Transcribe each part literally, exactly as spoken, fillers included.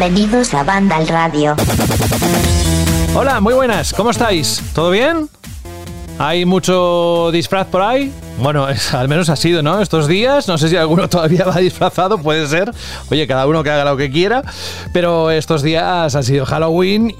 Bienvenidos a Vandal Radio. Hola, muy buenas, ¿cómo estáis? ¿Todo bien? ¿Hay mucho disfraz por ahí? Bueno, es, al menos ha sido, ¿no? Estos días, no sé si alguno todavía va disfrazado, puede ser. Oye, cada uno que haga lo que quiera. Pero estos días ha sido Halloween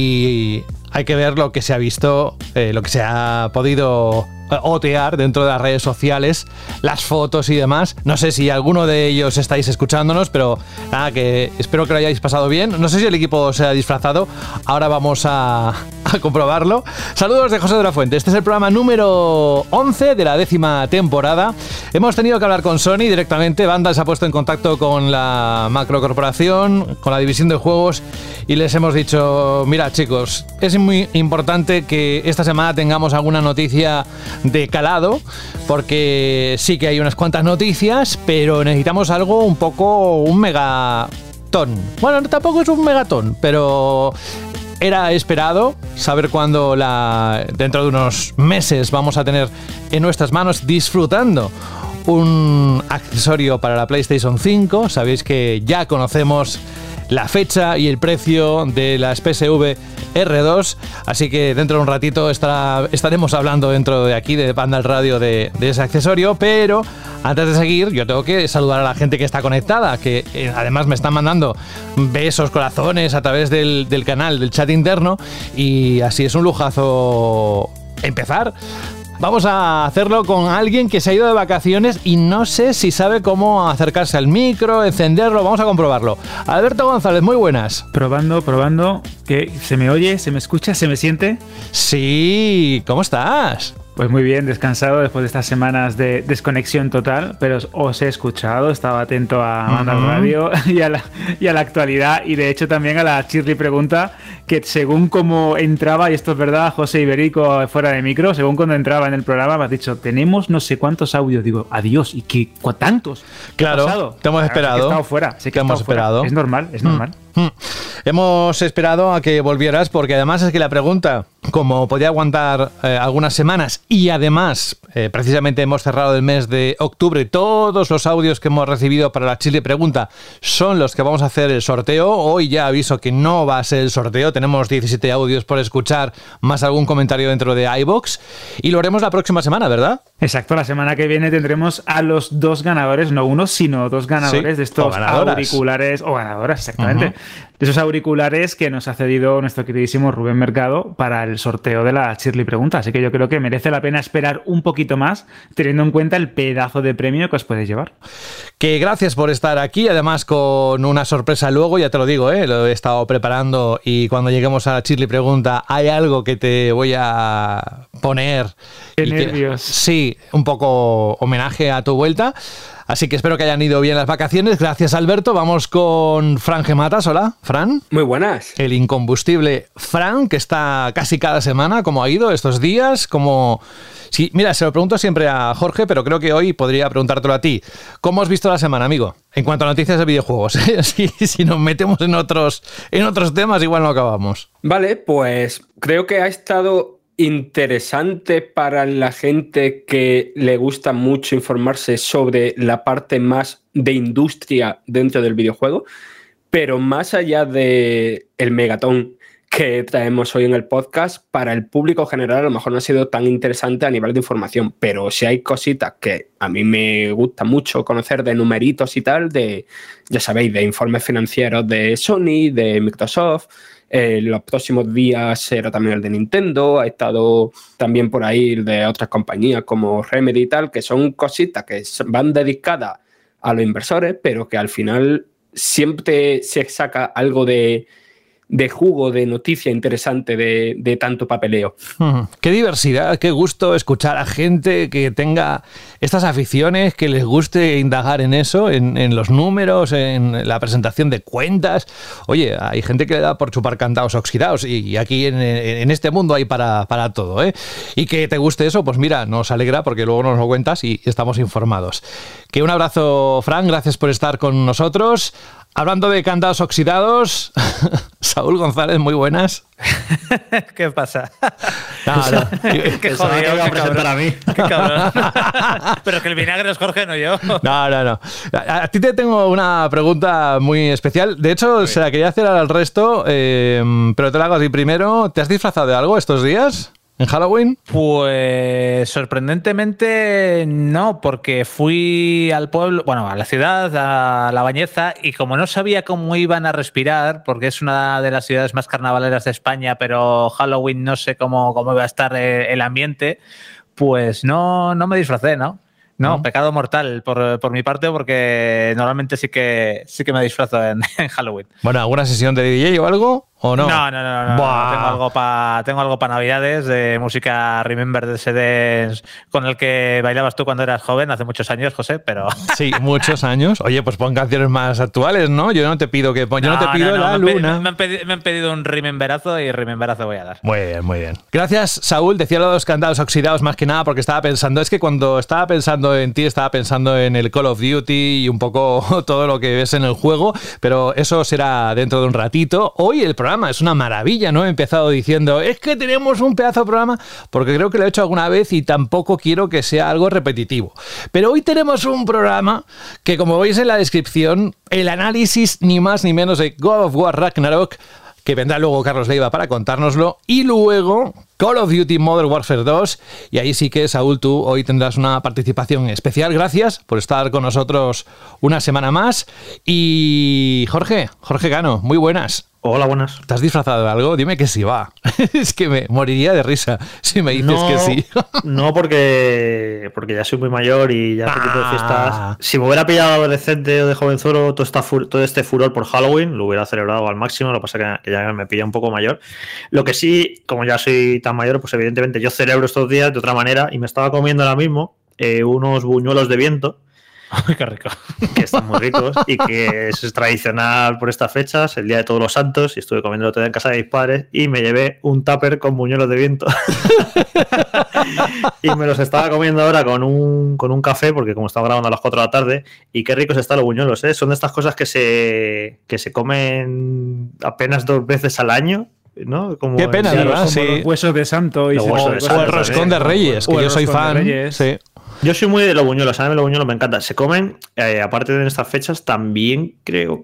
y hay que ver lo que se ha visto, eh, lo que se ha podido otear dentro de las redes sociales, las fotos y demás. No sé si alguno de ellos estáis escuchándonos, pero nada, que espero que lo hayáis pasado bien. No sé si el equipo se ha disfrazado, ahora vamos a, a comprobarlo. Saludos de José de la Fuente. Este es el programa número once de la décima temporada. Hemos tenido que hablar con Sony directamente. Vandal se ha puesto en contacto con la macrocorporación, con la división de juegos, y les hemos dicho, mira chicos, es muy importante que esta semana tengamos alguna noticia de calado, porque sí que hay unas cuantas noticias, pero necesitamos algo un poco, un megatón. Bueno, tampoco es un megatón, pero era esperado saber cuándo la, dentro de unos meses vamos a tener en nuestras manos disfrutando un accesorio para la PlayStation cinco. Sabéis que ya conocemos la fecha y el precio de las P S V R dos, así que dentro de un ratito estará, estaremos hablando dentro de aquí de Vandal Radio de, de ese accesorio. Pero antes de seguir, yo tengo que saludar a la gente que está conectada, que eh, además me están mandando besos, corazones a través del, del canal, del chat interno, y así es un lujazo empezar. Vamos a hacerlo con alguien que se ha ido de vacaciones y no sé si sabe cómo acercarse al micro, encenderlo. Vamos a comprobarlo. Alberto González, muy buenas. Probando, probando. ¿Qué? ¿Se me oye? ¿Se me escucha? ¿Se me siente? Sí, ¿cómo estás? Pues muy bien, descansado después de estas semanas de desconexión total, pero os he escuchado, estaba atento a Vandal uh-huh. Radio y a, la, y a la actualidad, y de hecho también a la Shirley Pregunta, que según cómo entraba, y esto es verdad, José Iberico fuera de micro, según cuando entraba en el programa me has dicho, tenemos no sé cuántos audios, digo, adiós, ¿y qué? ¿Tantos? ¿Qué claro, ha pasado? te hemos esperado. He estado fuera, sí que te hemos fuera. esperado. Es normal, es normal. Mm. Mm. Hemos esperado a que volvieras, porque además es que la pregunta, como podía aguantar eh, algunas semanas, y además eh, precisamente hemos cerrado el mes de octubre, todos los audios que hemos recibido para la Chile Pregunta son los que vamos a hacer el sorteo. Hoy ya aviso que no va a ser el sorteo, tenemos diecisiete audios por escuchar, más algún comentario dentro de iVoox, y lo haremos la próxima semana, ¿verdad? Exacto, la semana que viene tendremos a los dos ganadores, no uno, sino dos ganadores, sí, de estos auriculares, o ganadoras, exactamente, uh-huh. de esos auriculares que nos ha cedido nuestro queridísimo Rubén Mercado para el sorteo de la Shirley Pregunta. Así que yo creo que merece la pena esperar un poquito más, teniendo en cuenta el pedazo de premio que os podéis llevar. Que gracias por estar aquí, además con una sorpresa luego, ya te lo digo, ¿eh? Lo he estado preparando, y cuando lleguemos a la Shirley Pregunta hay algo que te voy a poner. ¡Qué nervios! Que, sí, un poco homenaje a tu vuelta. Así que espero que hayan ido bien las vacaciones. Gracias, Alberto. Vamos con Fran Gematas. Hola, Fran. Muy buenas. El incombustible Fran, que está casi cada semana. ¿Cómo ha ido estos días? ¿Cómo... Sí, mira, se lo pregunto siempre a Jorge, pero creo que hoy podría preguntártelo a ti. ¿Cómo has visto la semana, amigo? En cuanto a noticias de videojuegos, ¿eh? si, si nos metemos en otros, en otros temas, igual no acabamos. Vale, pues creo que ha estado interesante para la gente que le gusta mucho informarse sobre la parte más de industria dentro del videojuego, pero más allá de el megatón que traemos hoy en el podcast, para el público general a lo mejor no ha sido tan interesante a nivel de información, pero sí hay cositas que a mí me gusta mucho conocer, de numeritos y tal, de, ya sabéis, de informes financieros de Sony, de Microsoft. Eh, los próximos días será también el de Nintendo, ha estado también por ahí el de otras compañías como Remedy y tal, que son cositas que van dedicadas a los inversores, pero que al final siempre se saca algo de, de jugo, de noticia interesante de, de tanto papeleo. Mm, qué diversidad, qué gusto escuchar a gente que tenga estas aficiones, que les guste indagar en eso, en, en los números, en la presentación de cuentas. Oye, hay gente que le da por chupar cantados oxidados, y, y aquí en, en este mundo hay para, para todo, ¿eh? Y que te guste eso, pues mira, nos alegra, porque luego nos lo cuentas y estamos informados. Que un abrazo, Fran, gracias por estar con nosotros. Hablando de candados oxidados, Saúl González, muy buenas. ¿Qué pasa? No, no. Qué jodido, qué cabrón. A mí. Qué cabrón. Pero que el vinagre es Jorge, no yo. No, no, no. A, a ti te tengo una pregunta muy especial. De hecho, sí. se la quería hacer al resto, eh, pero te la hago a ti primero. ¿Te has disfrazado de algo estos días? ¿En Halloween? Pues sorprendentemente no, porque fui al pueblo, bueno, a la ciudad, a La Bañeza, y como no sabía cómo iban a respirar, porque es una de las ciudades más carnavaleras de España, pero Halloween no sé cómo, cómo iba a estar el ambiente, pues no, no me disfracé, ¿no? No, ¿no? Pecado mortal por, por mi parte, porque normalmente sí que sí que me disfrazo en, en Halloween. Bueno, ¿alguna sesión de D J o algo? ¿O no? No, no, no, no, no. Tengo algo para tengo algo para Navidades, de música Remember de C Ds con el que bailabas tú cuando eras joven, hace muchos años, José, pero... Sí, muchos años. Oye, pues pon canciones más actuales, ¿no? Yo no te pido que pon, yo no, no te pido no, no, la me luna. Me han, pedido, me han pedido un Rememberazo y Rememberazo voy a dar. Muy bien, muy bien. Gracias, Saúl. Decía lo de los candados oxidados más que nada porque estaba pensando, es que cuando estaba pensando en ti, estaba pensando en el Call of Duty y un poco todo lo que ves en el juego, pero eso será dentro de un ratito. Hoy el programa es una maravilla. No he empezado diciendo, es que tenemos un pedazo de programa, porque creo que lo he hecho alguna vez y tampoco quiero que sea algo repetitivo. Pero hoy tenemos un programa que, como veis en la descripción, el análisis ni más ni menos de God of War Ragnarok, que vendrá luego Carlos Leiva para contárnoslo, y luego Call of Duty Modern Warfare dos, y ahí sí que, Saúl, tú hoy tendrás una participación especial. Gracias por estar con nosotros una semana más. Y Jorge, Jorge Cano, muy buenas. Hola, buenas. ¿Te has disfrazado de algo? Dime que sí, va. Es que me moriría de risa si me dices no, que sí. No, porque, porque ya soy muy mayor y ya este tipo de fiestas... Si me hubiera pillado adolescente o de jovenzuelo todo, esta, todo este furor por Halloween, lo hubiera celebrado al máximo. Lo que pasa es que ya me pilla un poco mayor. Lo que sí, como ya soy tan mayor, pues evidentemente yo celebro estos días de otra manera, y me estaba comiendo ahora mismo eh, unos buñuelos de viento. ¡Ay, qué rico! Que están muy ricos y que es tradicional por estas fechas, el Día de Todos los Santos, y estuve comiendo todo en casa de mis padres y me llevé un tupper con buñuelos de viento. Y me los estaba comiendo ahora con un, con un café, porque como estaba grabando a las cuatro de la tarde, y qué ricos están los buñuelos, ¿eh? Son de estas cosas que se, que se comen apenas dos veces al año, ¿no? Como qué pena, ¿verdad? Sí. Los huesos de santo y los huesos de santo, o el roscón ¿eh? de Reyes, que yo soy fan. Sí. Yo soy muy de los buñuelos, a mí los buñuelos me encantan. Se comen, eh, aparte de estas fechas, también creo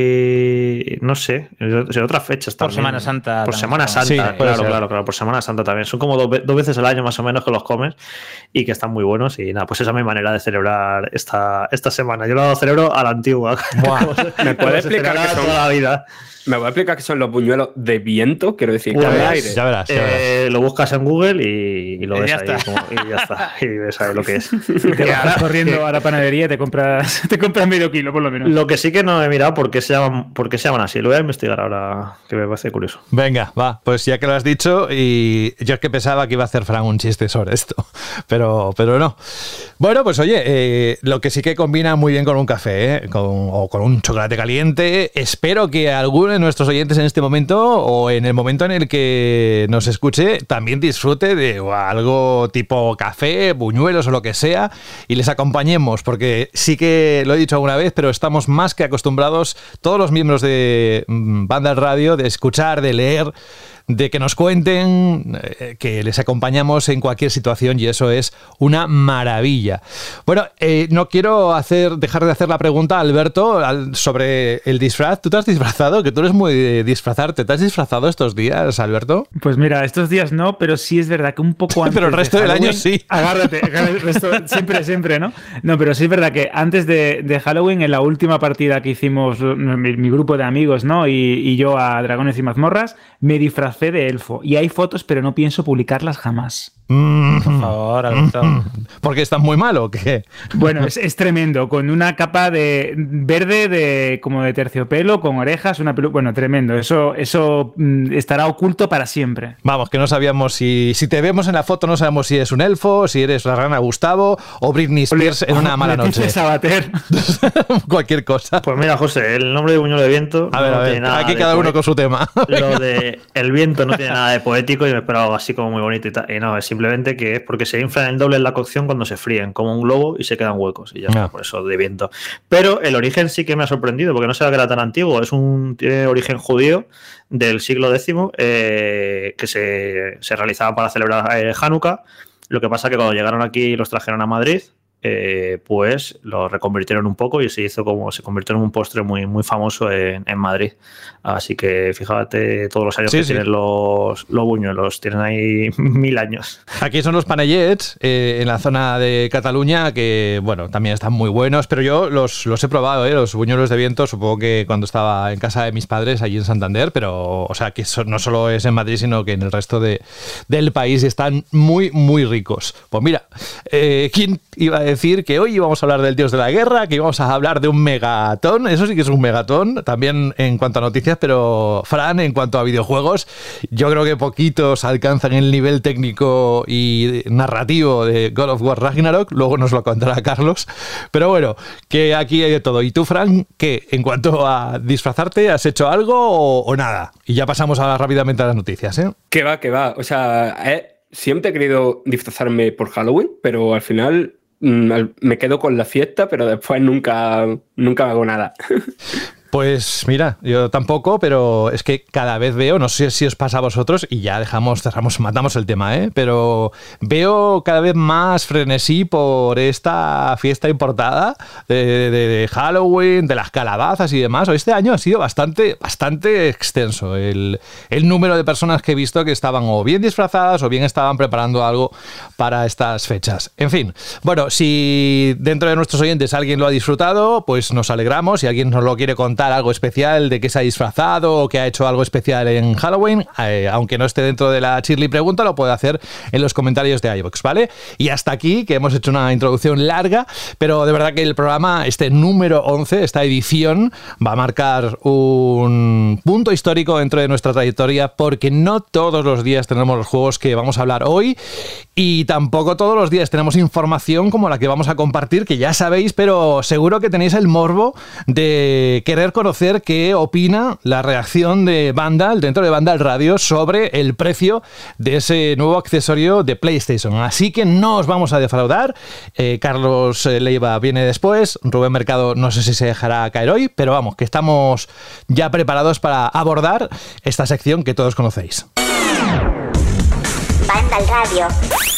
que, no sé, en otras fechas también. Por Semana Santa. Por Semana Santa, sí, claro, claro, claro, por Semana Santa también. Son como dos, dos veces al año más o menos que los comes y que están muy buenos. Y nada, pues esa es mi manera de celebrar esta, esta semana. Yo lo celebro a la antigua. ¿Me puede explicar qué son? Toda la vida. ¿Me voy a explicar qué son los buñuelos de viento? Quiero decir, pues, de aire. Ya verás, ya verás. Eh, lo buscas en Google y, y lo y ves ya ahí. Está. Como, y ya está. Y ves ahí lo que es. Y te vas corriendo a la panadería y te compras, te compras medio kilo, por lo menos. Lo que sí que no he mirado por qué se llaman, por qué se llaman así. Lo voy a investigar ahora, que me parece curioso. Venga, va. Pues ya que lo has dicho, y yo es que pensaba que iba a hacer Fran un chiste sobre esto, pero, pero no. Bueno, pues oye, eh, lo que sí que combina muy bien con un café, ¿eh? con, o con un chocolate caliente. Espero que alguno de nuestros oyentes en este momento o en el momento en el que nos escuche también disfrute de o, algo tipo café, buñuelos o lo que sea, y les acompañemos, porque sí que lo he dicho alguna vez, pero estamos más que acostumbrados todos los miembros de Banda al Radio de escuchar, de leer, de que nos cuenten, eh, que les acompañamos en cualquier situación, y eso es una maravilla. Bueno, eh, no quiero hacer dejar de hacer la pregunta a Alberto al, sobre el disfraz. ¿Tú te has disfrazado? Que tú eres muy de disfrazarte. ¿Te has disfrazado estos días, Alberto? Pues mira, estos días no, pero sí es verdad que un poco antes. Pero el resto de del año sí. Agárrate, agárrate el resto, siempre, siempre, ¿no? No, pero sí es verdad que antes de, de Halloween, en la última partida que hicimos mi, mi grupo de amigos, ¿no? Y, y yo a Dragones y Mazmorras, me disfrazé de elfo. Y hay fotos, pero no pienso publicarlas jamás. Mm, Por favor, Alberto. ¿Porque estás muy malo o qué? Bueno, es, es tremendo. Con una capa de verde de como de terciopelo, con orejas, una peluca. Bueno, tremendo. Eso, eso mm, estará oculto para siempre. Vamos, que no sabíamos si... Si te vemos en la foto, no sabemos si eres un elfo, si eres la rana Gustavo o Britney Spears en una mala noche. Sabater. Cualquier cosa. Pues mira, José, el nombre de buñuelo de viento. A ver, no a ver. tiene nada Aquí de cada uno poe- con su tema. Lo de el viento viento no tiene nada de poético y me esperaba algo así como muy bonito y tal. Y no, es simplemente que es porque se inflan el doble en la cocción cuando se fríen, como un globo, y se quedan huecos. Y ya está, Ah. por eso de viento. Pero el origen sí que me ha sorprendido, porque no sabía que era tan antiguo. Es un tiene origen judío del siglo décimo eh, que se, se realizaba para celebrar eh, Hanukkah. Lo que pasa que cuando llegaron aquí y los trajeron a Madrid, eh, pues lo reconvirtieron un poco y se hizo como se convirtió en un postre muy, muy famoso en, en Madrid. Así que fíjate todos los años Sí, que sí. tienen los, los buñuelos, tienen ahí mil años. Aquí son los panellets eh, en la zona de Cataluña que, bueno, también están muy buenos, pero yo los, los he probado, ¿eh? Los buñuelos de viento, supongo que cuando estaba en casa de mis padres allí en Santander, pero, o sea, que eso no solo es en Madrid, sino que en el resto de, del país están muy, muy ricos. Pues mira, eh, ¿quién iba a decir que hoy íbamos a hablar del dios de la guerra, que íbamos a hablar de un megatón? Eso sí que es un megatón, también en cuanto a noticias, pero Fran, en cuanto a videojuegos, yo creo que poquitos alcanzan el nivel técnico y narrativo de God of War Ragnarok, luego nos lo contará Carlos, pero bueno, que aquí hay de todo. ¿Y tú, Fran, qué? En cuanto a disfrazarte, ¿has hecho algo o, o nada? Y ya pasamos a, rápidamente a las noticias, ¿eh? Que va, que va. O sea, eh, siempre he querido disfrazarme por Halloween, pero al final mm, me quedo con la fiesta, pero después nunca, nunca hago nada. Pues mira, yo tampoco, pero es que cada vez veo, no sé si os pasa a vosotros, y ya dejamos, cerramos, matamos el tema, ¿eh? Pero veo cada vez más frenesí por esta fiesta importada de, de, de Halloween, de las calabazas y demás. Este año ha sido bastante, bastante extenso el, el número de personas que he visto que estaban o bien disfrazadas o bien estaban preparando algo para estas fechas. En fin, bueno, si dentro de nuestros oyentes alguien lo ha disfrutado, pues nos alegramos. Si alguien nos lo quiere contar, algo especial de que se ha disfrazado o que ha hecho algo especial en Halloween, eh, aunque no esté dentro de la Shirley Pregunta, lo puede hacer en los comentarios de iVoox, ¿vale? Y hasta aquí, que hemos hecho una introducción larga, pero de verdad que el programa, este número once, esta edición, va a marcar un punto histórico dentro de nuestra trayectoria, porque no todos los días tenemos los juegos que vamos a hablar hoy y tampoco todos los días tenemos información como la que vamos a compartir, que ya sabéis, pero seguro que tenéis el morbo de querer conocer qué opina la reacción de Vandal, dentro de Vandal Radio, sobre el precio de ese nuevo accesorio de PlayStation. Así que no os vamos a defraudar. Eh, Carlos Leiva viene después, Rubén Mercado no sé si se dejará caer hoy, pero vamos, que estamos ya preparados para abordar esta sección que todos conocéis. Vandal Radio.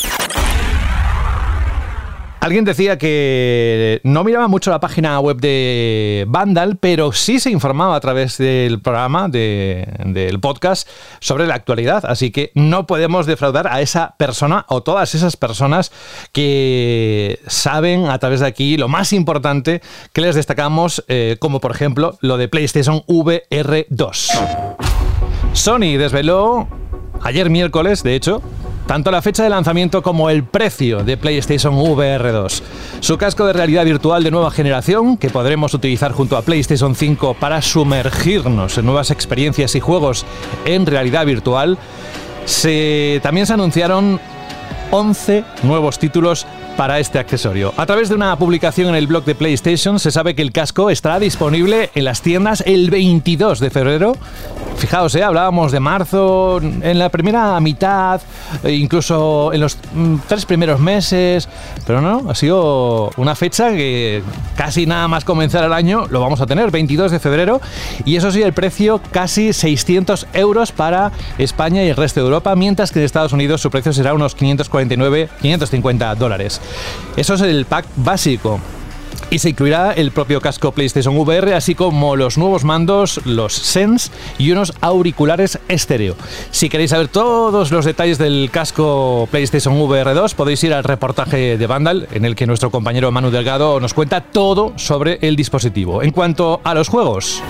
Alguien decía que no miraba mucho la página web de Vandal, pero sí se informaba a través del programa, de, del podcast, sobre la actualidad. Así que no podemos defraudar a esa persona o todas esas personas que saben a través de aquí lo más importante que les destacamos, eh, como por ejemplo lo de PlayStation V R dos. Sony desveló ayer miércoles, de hecho, tanto la fecha de lanzamiento como el precio de PlayStation V R dos. Su casco de realidad virtual de nueva generación, que podremos utilizar junto a PlayStation cinco para sumergirnos en nuevas experiencias y juegos en realidad virtual. Se, también se anunciaron once nuevos títulos para este accesorio. A través de una publicación en el blog de PlayStation se sabe que el casco estará disponible en las tiendas el veintidós de febrero. Fijaos, ¿eh? Hablábamos de marzo, en la primera mitad, incluso en los mm, tres primeros meses, pero no, ha sido una fecha que casi nada más comenzar el año lo vamos a tener, veintidós de febrero, y eso sí, el precio casi seiscientos euros para España y el resto de Europa, mientras que en Estados Unidos su precio será unos quinientos cuarenta y nueve, quinientos cincuenta dólares. Eso es el pack básico. Y se incluirá el propio casco PlayStation V R, así como los nuevos mandos, los Sense y unos auriculares estéreo. Si queréis saber todos los detalles del casco PlayStation V R dos, podéis ir al reportaje de Vandal, en el que nuestro compañero Manu Delgado nos cuenta todo sobre el dispositivo. En cuanto a los juegos,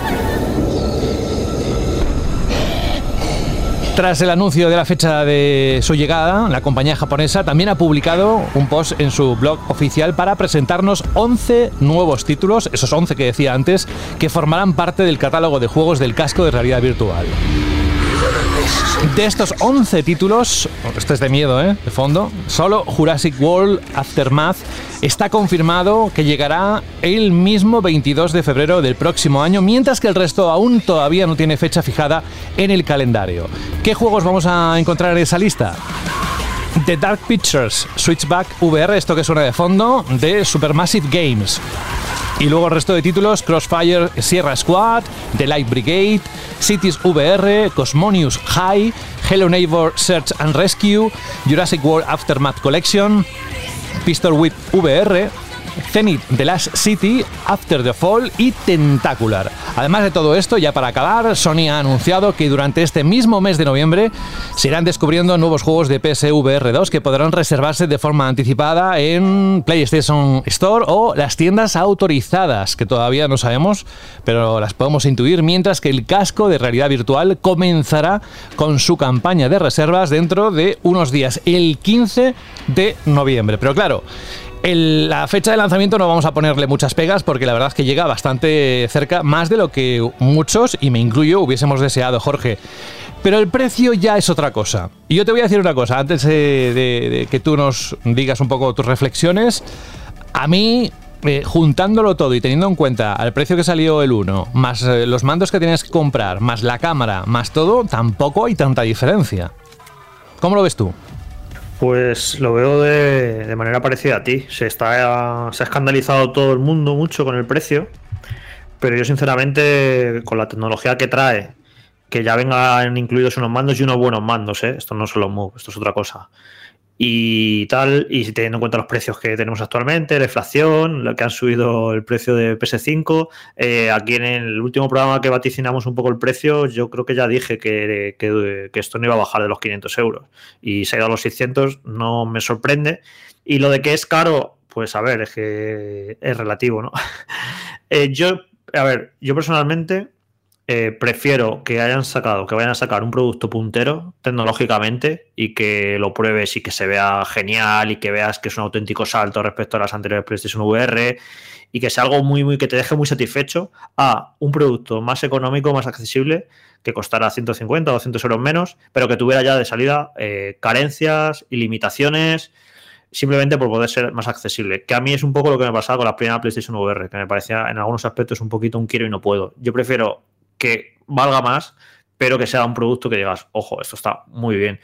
tras el anuncio de la fecha de su llegada, la compañía japonesa también ha publicado un post en su blog oficial para presentarnos once nuevos títulos, esos once que decía antes, que formarán parte del catálogo de juegos del casco de realidad virtual. De estos once títulos, este es de miedo, ¿eh? De fondo, solo Jurassic World Aftermath está confirmado que llegará el mismo veintidós de febrero del próximo año, mientras que el resto aún todavía no tiene fecha fijada en el calendario. ¿Qué juegos vamos a encontrar en esa lista? The Dark Pictures, Switchback V R, esto que suena de fondo, de Supermassive Games. Y luego el resto de títulos: Crossfire Sierra Squad, The Light Brigade, Cities V R, Cosmonius High, Hello Neighbor Search and Rescue, Jurassic World Aftermath Collection, Pistol Whip V R, Zenith The Last City, After the Fall y Tentacular. Además de todo esto, ya para acabar, Sony ha anunciado que durante este mismo mes de noviembre se irán descubriendo nuevos juegos de P S V R dos que podrán reservarse de forma anticipada en PlayStation Store o las tiendas autorizadas, que todavía no sabemos, pero las podemos intuir, mientras que el casco de realidad virtual comenzará con su campaña de reservas dentro de unos días, el quince de noviembre. Pero claro, El, la fecha de lanzamiento no vamos a ponerle muchas pegas porque la verdad es que llega bastante cerca, más de lo que muchos, y me incluyo, hubiésemos deseado, Jorge. Pero el precio ya es otra cosa. Y yo te voy a decir una cosa, antes de, de, de que tú nos digas un poco tus reflexiones. A mí, eh, juntándolo todo y teniendo en cuenta el precio que salió el uno, más eh, los mandos que tienes que comprar, más la cámara, más todo, tampoco hay tanta diferencia. ¿Cómo lo ves tú? Pues lo veo de, de manera parecida a ti. Se, está, se ha escandalizado todo el mundo mucho con el precio, pero yo sinceramente, con la tecnología que trae, que ya vengan incluidos unos mandos y unos buenos mandos, ¿eh? Esto no son los Move, esto es otra cosa. Y tal, y si teniendo en cuenta los precios que tenemos actualmente, la inflación, lo que han subido el precio de P S cinco, eh, aquí en el último programa que vaticinamos un poco el precio, yo creo que ya dije que, que, que esto no iba a bajar de los quinientos euros y se ha ido a los seiscientos, no me sorprende. Y lo de que es caro, pues a ver, es que es relativo, ¿no? eh, yo, a ver, yo personalmente Eh, prefiero que hayan sacado, que vayan a sacar un producto puntero tecnológicamente y que lo pruebes y que se vea genial y que veas que es un auténtico salto respecto a las anteriores PlayStation V R y que sea algo muy, muy que te deje muy satisfecho, a un producto más económico, más accesible, que costara ciento cincuenta o doscientos euros menos, pero que tuviera ya de salida eh, carencias y limitaciones, simplemente por poder ser más accesible. Que a mí es un poco lo que me pasaba con la primera PlayStation V R, que me parecía en algunos aspectos un poquito un quiero y no puedo. Yo prefiero que valga más, pero que sea un producto que digas, ojo, esto está muy bien.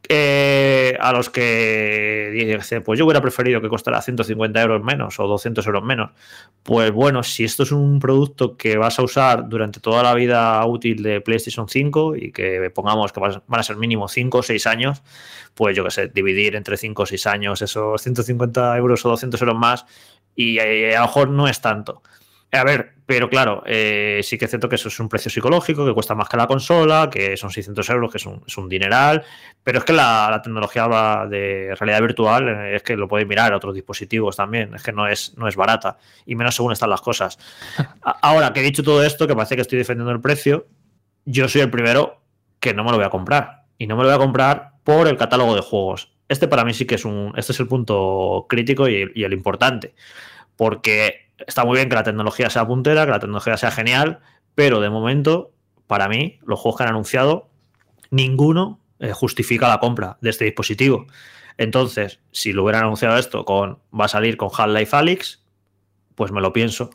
Eh, a los que dicen, pues yo hubiera preferido que costara ciento cincuenta euros menos o doscientos euros menos. Pues bueno, si esto es un producto que vas a usar durante toda la vida útil de PlayStation cinco y que pongamos que van a ser mínimo cinco o seis años, pues yo qué sé, dividir entre cinco o seis años esos ciento cincuenta euros o doscientos euros más y eh, a lo mejor no es tanto. A ver, pero claro, eh, sí que es cierto que eso es un precio psicológico, que cuesta más que la consola, que son seiscientos euros, que es un, es un dineral, pero es que la, la tecnología de realidad virtual eh, es que lo podéis mirar a otros dispositivos también, es que no es, no es barata, y menos según están las cosas. Ahora, que he dicho todo esto, que parece que estoy defendiendo el precio, yo soy el primero que no me lo voy a comprar, y no me lo voy a comprar por el catálogo de juegos. Este para mí sí que es un, este es el punto crítico y, y el importante, porque está muy bien que la tecnología sea puntera, que la tecnología sea genial, pero de momento, para mí, los juegos que han anunciado, ninguno eh, justifica la compra de este dispositivo. Entonces, si lo hubieran anunciado esto con va a salir con Half-Life Alyx, pues me lo pienso.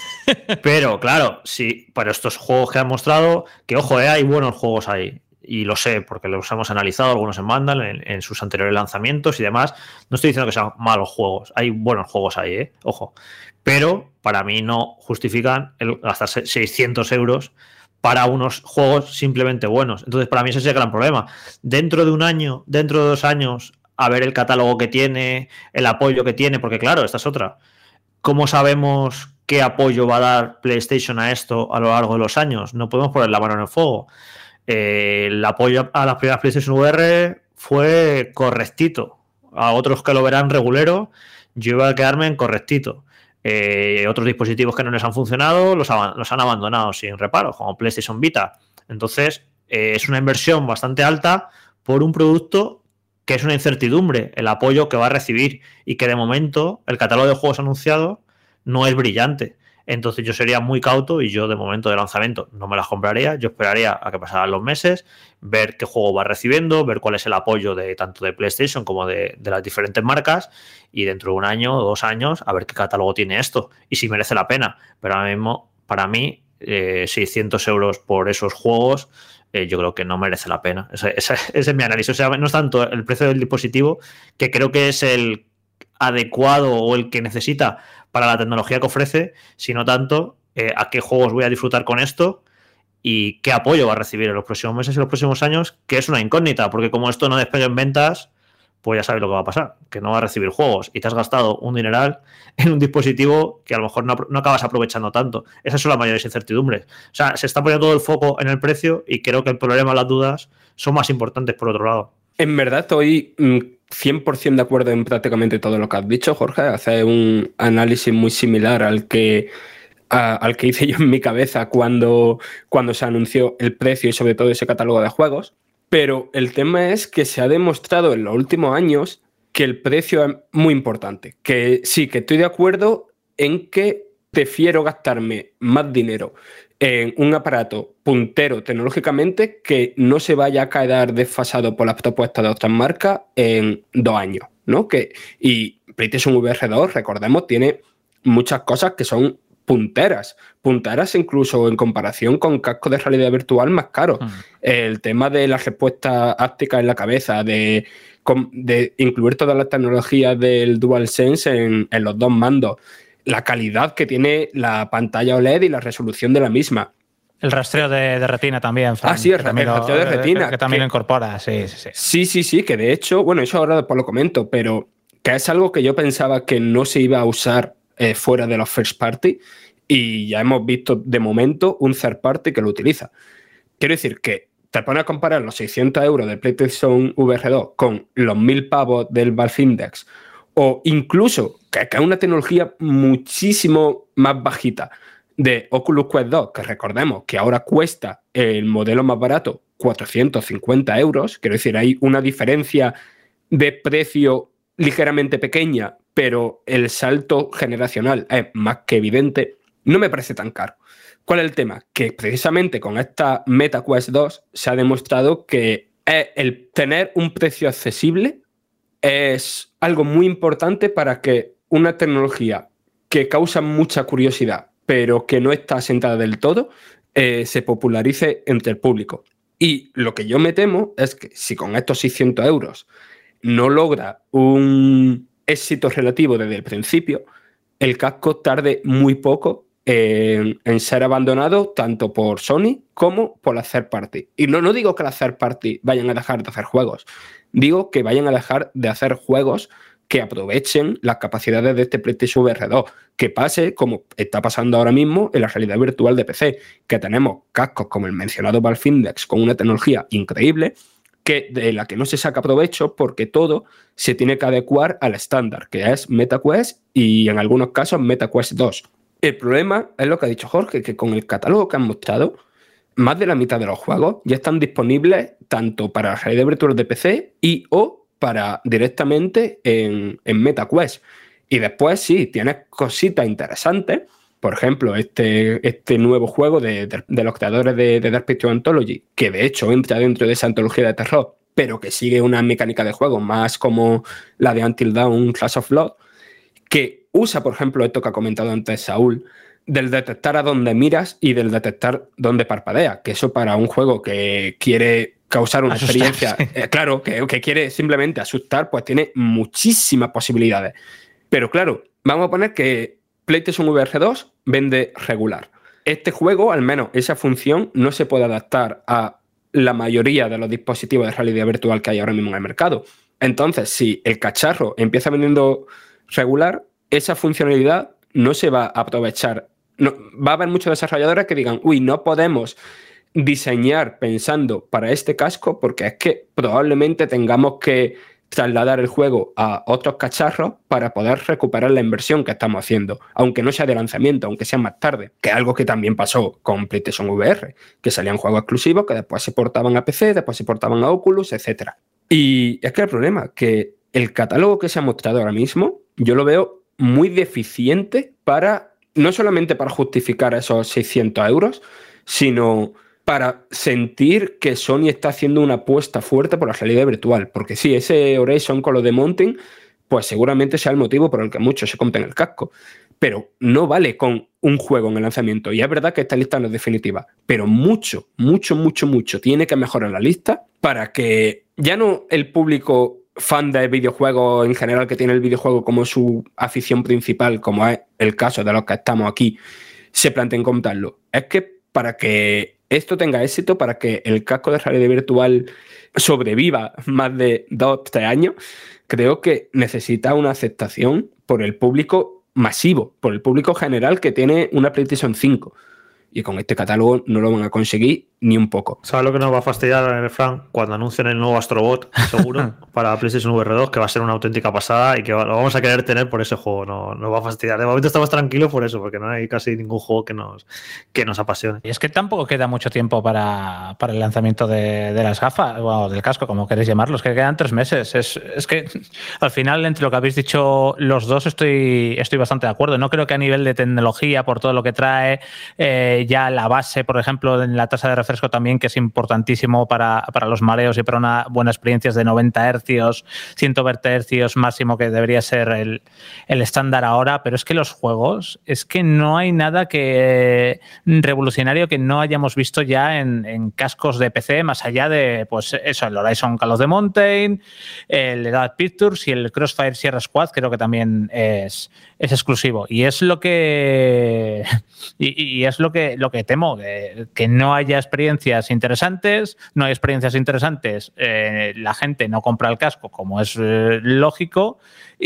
Pero, claro, sí, para estos juegos que han mostrado, que ojo, eh, hay buenos juegos ahí. Y lo sé, porque los hemos analizado, algunos en Vandal, en, en sus anteriores lanzamientos y demás. No estoy diciendo que sean malos juegos, hay buenos juegos ahí, ¿eh? Ojo. Pero para mí no justifican el gastar seiscientos euros para unos juegos simplemente buenos. Entonces, para mí ese es el gran problema. Dentro de un año, dentro de dos años, a ver el catálogo que tiene, el apoyo que tiene, porque claro, esta es otra. ¿Cómo sabemos qué apoyo va a dar PlayStation a esto a lo largo de los años? No podemos poner la mano en el fuego. Eh, el apoyo a las primeras PlayStation V R fue correctito. A otros que lo verán regulero, yo iba a quedarme en correctito. Eh, otros dispositivos que no les han funcionado los, ab- los han abandonado sin reparo, como PlayStation Vita. Entonces, eh, es una inversión bastante alta por un producto que es una incertidumbre, el apoyo que va a recibir y que de momento el catálogo de juegos anunciado no es brillante. Entonces yo sería muy cauto y yo de momento de lanzamiento no me las compraría. Yo esperaría a que pasaran los meses, ver qué juego va recibiendo, ver cuál es el apoyo de tanto de PlayStation como de, de las diferentes marcas y dentro de un año o dos años a ver qué catálogo tiene esto y si merece la pena. Pero ahora mismo, para mí, eh, seiscientos euros por esos juegos eh, yo creo que no merece la pena. Ese, ese, ese es mi análisis. O sea, no es tanto el precio del dispositivo, que creo que es el adecuado o el que necesita para la tecnología que ofrece, sino tanto eh, a qué juegos voy a disfrutar con esto y qué apoyo va a recibir en los próximos meses y los próximos años, que es una incógnita, porque como esto no despegue en ventas, pues ya sabes lo que va a pasar, que no va a recibir juegos y te has gastado un dineral en un dispositivo que a lo mejor no, no acabas aprovechando tanto. Esas son las mayores incertidumbres. O sea, se está poniendo todo el foco en el precio y creo que el problema, las dudas, son más importantes por otro lado. En verdad estoy cien por ciento de acuerdo en prácticamente todo lo que has dicho, Jorge. Hace un análisis muy similar al que, a, al que hice yo en mi cabeza cuando, cuando se anunció el precio y sobre todo ese catálogo de juegos. Pero el tema es que se ha demostrado en los últimos años que el precio es muy importante. Que sí, que estoy de acuerdo en que prefiero gastarme más dinero en un aparato puntero tecnológicamente que no se vaya a quedar desfasado por las propuestas de otras marcas en dos años, ¿no? Que, y PlayStation V R dos, recordemos, tiene muchas cosas que son punteras, punteras incluso en comparación con cascos de realidad virtual más caros. Uh-huh. El tema de la respuesta áptica en la cabeza, de, de incluir todas las tecnologías del DualSense en, en los dos mandos, la calidad que tiene la pantalla O L E D y la resolución de la misma. El rastreo de, de retina también. Fran, ah, sí, el, el rastreo lo, de retina. Que, que también que, lo incorpora, sí, sí, sí. Sí, sí, sí, que de hecho, bueno, eso ahora después lo comento, pero que es algo que yo pensaba que no se iba a usar eh, fuera de los first party y ya hemos visto de momento un third party que lo utiliza. Quiero decir que te pones a comparar los seiscientos euros del PlayStation V R dos con los mil pavos del Valve Index o incluso que es una tecnología muchísimo más bajita de Oculus Quest dos, que recordemos que ahora cuesta el modelo más barato cuatrocientos cincuenta euros, quiero decir, hay una diferencia de precio ligeramente pequeña, pero el salto generacional es más que evidente, no me parece tan caro. ¿Cuál es el tema? Que precisamente con esta Meta Quest dos se ha demostrado que el tener un precio accesible es algo muy importante para que una tecnología que causa mucha curiosidad, pero que no está asentada del todo, eh, se popularice entre el público. Y lo que yo me temo es que si con estos seiscientos euros no logra un éxito relativo desde el principio, el casco tarde muy poco en, en ser abandonado tanto por Sony como por la third party. Y no, no digo que las third party vayan a dejar de hacer juegos, digo que vayan a dejar de hacer juegos que aprovechen las capacidades de este PlayStation V R dos, que pase como está pasando ahora mismo en la realidad virtual de P C, que tenemos cascos como el mencionado Valve Index con una tecnología increíble, que de la que no se saca provecho porque todo se tiene que adecuar al estándar, que es MetaQuest y en algunos casos MetaQuest dos. El problema es lo que ha dicho Jorge, que con el catálogo que han mostrado, más de la mitad de los juegos ya están disponibles tanto para la realidad virtual de P C y o para directamente en, en MetaQuest. Y después sí, tienes cositas interesantes. Por ejemplo, este, este nuevo juego de, de, de los creadores de, de Dark Pictures Anthology, que de hecho entra dentro de esa antología de terror, pero que sigue una mecánica de juego más como la de Until Dawn, Clash of Blood, que usa, por ejemplo, esto que ha comentado antes Saúl, del detectar a dónde miras y del detectar dónde parpadea, que eso para un juego que quiere causar una asustar, experiencia, sí. eh, claro, que, que quiere simplemente asustar, pues tiene muchísimas posibilidades. Pero claro, vamos a poner que PlayStation V R dos vende regular. Este juego, al menos esa función, no se puede adaptar a la mayoría de los dispositivos de realidad virtual que hay ahora mismo en el mercado. Entonces, si el cacharro empieza vendiendo regular, esa funcionalidad no se va a aprovechar. No, va a haber muchos desarrolladores que digan, uy, no podemos diseñar pensando para este casco porque es que probablemente tengamos que trasladar el juego a otros cacharros para poder recuperar la inversión que estamos haciendo, aunque no sea de lanzamiento, aunque sea más tarde, que es algo que también pasó con PlayStation V R, que salían juegos exclusivos que después se portaban a P C, después se portaban a Oculus, etcétera. Y es que el problema es que el catálogo que se ha mostrado ahora mismo yo lo veo muy deficiente para no solamente para justificar esos seiscientos euros, sino para sentir que Sony está haciendo una apuesta fuerte por la realidad virtual. Porque sí, ese Horizon con lo de Mountain, pues seguramente sea el motivo por el que muchos se compren el casco. Pero no vale con un juego en el lanzamiento. Y es verdad que esta lista no es definitiva, pero mucho, mucho, mucho, mucho tiene que mejorar la lista para que ya no el público fan de videojuegos en general, que tiene el videojuego como su afición principal, como es el caso de los que estamos aquí, se planteen comprarlo. Es que para que esto tenga éxito, para que el casco de realidad virtual sobreviva más de dos, tres años, creo que necesita una aceptación por el público masivo, por el público general que tiene una PlayStation cinco. Y con este catálogo no lo van a conseguir ni un poco. ¿Sabes lo que nos va a fastidiar, Fran? Cuando anuncien el nuevo Astrobot, seguro, para PlayStation V R dos, que va a ser una auténtica pasada y que lo vamos a querer tener por ese juego. No, nos va a fastidiar. De momento estamos tranquilos por eso, porque no hay casi ningún juego que nos, que nos apasione. Y es que tampoco queda mucho tiempo para, para el lanzamiento de, de las gafas, o del casco, como queréis llamarlos, que quedan tres meses. Es, es que al final, entre lo que habéis dicho los dos, estoy, estoy bastante de acuerdo. No creo que a nivel de tecnología, por todo lo que trae, eh, ya la base, por ejemplo, en la tasa de refresco también, que es importantísimo para, para los mareos y para una buena experiencia, de noventa hercios, ciento veinte hercios máximo, que debería ser el, el estándar ahora. Pero es que los juegos, es que no hay nada que revolucionario que no hayamos visto ya en, en cascos de P C, más allá de, pues eso, el Horizon Call of the Mountain, el Advanced Pictures y el Crossfire Sierra Squad, creo que también es, es exclusivo. Y es lo que y, y es lo que lo que temo, que, que no haya experiencias interesantes. No hay experiencias interesantes, eh, la gente no compra el casco, como es eh, lógico,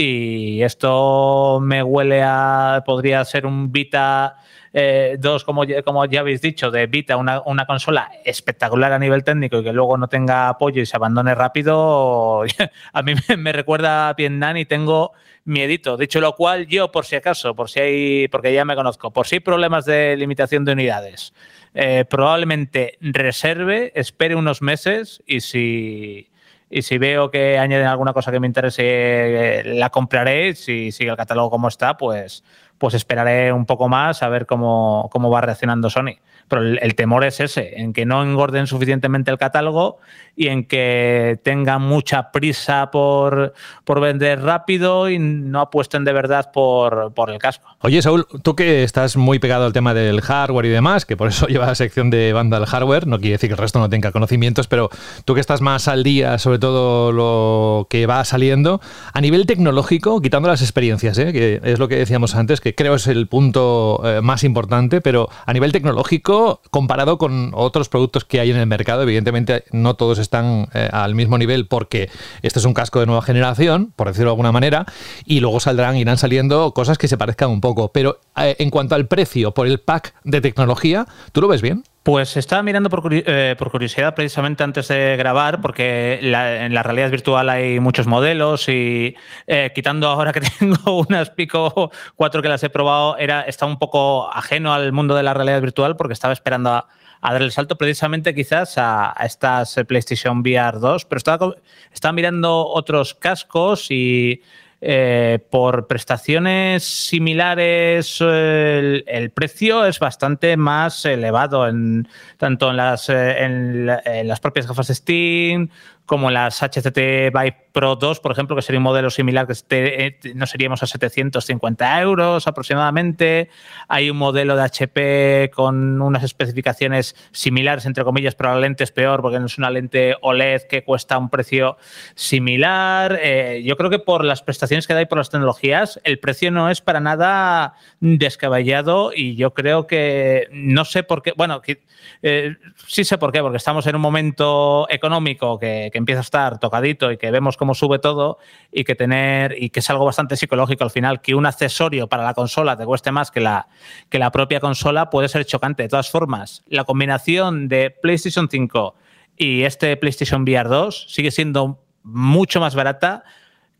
y esto me huele a, podría ser un Vita eh, dos, como, como ya habéis dicho, de Vita, una, una consola espectacular a nivel técnico y que luego no tenga apoyo y se abandone rápido. A mí me, me recuerda a Vietnam y tengo miedito. Dicho lo cual, yo, por si acaso, por si hay, porque ya me conozco, por si hay problemas de limitación de unidades, eh, probablemente reserve, espere unos meses, y si y si veo que añaden alguna cosa que me interese, eh, la compraré. Si sigue el catálogo como está, pues, pues esperaré un poco más a ver cómo, cómo va reaccionando Sony. Pero el, el temor es ese, en que no engorden suficientemente el catálogo y en que tengan mucha prisa por, por vender rápido y no apuesten de verdad por, por el casco. Oye, Saúl, tú que estás muy pegado al tema del hardware y demás, que por eso lleva la sección de Vandal Hardware, no quiere decir que el resto no tenga conocimientos, pero tú que estás más al día sobre todo lo que va saliendo, a nivel tecnológico, quitando las experiencias, ¿eh? Que es lo que decíamos antes, que creo es el punto eh, más importante, pero a nivel tecnológico, comparado con otros productos que hay en el mercado, evidentemente no todos están eh, al mismo nivel, porque este es un casco de nueva generación, por decirlo de alguna manera, y luego saldrán, irán saliendo cosas que se parezcan un poco. Pero eh, en cuanto al precio por el pack de tecnología, ¿tú lo ves bien? Pues estaba mirando por, eh, por curiosidad precisamente antes de grabar, porque la, en la realidad virtual hay muchos modelos y eh, quitando ahora que tengo unas Pico cuatro que las he probado, era, estaba un poco ajeno al mundo de la realidad virtual porque estaba esperando a, a dar el salto precisamente quizás a, a estas PlayStation V R dos, pero estaba, estaba mirando otros cascos y Eh, por prestaciones similares el, el precio es bastante más elevado, en, tanto en las, en, en las propias gafas de Steam como en las H T C Vive Pro dos, por ejemplo, que sería un modelo similar, que esté, nos iríamos a setecientos cincuenta euros aproximadamente. Hay un modelo de H P con unas especificaciones similares, entre comillas, pero la lente es peor porque no es una lente O L E D, que cuesta un precio similar. Eh, yo creo que por las prestaciones que da y por las tecnologías, el precio no es para nada descabellado, y yo creo que, no sé por qué, bueno, que, eh, sí sé por qué, porque estamos en un momento económico que, que empieza a estar tocadito y que vemos cómo sube todo, y que tener, y que es algo bastante psicológico al final, que un accesorio para la consola te cueste más que la, que la propia consola, puede ser chocante. De todas formas, la combinación de PlayStation cinco y este PlayStation V R dos sigue siendo mucho más barata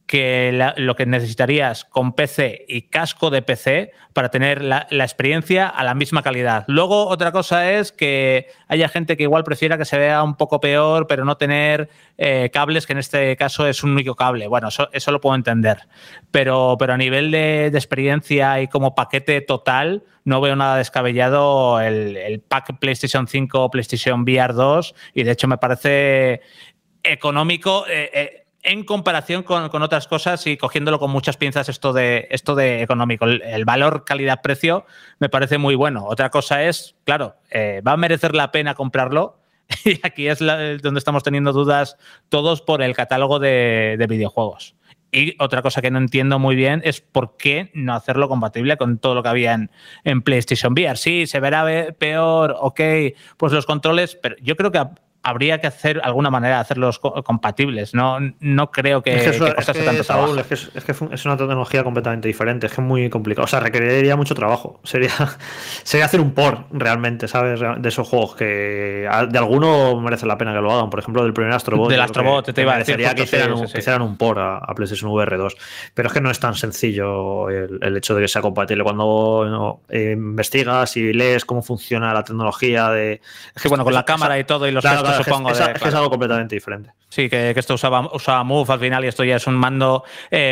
que la, lo que necesitarías con P C y casco de P C para tener la, la experiencia a la misma calidad. Luego, otra cosa es que haya gente que igual prefiera que se vea un poco peor, pero no tener eh, cables, que en este caso es un único cable. Bueno, eso, eso lo puedo entender. Pero, pero a nivel de, de experiencia y como paquete total, no veo nada descabellado el, el pack PlayStation cinco o PlayStation V R dos, y de hecho me parece económico eh, eh, en comparación con, con otras cosas, y cogiéndolo con muchas pinzas esto de, esto de económico. El, el valor calidad-precio me parece muy bueno. Otra cosa es, claro, eh, ¿va a merecer la pena comprarlo? Y aquí es la, donde estamos teniendo dudas todos por el catálogo de, de videojuegos. Y otra cosa que no entiendo muy bien es por qué no hacerlo compatible con todo lo que había en, en PlayStation V R. Sí, se verá peor, ok, pues los controles, pero yo creo que habría que hacer alguna manera de hacerlos co compatibles. No, no creo que, es que, eso, que costase es que tanto Saúl, trabajo. Es que, es, es que es una tecnología completamente diferente. Es que es muy complicado. O sea, requeriría mucho trabajo. Sería, sería hacer un port realmente, ¿sabes? De esos juegos que de alguno merece la pena que lo hagan. Por ejemplo, del primer Astrobot. Del Astrobot, te, te iba a decir. Que hicieran, sí, un, sí, sí. que hicieran un port a, a PlayStation V R dos. Pero es que no es tan sencillo el, el hecho de que sea compatible. Cuando no, eh, investigas y lees cómo funciona la tecnología de... Es que bueno, con la cámara y todo y los claro, gestos, claro, supongo. Es, de, es, claro. es algo completamente diferente. Sí, que, que esto usaba, usaba Move al final, y esto ya es un mando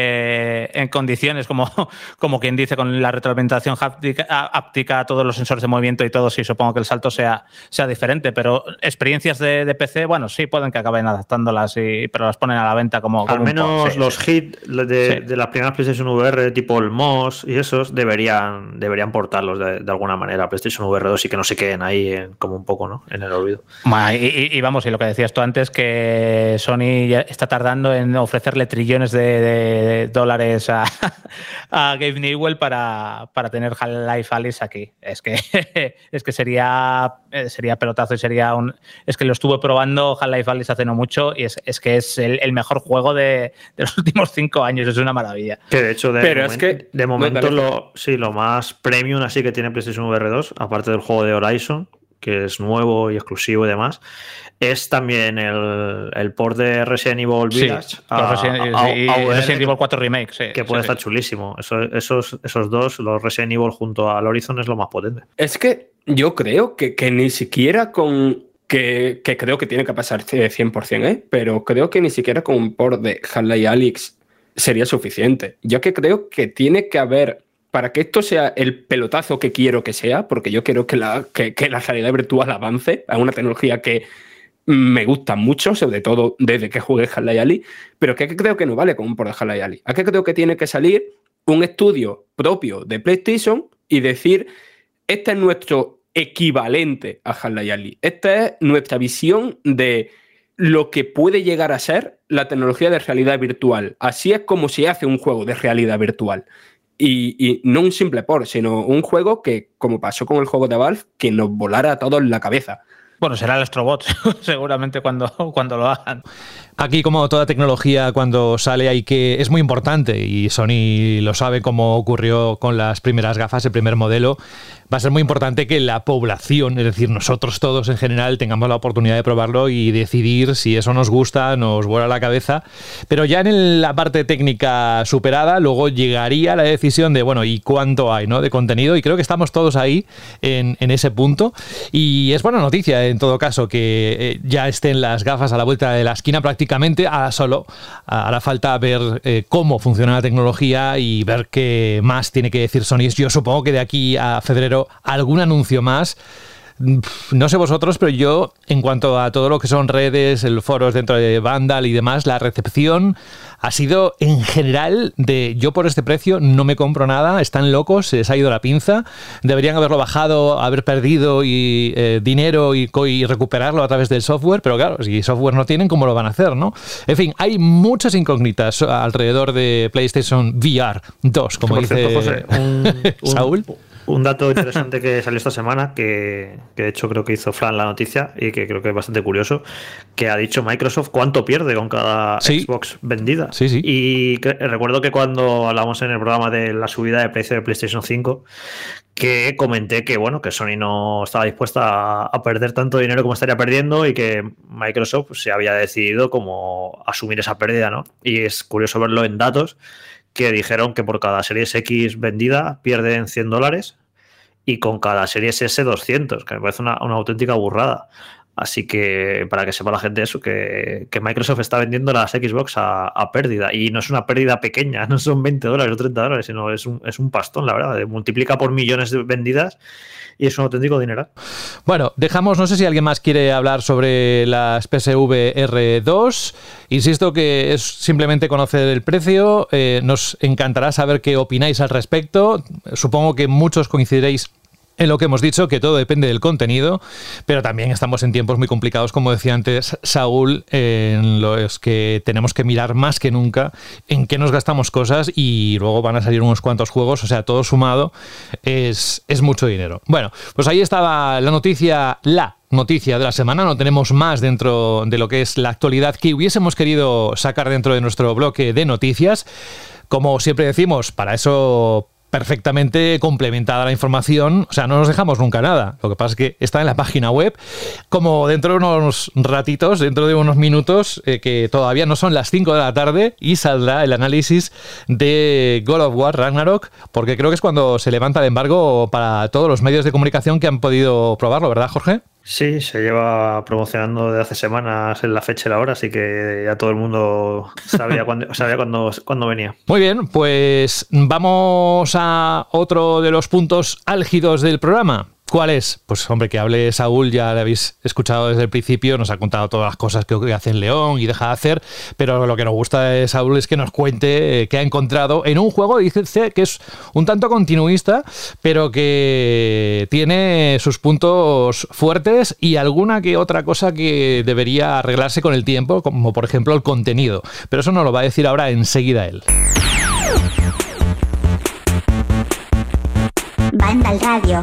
eh, en condiciones, como, como quien dice, con la retroalimentación háptica, áptica, todos los sensores de movimiento y todo. Sí, supongo que el salto sea, sea diferente, pero experiencias de, de P C, bueno, sí pueden que acaben adaptándolas, y, pero las ponen a la venta como, como al menos sí, los sí. hits de, sí. de las primeras PlayStation V R, tipo el M O S y esos, deberían, deberían portarlos de, de alguna manera a PlayStation V R dos y que no se queden ahí en, como un poco, ¿no? En el olvido. Y, y, y vamos, y lo que decías tú antes, que Sony ya está tardando en ofrecerle trillones de, de dólares a, a Gabe Newell para, para tener Half-Life Alyx aquí. Es que, es que sería, sería pelotazo y sería un... Es que lo estuve probando Half-Life Alyx hace no mucho, y es, es que es el, el mejor juego de, de los últimos cinco años. Es una maravilla. Que de hecho, de, Pero momento, es que, de momento lo, sí, lo más premium así que tiene PlayStation V R dos, aparte del juego de Horizon, que es nuevo y exclusivo y demás, es también el, el port de Resident Evil Village, sí, a, Resident, a, a, y a Resident Evil cuatro Remake, sí, que puede sí, estar sí. chulísimo. Eso, esos, esos dos, los Resident Evil junto al Horizon, es lo más potente. Es que yo creo que, que ni siquiera con... Que, que creo que tiene que pasar cien por cien, ¿eh? Pero creo que ni siquiera con un port de Half-Life Alyx sería suficiente. Yo que creo que tiene que haber... Para que esto sea el pelotazo que quiero que sea, porque yo quiero que la, que, que la realidad virtual avance a una tecnología que me gusta mucho, sobre todo desde que jugué Half-Life Alyx, pero que creo que no vale como un port de Half-Life Alyx. ¿A qué creo que tiene que salir un estudio propio de PlayStation y decir, este es nuestro equivalente a Half-Life Alyx? Esta es nuestra visión de lo que puede llegar a ser la tecnología de realidad virtual. Así es como se hace un juego de realidad virtual. Y, y no un simple port, sino un juego que, como pasó con el juego de Valve, que nos volara a todos en la cabeza. Bueno, será el Astrobot, seguramente cuando, cuando lo hagan. Aquí, como toda tecnología, cuando sale hay que... Es muy importante, y Sony lo sabe, como ocurrió con las primeras gafas, el primer modelo. Va a ser muy importante que la población, es decir, nosotros todos en general, tengamos la oportunidad de probarlo y decidir si eso nos gusta, nos vuela la cabeza. Pero ya en la parte técnica superada, luego llegaría la decisión de, bueno, ¿y cuánto hay, ¿no?, de contenido? Y creo que estamos todos ahí en, en ese punto. Y es buena noticia, en todo caso, que eh, ya estén las gafas a la vuelta de la esquina prácticamente. Ahora solo hará falta ver eh, cómo funciona la tecnología y ver qué más tiene que decir Sony. Yo supongo que de aquí a febrero algún anuncio más. No sé vosotros, pero yo, en cuanto a todo lo que son redes, el foros dentro de Vandal y demás, la recepción ha sido en general de yo por este precio no me compro nada, están locos, se les ha ido la pinza, deberían haberlo bajado, haber perdido y, eh, dinero y, y recuperarlo a través del software, pero claro, si software no tienen, ¿cómo lo van a hacer, no? En fin, hay muchas incógnitas alrededor de PlayStation V R dos, como dice cierto, José, un, Saúl. Un... Un dato interesante que salió esta semana, que, que de hecho creo que hizo Fran la noticia y que creo que es bastante curioso, que ha dicho Microsoft cuánto pierde con cada sí. Xbox vendida. Sí, sí. Y que, recuerdo que cuando hablamos en el programa de la subida de precio de PlayStation cinco, que comenté que bueno, que Sony no estaba dispuesta a, a perder tanto dinero como estaría perdiendo y que Microsoft se había decidido como asumir esa pérdida, ¿no? Y es curioso verlo en datos que dijeron que por cada Series X vendida pierden cien dólares y con cada Series S doscientos, que me parece una, una auténtica burrada. Así que para que sepa la gente eso, que, que Microsoft está vendiendo las Xbox a, a pérdida. Y no es una pérdida pequeña, no son veinte dólares o treinta dólares, sino es un, es un pastón, la verdad. Multiplica por millones de vendidas y es un auténtico dinero. Bueno, dejamos, no sé si alguien más quiere hablar sobre las P S V R dos. Insisto que es simplemente conocer el precio. Eh, nos encantará saber qué opináis al respecto. Supongo que muchos coincidiréis en lo que hemos dicho, que todo depende del contenido, pero también estamos en tiempos muy complicados, como decía antes Saúl, en los que tenemos que mirar más que nunca en qué nos gastamos cosas y luego van a salir unos cuantos juegos, o sea, todo sumado es, es mucho dinero. Bueno, pues ahí estaba la noticia, la noticia de la semana. No tenemos más dentro de lo que es la actualidad que hubiésemos querido sacar dentro de nuestro bloque de noticias. Como siempre decimos, para eso perfectamente complementada la información, o sea, no nos dejamos nunca nada. Lo que pasa es que está en la página web, como dentro de unos ratitos, dentro de unos minutos, eh, que todavía no son las cinco de la tarde, y saldrá el análisis de God of War Ragnarok, porque creo que es cuando se levanta el embargo para todos los medios de comunicación que han podido probarlo, ¿verdad, Jorge? Sí, se lleva promocionando desde hace semanas en la fecha y la hora, así que ya todo el mundo sabía cuándo, sabía cuándo, cuándo venía. Muy bien, pues vamos a otro de los puntos álgidos del programa. ¿Cuál es? Pues hombre, que hable Saúl, ya lo habéis escuchado desde el principio, nos ha contado todas las cosas que hace en León y deja de hacer, pero lo que nos gusta de Saúl es que nos cuente qué ha encontrado en un juego, dice que es un tanto continuista, pero que tiene sus puntos fuertes y alguna que otra cosa que debería arreglarse con el tiempo, como por ejemplo el contenido. Pero eso nos lo va a decir ahora enseguida él. Vandal Radio.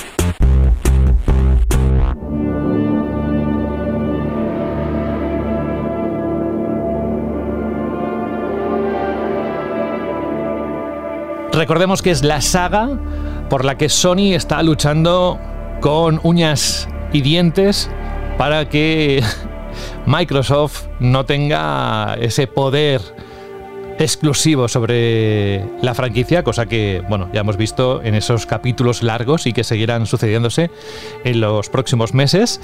Recordemos que es la saga por la que Sony está luchando con uñas y dientes para que Microsoft no tenga ese poder exclusivo sobre la franquicia, cosa que, bueno, ya hemos visto en esos capítulos largos y que seguirán sucediéndose en los próximos meses.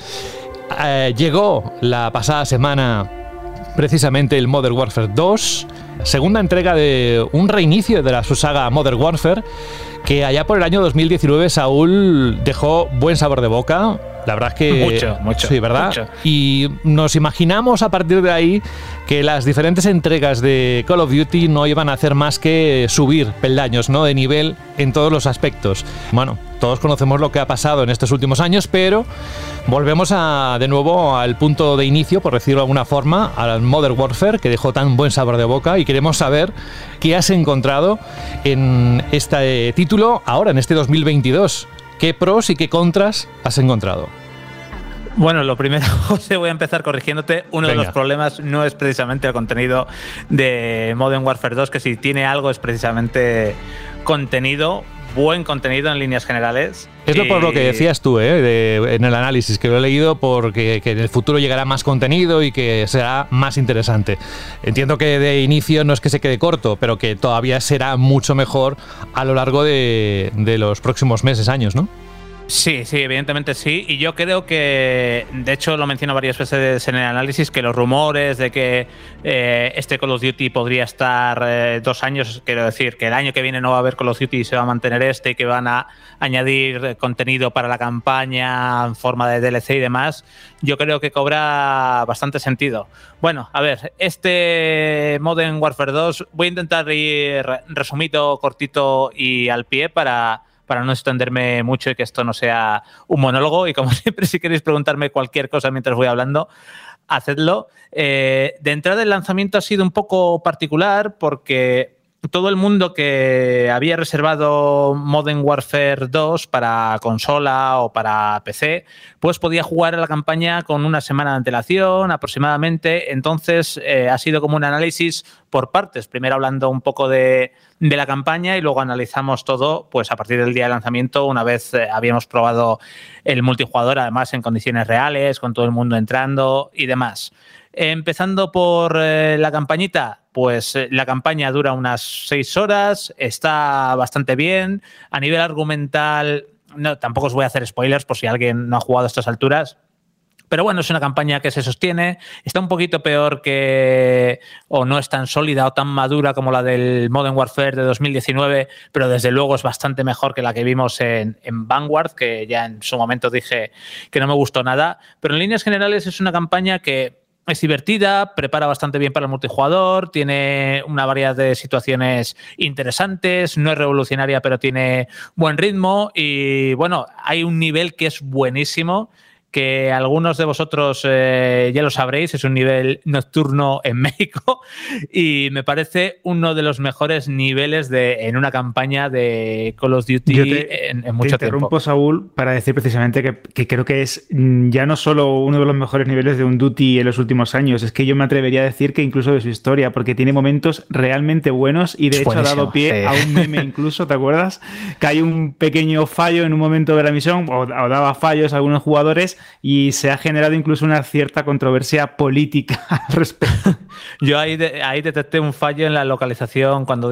Eh, llegó la pasada semana precisamente el Modern Warfare dos, segunda entrega de un reinicio de la su saga Modern Warfare, que allá por el año dos mil diecinueve Saúl dejó buen sabor de boca. La verdad es que... Mucho, mucho. Sí, ¿verdad? Mucho. Y nos imaginamos a partir de ahí que las diferentes entregas de Call of Duty no iban a hacer más que subir peldaños, ¿no?, de nivel en todos los aspectos. Bueno, todos conocemos lo que ha pasado en estos últimos años, pero volvemos a, de nuevo al punto de inicio, por decirlo de alguna forma, al Modern Warfare, que dejó tan buen sabor de boca, y queremos saber qué has encontrado en este título ahora, en este dos mil veintidós. ¿Qué pros y qué contras has encontrado? Bueno, lo primero, José, voy a empezar corrigiéndote. Uno Venga. de los problemas no es precisamente el contenido de Modern Warfare dos, que si tiene algo es precisamente contenido, buen contenido en líneas generales. Es lo por lo que decías tú, ¿eh? de, en el análisis, que lo he leído, porque que en el futuro llegará más contenido y que será más interesante. Entiendo que de inicio no es que se quede corto, pero que todavía será mucho mejor a lo largo de, de los próximos meses, años, ¿no? Sí, sí, evidentemente sí. Y yo creo que, de hecho, lo menciono varias veces en el análisis, que los rumores de que eh, este Call of Duty podría estar eh, dos años, quiero decir, que el año que viene no va a haber Call of Duty y se va a mantener este, y que van a añadir contenido para la campaña en forma de D L C y demás, yo creo que cobra bastante sentido. Bueno, a ver, este Modern Warfare dos, voy a intentar ir resumido, cortito y al pie para... para no extenderme mucho y que esto no sea un monólogo. Y como siempre, si queréis preguntarme cualquier cosa mientras voy hablando, hacedlo. Eh, de entrada, el lanzamiento ha sido un poco particular porque todo el mundo que había reservado Modern Warfare dos para consola o para P C, pues podía jugar a la campaña con una semana de antelación aproximadamente. Entonces eh, ha sido como un análisis por partes, primero hablando un poco de, de la campaña y luego analizamos todo pues a partir del día de lanzamiento, una vez eh, habíamos probado el multijugador, además en condiciones reales, con todo el mundo entrando y demás. Empezando por eh, la campañita, pues eh, la campaña dura unas seis horas, está bastante bien. A nivel argumental, no, tampoco os voy a hacer spoilers por si alguien no ha jugado a estas alturas. Pero bueno, es una campaña que se sostiene, está un poquito peor que, o no es tan sólida o tan madura como la del Modern Warfare de dos mil diecinueve, pero desde luego es bastante mejor que la que vimos en, en Vanguard, que ya en su momento dije que no me gustó nada. Pero en líneas generales es una campaña que es divertida, prepara bastante bien para el multijugador, tiene una variedad de situaciones interesantes, no es revolucionaria, pero tiene buen ritmo y bueno, hay un nivel que es buenísimo, que algunos de vosotros eh, ya lo sabréis, es un nivel nocturno en México y me parece uno de los mejores niveles de, en una campaña de Call of Duty te, en, en mucho te interrumpo, tiempo. Saúl, para decir precisamente que, que creo que es ya no solo uno de los mejores niveles de un Duty en los últimos años, es que yo me atrevería a decir que incluso de su historia, porque tiene momentos realmente buenos y de hecho Buenísimo, ha dado pie sí. a un meme incluso, ¿te acuerdas? Que hay un pequeño fallo en un momento de la misión o, o daba fallos a algunos jugadores y se ha generado incluso una cierta controversia política al respecto. Yo ahí, de, ahí detecté un fallo en la localización cuando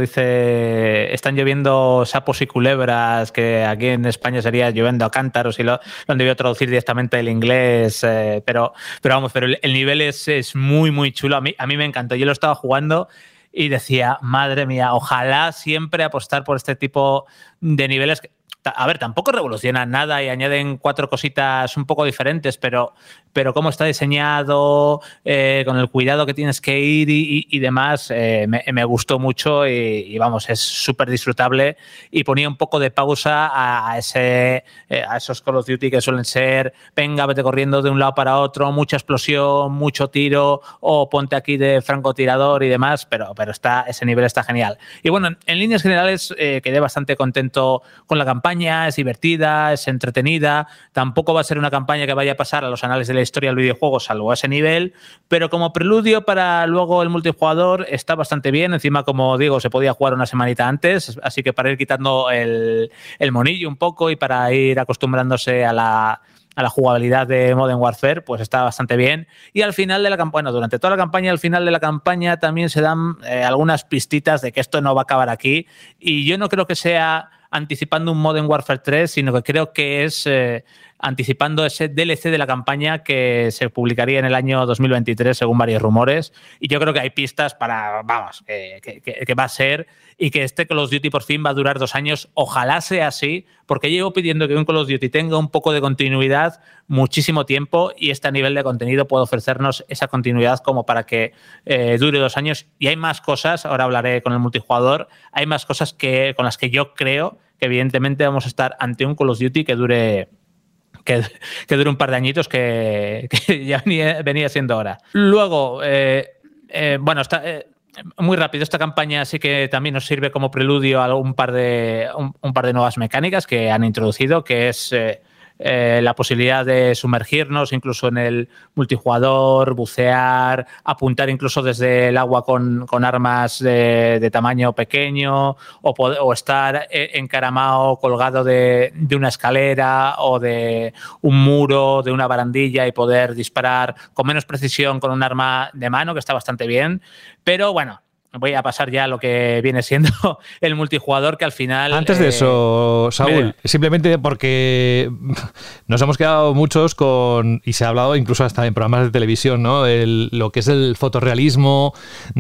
dice están lloviendo sapos y culebras, que aquí en España sería lloviendo a cántaros y lo, lo han debido traducir directamente del inglés, eh, pero, pero vamos, pero el, el nivel es, es muy, muy chulo. A mí, a mí me encantó. Yo lo estaba jugando y decía, madre mía, ojalá siempre apostar por este tipo de niveles. A ver, tampoco revolucionan nada y añaden cuatro cositas un poco diferentes, pero, pero cómo está diseñado, eh, con el cuidado que tienes que ir y, y, y demás, eh, me, me gustó mucho y, y vamos, es súper disfrutable y ponía un poco de pausa a, a, ese, eh, a esos Call of Duty que suelen ser, venga, vete corriendo de un lado para otro, mucha explosión, mucho tiro o ponte aquí de francotirador y demás, pero, pero está, ese nivel está genial. Y bueno, en, en líneas generales eh, quedé bastante contento con la campaña. Es divertida, es entretenida, tampoco va a ser una campaña que vaya a pasar a los anales de la historia del videojuego salvo a ese nivel, pero como preludio para luego el multijugador está bastante bien. Encima, como digo, se podía jugar una semanita antes, así que para ir quitando el, el monillo un poco y para ir acostumbrándose a la a la jugabilidad de Modern Warfare, pues está bastante bien. Y al final de la campaña, bueno, durante toda la campaña, al final de la campaña también se dan eh, algunas pistitas de que esto no va a acabar aquí. Y yo no creo que sea anticipando un Modern Warfare tres, sino que creo que es eh, anticipando ese D L C de la campaña que se publicaría en el año dos mil veintitrés, según varios rumores. Y yo creo que hay pistas para, vamos, que, que, que va a ser y que este Call of Duty por fin va a durar dos años. Ojalá sea así, porque llevo pidiendo que un Call of Duty tenga un poco de continuidad muchísimo tiempo y este nivel de contenido puede ofrecernos esa continuidad como para que eh, dure dos años. Y hay más cosas, ahora hablaré con el multijugador, hay más cosas que, con las que yo creo que evidentemente vamos a estar ante un Call of Duty que dure... Que, que dure un par de añitos que, que ya venía, venía siendo hora. Luego, eh, eh, bueno, está, eh, muy rápido, esta campaña sí que también nos sirve como preludio a un par de, un, un par de nuevas mecánicas que han introducido, que es eh, eh, la posibilidad de sumergirnos incluso en el multijugador, bucear, apuntar incluso desde el agua con, con armas de, de tamaño pequeño o, poder, o estar encaramado, colgado de, de una escalera o de un muro, de una barandilla y poder disparar con menos precisión con un arma de mano, que está bastante bien. Pero bueno, voy a pasar ya a lo que viene siendo el multijugador, que al final... Antes de eh, eso, Saúl, mire. simplemente porque nos hemos quedado muchos con, y se ha hablado incluso hasta en programas de televisión, ¿no? El, lo que es el fotorrealismo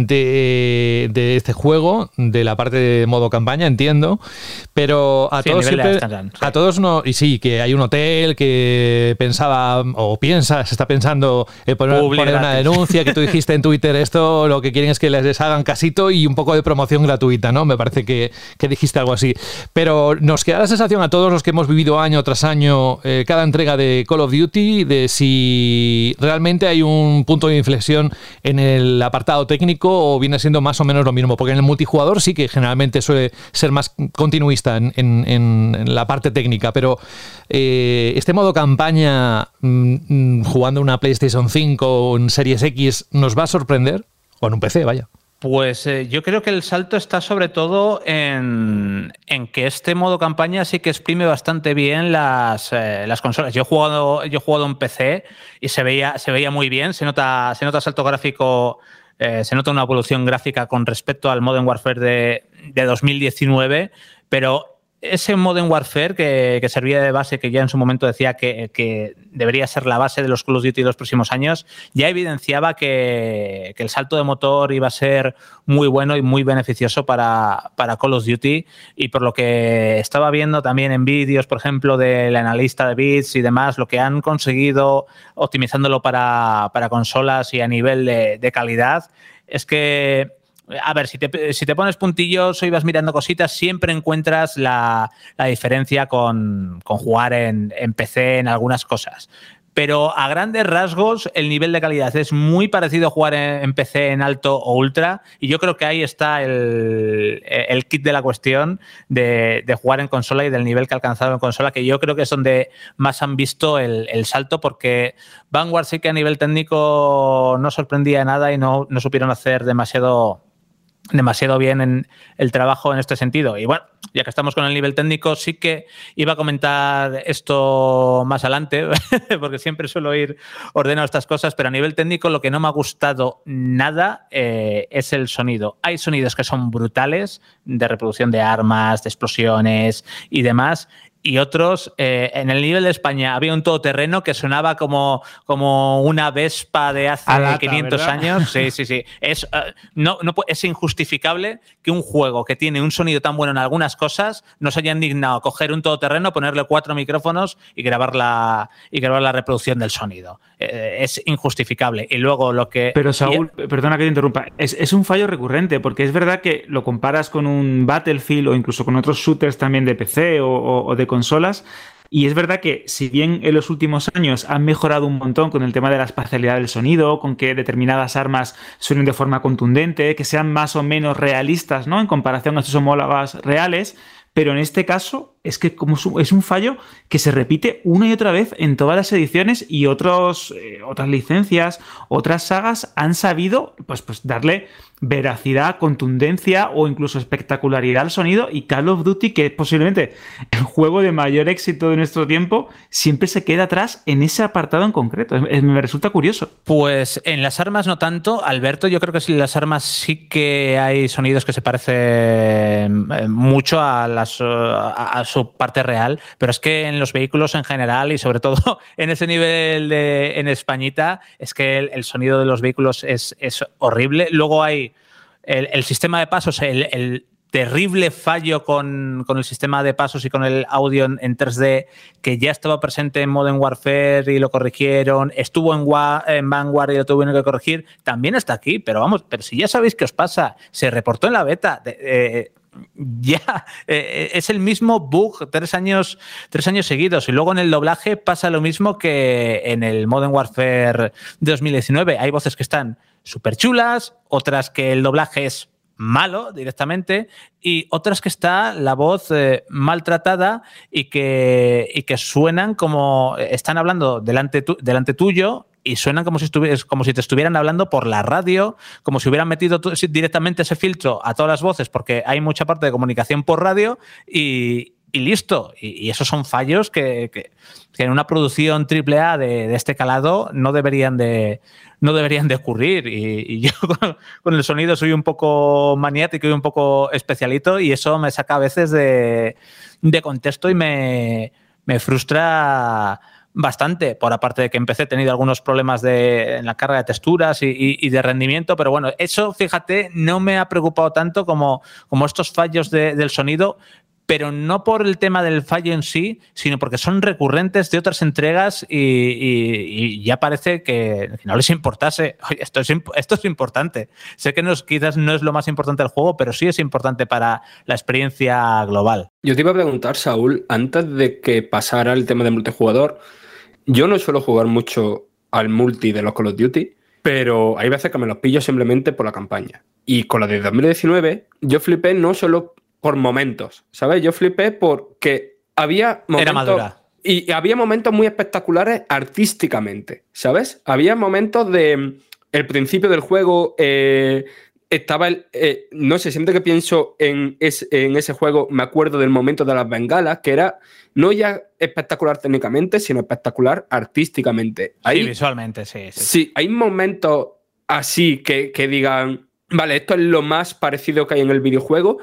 de, de este juego, de la parte de modo campaña, entiendo, pero a sí, todos siempre... Standard, sí. A todos no... Y sí, que hay un hotel que pensaba, o piensa, se está pensando en poner, poner una denuncia, que tú dijiste en Twitter, esto lo que quieren es que les hagan casi pasito y un poco de promoción gratuita, ¿no? Me parece que, que dijiste algo así. Pero nos queda la sensación a todos los que hemos vivido año tras año eh, cada entrega de Call of Duty de si realmente hay un punto de inflexión en el apartado técnico o viene siendo más o menos lo mismo, porque en el multijugador sí que generalmente suele ser más continuista en, en, en la parte técnica, pero eh, este modo campaña mmm, jugando una PlayStation cinco o en Series X nos va a sorprender, o en un P C, vaya. Pues eh, yo creo que el salto está sobre todo en, en que este modo campaña sí que exprime bastante bien las, eh, las consolas. Yo he jugado, yo he jugado en P C y se veía, se veía muy bien, se nota, se nota salto gráfico, eh, se nota una evolución gráfica con respecto al Modern Warfare de, de dos mil diecinueve, pero ese Modern Warfare que, que servía de base, que ya en su momento decía que, que debería ser la base de los Call of Duty de los próximos años, ya evidenciaba que, que el salto de motor iba a ser muy bueno y muy beneficioso para, para Call of Duty, y por lo que estaba viendo también en vídeos, por ejemplo, del analista de bits y demás, lo que han conseguido optimizándolo para, para consolas y a nivel de, de calidad es que, a ver, si te, si te pones puntillos o ibas mirando cositas, siempre encuentras la, la diferencia con, con jugar en, en P C en algunas cosas. Pero a grandes rasgos el nivel de calidad es muy parecido a jugar en, en P C en alto o ultra, y yo creo que ahí está el, el kit de la cuestión de, de jugar en consola y del nivel que ha alcanzado en consola, que yo creo que es donde más han visto el, el salto, porque Vanguard sí que a nivel técnico no sorprendía nada y no, no supieron hacer demasiado... demasiado bien en el trabajo en este sentido. Y bueno, ya que estamos con el nivel técnico, sí que iba a comentar esto más adelante, porque siempre suelo ir ordenando estas cosas, pero a nivel técnico lo que no me ha gustado nada eh, es el sonido. Hay sonidos que son brutales, de reproducción de armas, de explosiones y demás, y otros, eh, en el nivel de España había un todoterreno que sonaba como, como una Vespa de hace Alata, quinientos ¿verdad? años. Sí, sí, sí. Es, uh, no, no, es injustificable que un juego que tiene un sonido tan bueno en algunas cosas no se haya indignado coger un todoterreno, ponerle cuatro micrófonos y grabar la, y grabar la reproducción del sonido. Eh, es injustificable. Y luego lo que... Pero Saúl, y, perdona que te interrumpa, es, es un fallo recurrente, porque es verdad que lo comparas con un Battlefield o incluso con otros shooters también de P C o, o, o de consolas, y es verdad que si bien en los últimos años han mejorado un montón con el tema de la espacialidad del sonido, con que determinadas armas suenen de forma contundente, que sean más o menos realistas, ¿no?, en comparación a sus homólogas reales, pero en este caso es que como es un fallo que se repite una y otra vez en todas las ediciones, y otros, eh, otras licencias, otras sagas han sabido pues, pues darle veracidad, contundencia o incluso espectacularidad al sonido, y Call of Duty, que es posiblemente el juego de mayor éxito de nuestro tiempo, siempre se queda atrás en ese apartado en concreto. Es, es, me resulta curioso. Pues en las armas no tanto, Alberto. Yo creo que en las armas sí que hay sonidos que se parecen mucho a, las, a, a su parte real, pero es que en los vehículos en general y sobre todo en ese nivel de, en Españita, es que el, el sonido de los vehículos es, es horrible. Luego hay el, el sistema de pasos, el, el terrible fallo con, con el sistema de pasos y con el audio en, en tres D, que ya estaba presente en Modern Warfare y lo corrigieron, estuvo en, Wa, en Vanguard y lo tuvieron que corregir, también está aquí, pero vamos, pero si ya sabéis qué os pasa, se reportó en la beta, de, eh, ya eh, es el mismo bug tres años, tres años seguidos, y luego en el doblaje pasa lo mismo que en el Modern Warfare dos mil diecinueve. Hay voces que están súper chulas, otras que el doblaje es malo directamente, y otras que está la voz eh, maltratada y que, y que suenan como están hablando delante, tu, delante tuyo, y suenan como si, como si te estuvieran hablando por la radio, como si hubieran metido directamente ese filtro a todas las voces, porque hay mucha parte de comunicación por radio, y, y listo. Y, y esos son fallos que, que, que en una producción triple A de, de este calado no deberían de, no deberían de ocurrir. Y, y yo con, con el sonido soy un poco maniático y un poco especialito, y eso me saca a veces de, de contexto y me, me frustra bastante. Por aparte de que empecé, he tenido algunos problemas de, en la carga de texturas y, y, y de rendimiento, pero bueno, eso, fíjate, no me ha preocupado tanto como, como estos fallos de, del sonido. pero no por el tema del fallo en sí, sino porque son recurrentes de otras entregas y, y, y ya parece que no les importase. Oye, esto es, esto es importante. Sé que no es, quizás no es lo más importante del juego, pero sí es importante para la experiencia global. Yo te iba a preguntar, Saúl, antes de que pasara el tema de multijugador, yo no suelo jugar mucho al multi de los Call of Duty, pero hay veces que me los pillo simplemente por la campaña. Y con la de dos mil diecinueve, yo flipé no solo por momentos, ¿sabes? Yo flipé porque había momentos... Era madura. Y había momentos muy espectaculares artísticamente, ¿sabes? Había momentos de... El principio del juego... Eh, estaba el... Eh, no sé, siempre que pienso en, es, en ese juego, me acuerdo del momento de las bengalas, que era no ya espectacular técnicamente, sino espectacular artísticamente. Ahí, sí, visualmente, sí, sí. Sí, hay momentos así que, que digan, vale, esto es lo más parecido que hay en el videojuego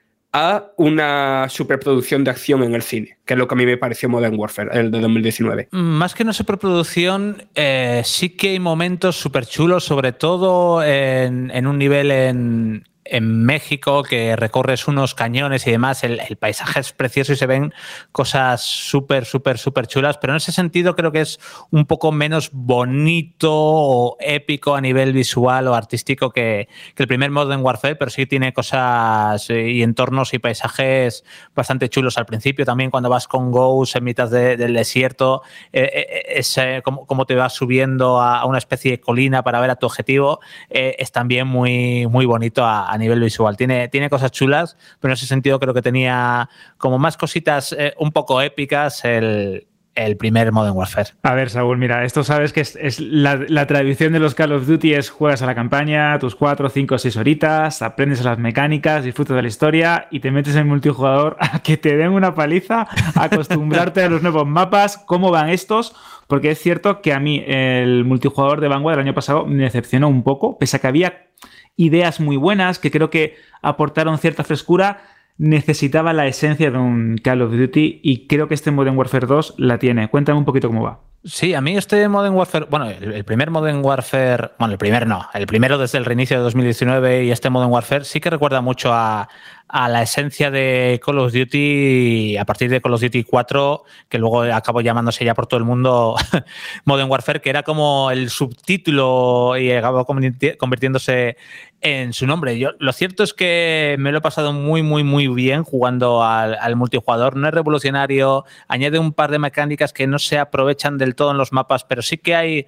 a una superproducción de acción en el cine, que es lo que a mí me pareció Modern Warfare, el de dos mil diecinueve. Más que una superproducción, eh, sí que hay momentos súper chulos, sobre todo en, en un nivel en, en México, que recorres unos cañones y demás, el, el paisaje es precioso y se ven cosas súper, súper, súper chulas, pero en ese sentido creo que es un poco menos bonito o épico a nivel visual o artístico que, que el primer Modern Warfare, pero sí tiene cosas y entornos y paisajes bastante chulos al principio. También cuando vas con Ghost en mitad de, del desierto, eh, es eh, como, como te vas subiendo a, a una especie de colina para ver a tu objetivo, eh, es también muy, muy bonito a, a nivel visual. Tiene, tiene cosas chulas, pero en ese sentido creo que tenía como más cositas eh, un poco épicas el, el primer Modern Warfare. A ver, Saúl, mira, esto sabes que es, es la, la tradición de los Call of Duty es juegas a la campaña, tus cuatro, cinco, seis horitas, aprendes las mecánicas, disfrutas de la historia y te metes en multijugador a que te den una paliza, a acostumbrarte a los nuevos mapas, cómo van estos, porque es cierto que a mí el multijugador de Vanguard del año pasado me decepcionó un poco, pese a que había ideas muy buenas que creo que aportaron cierta frescura, necesitaba la esencia de un Call of Duty y creo que este Modern Warfare dos la tiene. Cuéntame un poquito cómo va. Sí, a mí este Modern Warfare, bueno, el, el primer Modern Warfare, bueno, el primer no, el primero desde el reinicio de dos mil diecinueve y este Modern Warfare sí que recuerda mucho a, a la esencia de Call of Duty a partir de Call of Duty cuatro, que luego acabó llamándose ya por todo el mundo Modern Warfare, que era como el subtítulo y acabó convirtiéndose en su nombre. Yo, lo cierto es que me lo he pasado muy, muy, muy bien jugando al, al multijugador. No es revolucionario, añade un par de mecánicas que no se aprovechan del todo en los mapas, pero sí que hay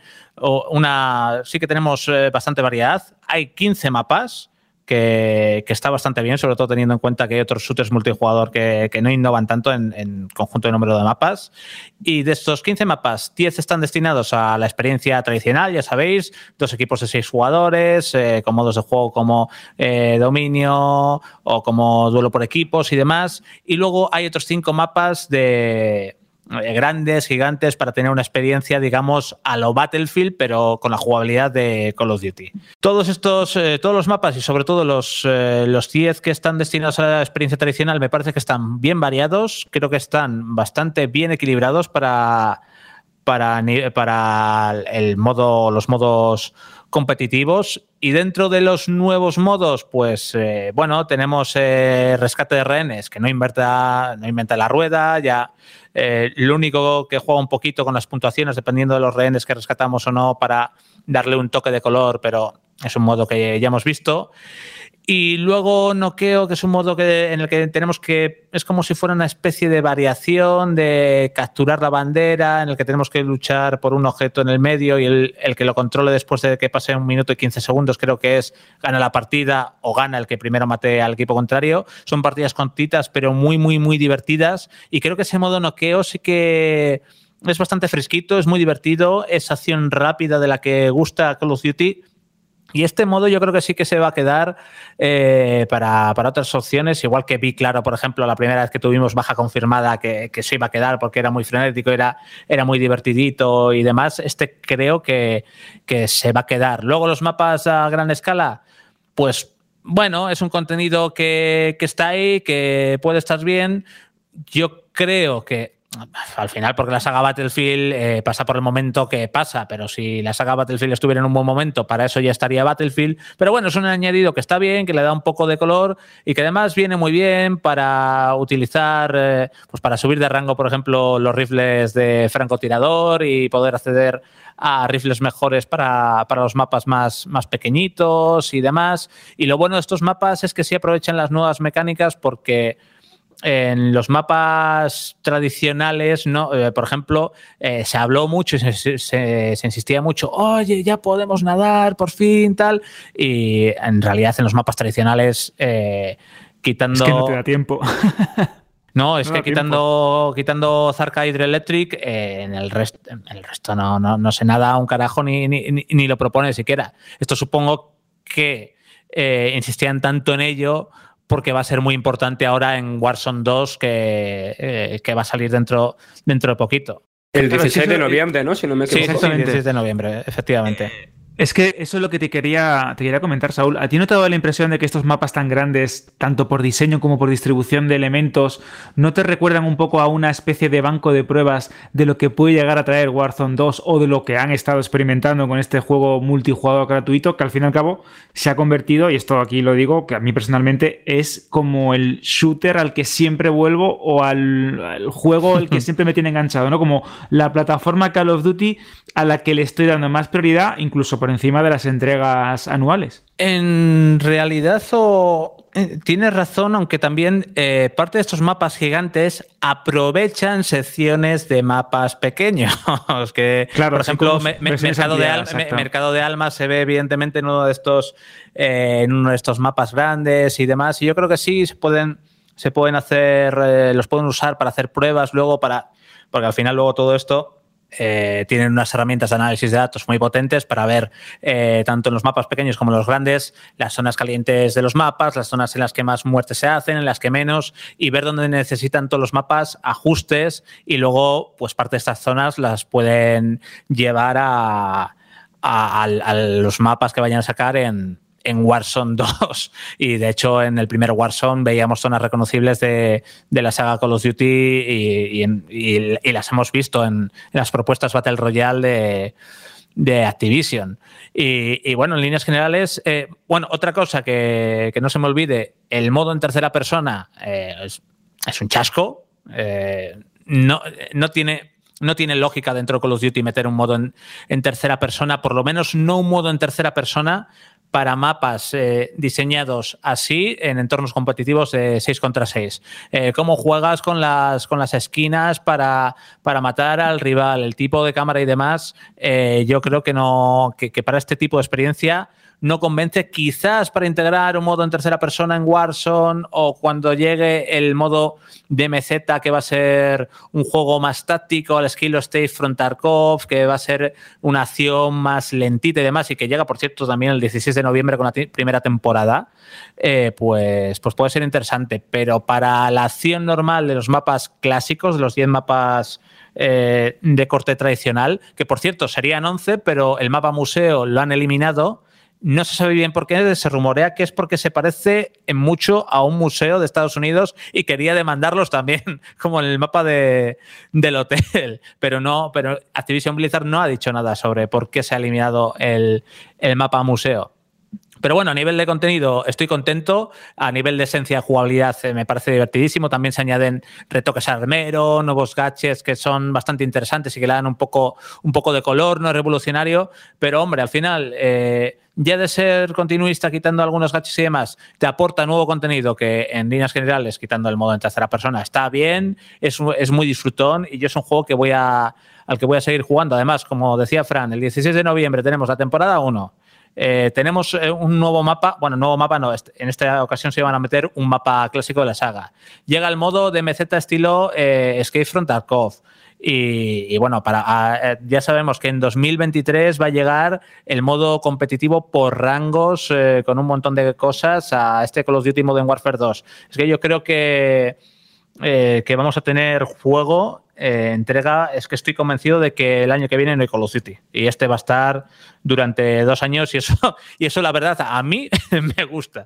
una, sí que tenemos bastante variedad. Hay quince mapas. Que, que está bastante bien, sobre todo teniendo en cuenta que hay otros shooters multijugador que, que no innovan tanto en, en conjunto de número de mapas. Y de estos quince mapas, diez están destinados a la experiencia tradicional, ya sabéis, dos equipos de seis jugadores, eh, con modos de juego como eh, dominio o como duelo por equipos y demás. Y luego hay otros cinco mapas de... grandes, gigantes, para tener una experiencia, digamos, a lo Battlefield, pero con la jugabilidad de Call of Duty. Todos estos, eh, todos los mapas y sobre todo los, eh, los diez que están destinados a la experiencia tradicional me parece que están bien variados, creo que están bastante bien equilibrados para, para, para el modo, los modos competitivos. Y dentro de los nuevos modos, pues eh, bueno, tenemos eh, rescate de rehenes, que no inventa, no inventa la rueda, ya eh, lo único que juega un poquito con las puntuaciones, dependiendo de los rehenes que rescatamos o no, para darle un toque de color, pero es un modo que ya hemos visto. Y luego noqueo, que es un modo que, en el que tenemos que... Es como si fuera una especie de variación de capturar la bandera, en el que tenemos que luchar por un objeto en el medio y el, el que lo controle después de que pase un minuto y quince segundos, creo que es gana la partida o gana el que primero mate al equipo contrario. Son partidas cortitas, pero muy, muy, muy divertidas. Y creo que ese modo noqueo sí que es bastante fresquito, es muy divertido, es acción rápida de la que gusta Call of Duty. Y este modo yo creo que sí que se va a quedar eh, para, para otras opciones, igual que vi claro, por ejemplo, la primera vez que tuvimos baja confirmada que, que se iba a quedar porque era muy frenético, era, era muy divertidito y demás. Este creo que, que se va a quedar. Luego los mapas a gran escala, pues bueno, es un contenido que, que está ahí, que puede estar bien. Yo creo que al final, porque la saga Battlefield eh, pasa por el momento que pasa, pero si la saga Battlefield estuviera en un buen momento, para eso ya estaría Battlefield. Pero bueno, es un añadido que está bien, que le da un poco de color y que además viene muy bien para utilizar, eh, pues para subir de rango, por ejemplo, los rifles de francotirador y poder acceder a rifles mejores para, para los mapas más, más pequeñitos y demás. Y lo bueno de estos mapas es que sí aprovechan las nuevas mecánicas, porque en los mapas tradicionales, ¿no? Eh, por ejemplo, eh, se habló mucho y se, se, se insistía mucho, oye, ya podemos nadar, por fin, tal. Y en realidad en los mapas tradicionales, eh, quitando... Es que no te da tiempo. No, es no que quitando, quitando Zarka Hydroelectric, eh, en el resto, en el resto no, no, no se nada un carajo ni, ni, ni lo propone siquiera. Esto supongo que eh, insistían tanto en ello porque va a ser muy importante ahora en Warzone dos, que, eh, que va a salir dentro, dentro de poquito. El dieciséis de noviembre, ¿no? Si no me equivoco. Sí, exactamente. dieciséis de noviembre, efectivamente. Eh, es que eso es lo que te quería, te quería comentar, Saúl. ¿A ti no te ha dado la impresión de que estos mapas tan grandes, tanto por diseño como por distribución de elementos, no te recuerdan un poco a una especie de banco de pruebas de lo que puede llegar a traer Warzone dos o de lo que han estado experimentando con este juego multijugador gratuito, que al fin y al cabo se ha convertido, y esto aquí lo digo, que a mí personalmente es como el shooter al que siempre vuelvo, o al, al juego al que siempre me tiene enganchado, ¿no? Como la plataforma Call of Duty a la que le estoy dando más prioridad, incluso por encima de las entregas anuales. En realidad, o, eh, tienes razón, aunque también eh, parte de estos mapas gigantes aprovechan secciones de mapas pequeños. que, claro, por ejemplo, me, me, mercado, de Al, me, mercado de Almas se ve evidentemente en uno de estos, eh, en uno de estos mapas grandes y demás. Y yo creo que sí se pueden, se pueden hacer, eh, los pueden usar para hacer pruebas luego, para, porque al final luego todo esto Eh, tienen unas herramientas de análisis de datos muy potentes para ver eh, tanto en los mapas pequeños como en los grandes las zonas calientes de los mapas, las zonas en las que más muertes se hacen, en las que menos, y ver dónde necesitan todos los mapas ajustes, y luego pues parte de estas zonas las pueden llevar a, a, a, a los mapas que vayan a sacar en en Warzone dos, y de hecho en el primer Warzone veíamos zonas reconocibles de, de la saga Call of Duty y, y, en, y, y las hemos visto en, en las propuestas Battle Royale de, de Activision. Y, y bueno, en líneas generales, eh, bueno, otra cosa que, que no se me olvide, el modo en tercera persona eh, es, es un chasco, eh, no, no tiene... No tiene lógica dentro de Call of Duty meter un modo en, en tercera persona, por lo menos no un modo en tercera persona para mapas eh, diseñados así en entornos competitivos de seis contra seis. Eh, ¿Cómo juegas con las, con las esquinas para, para matar al rival? El tipo de cámara y demás, eh, yo creo que, no, que, que para este tipo de experiencia no convence. Quizás para integrar un modo en tercera persona en Warzone, o cuando llegue el modo de M Z, que va a ser un juego más táctico, al estilo State Front Tarkov, que va a ser una acción más lentita y demás, y que llega, por cierto, también el dieciséis de noviembre con la t- primera temporada, eh, pues, pues puede ser interesante. Pero para la acción normal de los mapas clásicos, de los diez mapas eh, de corte tradicional, que por cierto serían once, pero el mapa museo lo han eliminado. No se sabe bien por qué, se rumorea que es porque se parece en mucho a un museo de Estados Unidos y quería demandarlos también, como en el mapa de, del hotel. Pero no, pero Activision Blizzard no ha dicho nada sobre por qué se ha eliminado el, el mapa museo. Pero bueno, a nivel de contenido estoy contento, a nivel de esencia de jugabilidad eh, me parece divertidísimo. También se añaden retoques al armero, nuevos gadgets que son bastante interesantes y que le dan un poco, un poco de color, no es revolucionario, pero hombre, al final, eh, ya de ser continuista quitando algunos gadgets y demás, te aporta nuevo contenido que en líneas generales, quitando el modo en tercera persona, está bien, es, es muy disfrutón, y yo es un juego que voy a, al que voy a seguir jugando. Además, como decía Fran, el dieciséis de noviembre tenemos la temporada uno. Eh, tenemos eh, un nuevo mapa, bueno, nuevo mapa no, en esta ocasión se iban a meter un mapa clásico de la saga. Llega el modo de M Z estilo eh, Escape from Tarkov. Y, y bueno, para, a, ya sabemos que en dos mil veintitrés va a llegar el modo competitivo por rangos, eh, con un montón de cosas, a este Call of Duty Modern Warfare dos. Es que yo creo que, eh, que vamos a tener juego, eh, entrega, es que estoy convencido de que el año que viene no hay Call of Duty. Y este va a estar durante dos años, y eso, y eso la verdad, a mí me gusta.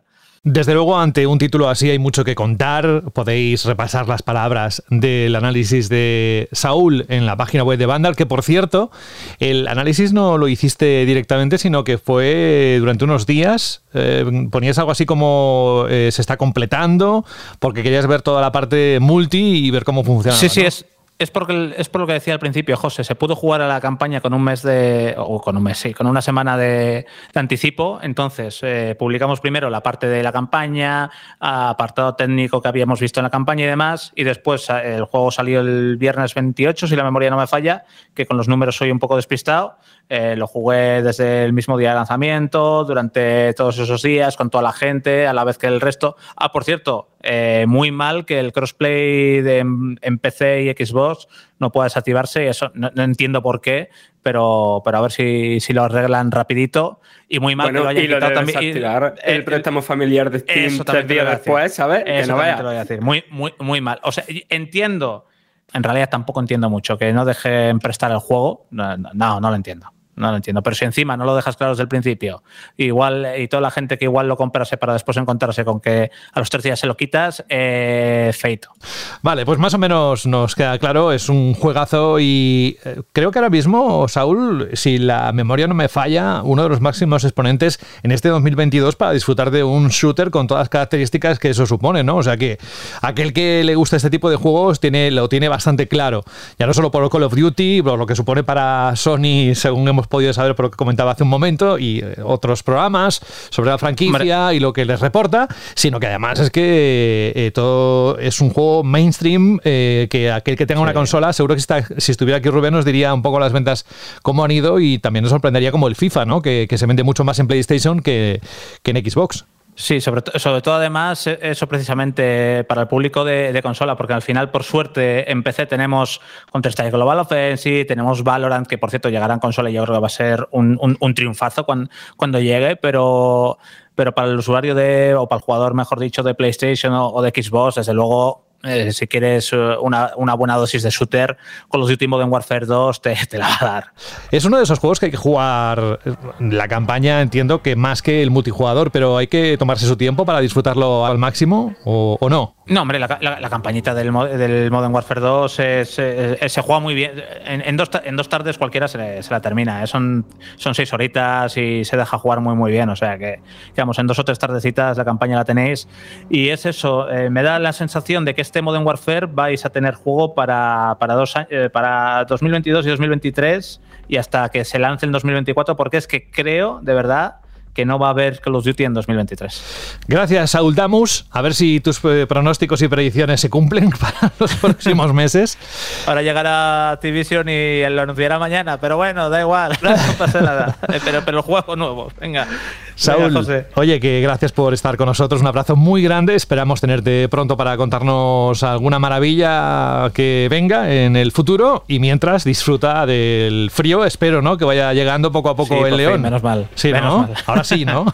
Desde luego, ante un título así hay mucho que contar. Podéis repasar las palabras del análisis de Saúl en la página web de Vandal, que por cierto, el análisis no lo hiciste directamente, sino que fue durante unos días. Eh, ponías algo así como eh, se está completando, porque querías ver toda la parte multi y ver cómo funciona. Sí, sí, ¿no? es... Es, porque, es por lo que decía al principio, José. Se pudo jugar a la campaña con un mes de. O con un mes, sí, con una semana de, de anticipo. Entonces, eh, publicamos primero la parte de la campaña, apartado técnico que habíamos visto en la campaña y demás. Y después el juego salió el viernes veintiocho, si la memoria no me falla, que con los números soy un poco despistado. Eh, lo jugué desde el mismo día de lanzamiento, durante todos esos días, con toda la gente, a la vez que el resto. Ah, por cierto, eh, muy mal que el crossplay de, en P C y Xbox no pueda desactivarse, y eso no, no entiendo por qué, pero, pero a ver si, si lo arreglan rapidito. Y muy mal bueno, que lo hayan y lo quitado de también. desactivar el, el préstamo familiar de Steam tres días después, ¿sabes? Eso que no también vaya. te lo voy a decir. Muy, muy, muy mal. O sea, entiendo, en realidad tampoco entiendo mucho que no dejen prestar el juego. No, no, no lo entiendo. No lo entiendo, pero si encima no lo dejas claro desde el principio, igual y toda la gente que igual lo comprase para después encontrarse con que a los tres días se lo quitas, eh, feito. Vale, pues más o menos nos queda claro, es un juegazo y eh, creo que ahora mismo, Saúl, si la memoria no me falla, uno de los máximos exponentes en este dos mil veintidós para disfrutar de un shooter con todas las características que eso supone, ¿no? O sea que aquel que le gusta este tipo de juegos tiene, lo tiene bastante claro, ya no solo por Call of Duty, por lo que supone para Sony, según hemos podido saber por lo que comentaba hace un momento, y eh, otros programas sobre la franquicia Hombre. y lo que les reporta, sino que además es que eh, todo es un juego mainstream eh, que aquel que tenga sí. una consola, seguro que si, está, si estuviera aquí Rubén nos diría un poco las ventas cómo han ido, y también nos sorprendería como el FIFA, ¿no? Que, que se vende mucho más en PlayStation que, que en Xbox. Sí, sobre, to sobre todo además eso precisamente para el público de, de consola, porque al final, por suerte, en P C tenemos Counter-Strike Global Offensive, tenemos Valorant, que por cierto llegará en consola y yo creo que va a ser un, un, un triunfazo cuando, cuando llegue, pero, pero para el usuario de, o para el jugador, mejor dicho, de PlayStation o, o de Xbox, desde luego, Eh, si quieres una, una buena dosis de shooter, Call of Duty Modern Warfare dos te, te la va a dar. Es uno de esos juegos que hay que jugar la campaña, entiendo que más que el multijugador, pero hay que tomarse su tiempo para disfrutarlo al máximo, ¿o, o no? No, hombre, la, la, la campañita del, del Modern Warfare dos es, es, es, se juega muy bien. En, en, dos, en dos tardes cualquiera se, se la termina. ¿eh? Son, son seis horitas y se deja jugar muy, muy bien. O sea que, digamos, en dos o tres tardecitas la campaña la tenéis. Y es eso, eh, me da la sensación de que este Modern Warfare vais a tener juego para, para, dos, eh, para dos mil veintidós y dos mil veintitrés y hasta que se lance en dos mil veinticuatro, porque es que creo, de verdad, que no va a haber Call of Duty en dos mil veintitrés. Gracias, Saúl Damus. A ver si tus eh, pronósticos y predicciones se cumplen para los próximos meses. Ahora llegará Activision y lo anunciará mañana, pero bueno, da igual, no pasa nada. Pero, pero el juego nuevo, venga. Saúl, venga, José. Oye, que gracias por estar con nosotros. Un abrazo muy grande. Esperamos tenerte pronto para contarnos alguna maravilla que venga en el futuro. Y mientras, disfruta del frío. Espero, ¿no? Que vaya llegando poco a poco sí, el León. Fin, menos mal. Sí, menos ¿no? mal. Ahora sí, ¿no?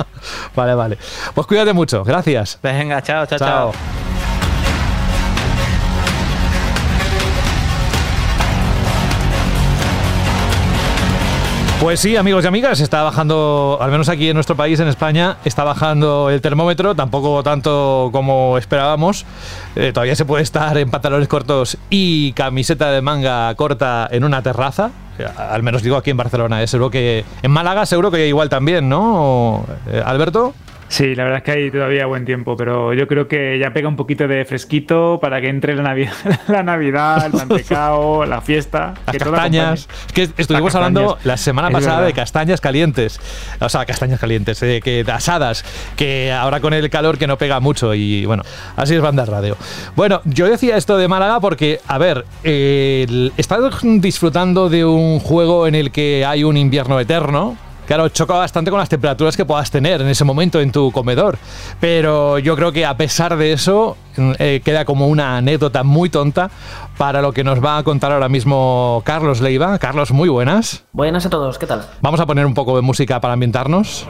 Vale, vale. Pues cuídate mucho. Gracias. Venga, chao, chao, chao. Chao. Pues sí, amigos y amigas, está bajando, al menos aquí en nuestro país, en España, está bajando el termómetro, tampoco tanto como esperábamos. Eh, todavía se puede estar en pantalones cortos y camiseta de manga corta en una terraza. Al menos digo aquí en Barcelona, ¿eh? Seguro que en Málaga seguro que igual también, ¿no? Eh, ¿Alberto? Sí, la verdad es que hay todavía buen tiempo, pero yo creo que ya pega un poquito de fresquito para que entre la Navidad, la Navidad, el mantecao, la fiesta. Las que castañas. Es que estuvimos hablando la semana es pasada verdad. de castañas calientes. O sea, castañas calientes, eh, que asadas, que ahora con el calor que no pega mucho y bueno, así es Banda Radio. Bueno, yo decía esto de Málaga porque, a ver, eh, estás disfrutando de un juego en el que hay un invierno eterno. Claro, choca bastante con las temperaturas que puedas tener en ese momento en tu comedor. Pero yo creo que a pesar de eso, eh, queda como una anécdota muy tonta para lo que nos va a contar ahora mismo Carlos Leiva. Carlos, muy buenas. Buenas a todos, ¿qué tal? Vamos a poner un poco de música para ambientarnos.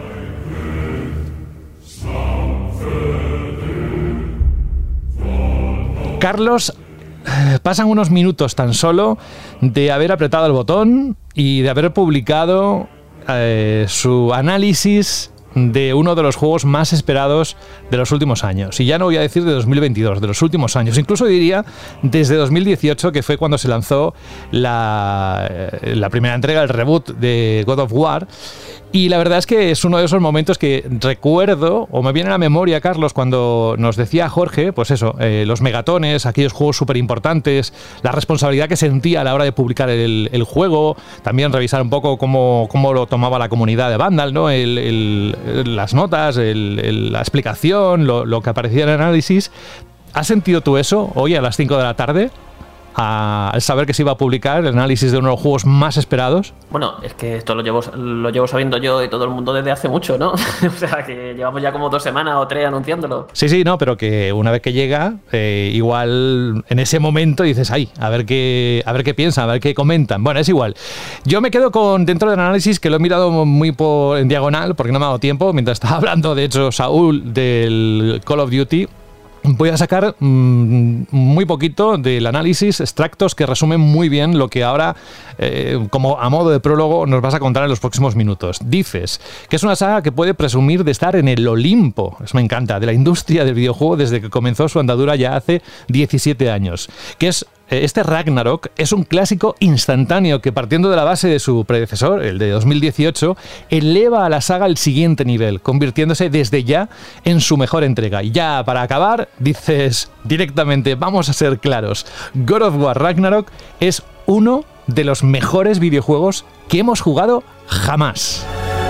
Carlos, pasan unos minutos tan solo de haber apretado el botón y de haber publicado Eh, su análisis de uno de los juegos más esperados de los últimos años. Y ya no voy a decir de dos mil veintidós, de los últimos años. Incluso diría desde dos mil dieciocho, que fue cuando se lanzó la, la primera entrega, el reboot de God of War. Y la verdad es que es uno de esos momentos que recuerdo, o me viene a la memoria, Carlos, cuando nos decía Jorge, pues eso, eh, los megatones, aquellos juegos súper importantes, la responsabilidad que sentía a la hora de publicar el, el juego, también revisar un poco cómo, cómo lo tomaba la comunidad de Vandal, ¿no? El, el, las notas, el, el, la explicación, lo, lo que aparecía en el análisis. ¿Has sentido tú eso hoy a las cinco de la tarde? Al saber que se iba a publicar el análisis de uno de los juegos más esperados. Bueno, es que esto lo llevo, lo llevo sabiendo yo y todo el mundo desde hace mucho, ¿no? O sea, que llevamos ya como dos semanas o tres anunciándolo. Sí, sí, no, pero que una vez que llega, eh, igual en ese momento dices, ay, a ver qué, a ver qué piensan, a ver qué comentan. Bueno, es igual. Yo me quedo con dentro del análisis, que lo he mirado muy por, en diagonal, porque no me ha dado tiempo, mientras estaba hablando, de hecho, Saúl, del Call of Duty. Voy a sacar mmm, muy poquito del análisis, extractos que resumen muy bien lo que ahora, eh, como a modo de prólogo, nos vas a contar en los próximos minutos. Dices que es una saga que puede presumir de estar en el Olimpo, eso me encanta, de la industria del videojuego desde que comenzó su andadura ya hace diecisiete años, que es este Ragnarok es un clásico instantáneo que, partiendo de la base de su predecesor, el de dos mil dieciocho, eleva a la saga al siguiente nivel, convirtiéndose desde ya en su mejor entrega. Y ya para acabar, dices directamente, vamos a ser claros, God of War Ragnarok es uno de los mejores videojuegos que hemos jugado jamás.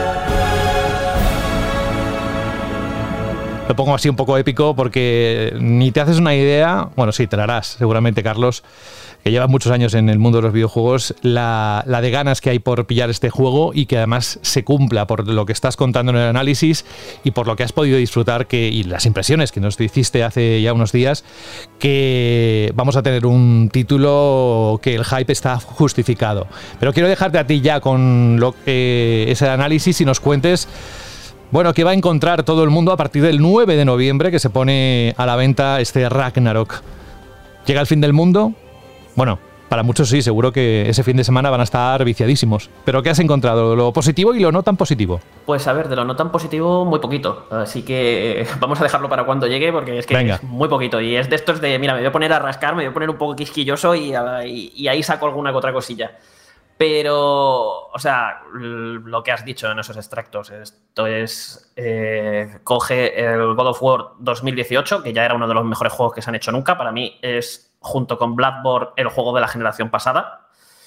Lo pongo así un poco épico porque ni te haces una idea, bueno, sí, te la harás seguramente, Carlos, que llevas muchos años en el mundo de los videojuegos, la, la de ganas que hay por pillar este juego y que además se cumpla por lo que estás contando en el análisis y por lo que has podido disfrutar que, y las impresiones que nos hiciste hace ya unos días, que vamos a tener un título que el hype está justificado. Pero quiero dejarte a ti ya con lo que es el análisis y nos cuentes, bueno, que va a encontrar todo el mundo a partir del nueve de noviembre, que se pone a la venta este Ragnarok. ¿Llega el fin del mundo? Bueno, para muchos sí, seguro que ese fin de semana van a estar viciadísimos. ¿Pero qué has encontrado? ¿Lo positivo y lo no tan positivo? Pues a ver, de lo no tan positivo, muy poquito. Así que vamos a dejarlo para cuando llegue, porque es que Venga. es muy poquito. Y es de estos de, mira, me voy a poner a rascar, me voy a poner un poco quisquilloso y, y, y ahí saco alguna que otra cosilla. Pero, o sea, lo que has dicho en esos extractos, esto es, eh, coge el God of War dos mil dieciocho, que ya era uno de los mejores juegos que se han hecho nunca, para mí es, junto con Bloodborne, el juego de la generación pasada,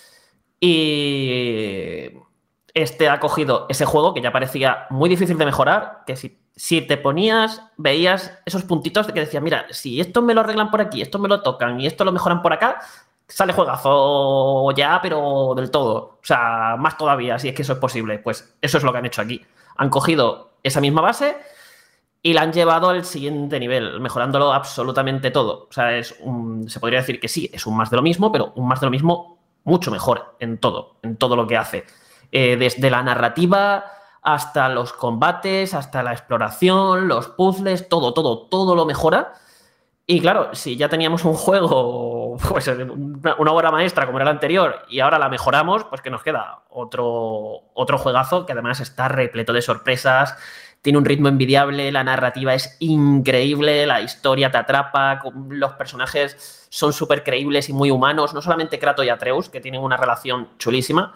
y este ha cogido ese juego que ya parecía muy difícil de mejorar, que si, si te ponías, veías esos puntitos de que decías, mira, si esto me lo arreglan por aquí, esto me lo tocan y esto lo mejoran por acá, sale juegazo ya, pero del todo. O sea, más todavía, si es que eso es posible. Pues eso es lo que han hecho aquí. Han cogido esa misma base y la han llevado al siguiente nivel, mejorándolo absolutamente todo. O sea, es un, se podría decir que sí, es un más de lo mismo, pero un más de lo mismo mucho mejor en todo, en todo lo que hace. Eh, desde la narrativa hasta los combates, hasta la exploración, los puzzles, todo, todo, todo lo mejora. Y claro, si ya teníamos un juego, pues una obra maestra como era el anterior, y ahora la mejoramos, pues que nos queda otro, otro juegazo que además está repleto de sorpresas, tiene un ritmo envidiable, la narrativa es increíble, la historia te atrapa, los personajes son súper creíbles y muy humanos, no solamente Kratos y Atreus, que tienen una relación chulísima,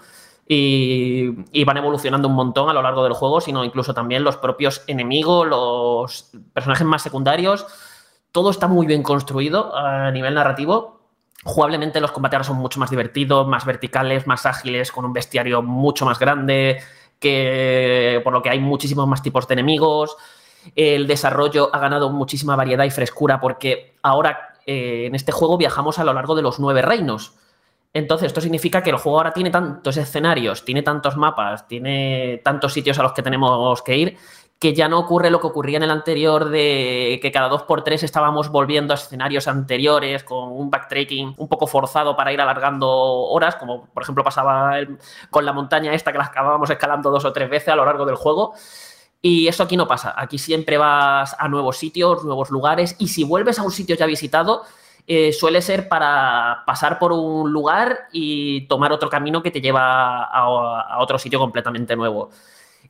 y, y van evolucionando un montón a lo largo del juego, sino incluso también los propios enemigos, los personajes más secundarios. Todo está muy bien construido a nivel narrativo. Jugablemente los combates son mucho más divertidos, más verticales, más ágiles, con un bestiario mucho más grande, que, por lo que hay muchísimos más tipos de enemigos. El desarrollo ha ganado muchísima variedad y frescura porque ahora eh, en este juego viajamos a lo largo de los nueve reinos. Entonces esto significa que el juego ahora tiene tantos escenarios, tiene tantos mapas, tiene tantos sitios a los que tenemos que ir, que ya no ocurre lo que ocurría en el anterior de que cada dos por tres estábamos volviendo a escenarios anteriores con un backtracking un poco forzado para ir alargando horas, como por ejemplo pasaba el, con la montaña esta que la acabábamos escalando dos o tres veces a lo largo del juego. Y eso aquí no pasa. Aquí siempre vas a nuevos sitios, nuevos lugares, y si vuelves a un sitio ya visitado, eh, suele ser para pasar por un lugar y tomar otro camino que te lleva a, a otro sitio completamente nuevo.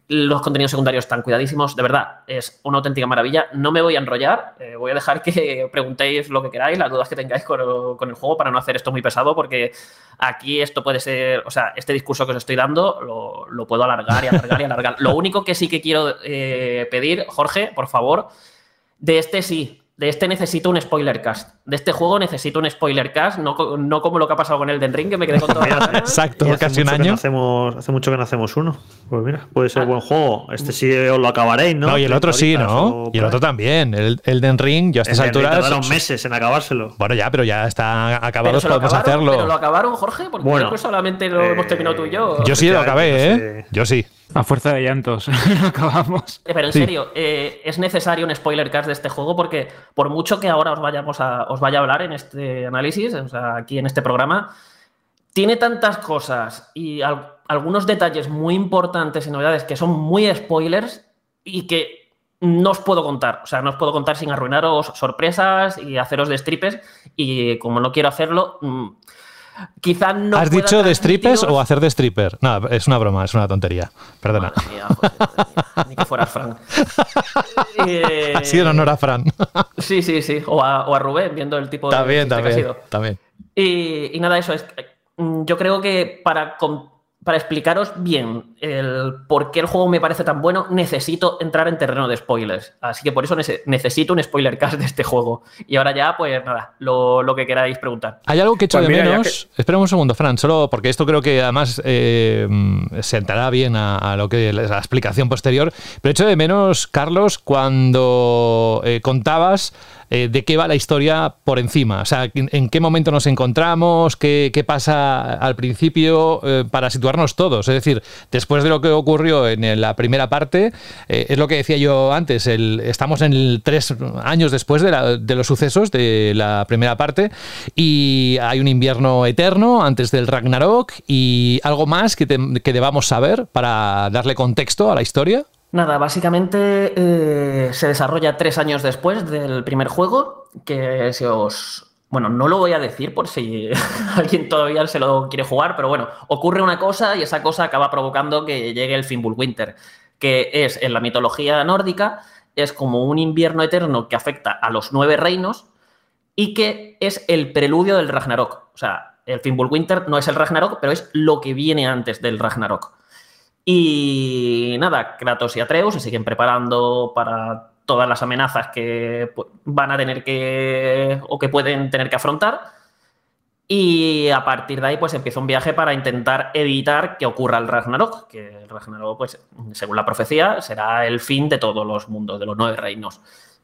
los contenidos secundarios están cuidadísimos. De verdad, es una auténtica maravilla. No me voy a enrollar. Eh, voy a dejar que preguntéis lo que queráis, las dudas que tengáis con, con el juego, para no hacer esto muy pesado, porque aquí esto puede ser... O sea, este discurso que os estoy dando lo, lo puedo alargar y alargar y alargar. Lo único que sí que quiero eh, pedir, Jorge, por favor, de este sí. De este necesito un spoiler cast. De este juego necesito un spoiler cast, no, no como lo que ha pasado con Elden Ring, que me quedé con todo. Exacto, casi un año. No hacemos, hace mucho que no hacemos uno. Pues mira, puede ser ah. buen juego. Este sí os lo acabaréis, ¿no? No, y el otro sí, ¿no? Y el otro también. El Elden Ring, yo a estas el alturas. Tardaron meses en acabárselo. Bueno, ya, pero ya está acabado, pero podemos acabaron, hacerlo. Pero lo acabaron, Jorge, porque bueno, creo que solamente lo eh, hemos terminado tú y yo. Yo sí lo acabé, ¿eh? Yo sí. A fuerza de llantos, lo acabamos. Pero en sí. serio, eh, es necesario un spoiler cast de este juego, porque por mucho que ahora os vayamos a, os vaya a hablar en este análisis, o sea, aquí en este programa, tiene tantas cosas y al, algunos detalles muy importantes y novedades que son muy spoilers y que no os puedo contar. O sea, no os puedo contar sin arruinaros sorpresas y haceros destripes, y como no quiero hacerlo... Mmm, Quizá no. ¿Has dicho de strippers o hacer de stripper? No, es una broma, es una tontería. Perdona. Madre mía, joder, madre mía. Ni que fueras Fran. eh... Ha sido en honor a Fran. Sí, sí, sí. O a, o a Rubén, viendo el tipo también, de. También, que ha sido. también. Y, y nada, eso es. Yo creo que para. Para explicaros bien el por qué el juego me parece tan bueno, necesito entrar en terreno de spoilers. Así que por eso necesito un spoiler cast de este juego. Y ahora ya, pues nada, lo, lo que queráis preguntar. Hay algo que echo pues de mira, menos... Que... Espera un segundo, Fran, solo porque esto creo que además eh, sentará bien a, a lo que es la explicación posterior. Pero echo de menos, Carlos, cuando eh, contabas... Eh, de qué va la historia por encima, o sea, en, en qué momento nos encontramos, qué, qué pasa al principio, eh, para situarnos todos. Es decir, después de lo que ocurrió en la primera parte, eh, es lo que decía yo antes, el, estamos en el tres años después de, la, de los sucesos de la primera parte, y hay un invierno eterno antes del Ragnarok, y algo más que, te, que debamos saber para darle contexto a la historia. Nada, básicamente eh, se desarrolla tres años después del primer juego, que se os... Bueno, no lo voy a decir por si alguien todavía se lo quiere jugar, pero bueno, ocurre una cosa y esa cosa acaba provocando que llegue el Fimbulwinter, que es, en la mitología nórdica, es como un invierno eterno que afecta a los nueve reinos y que es el preludio del Ragnarok. O sea, el Fimbulwinter no es el Ragnarok, pero es lo que viene antes del Ragnarok. Y nada, Kratos y Atreus se siguen preparando para todas las amenazas que van a tener que o que pueden tener que afrontar, y a partir de ahí pues empieza un viaje para intentar evitar que ocurra el Ragnarok, que el Ragnarok, pues según la profecía, será el fin de todos los mundos, de los nueve reinos.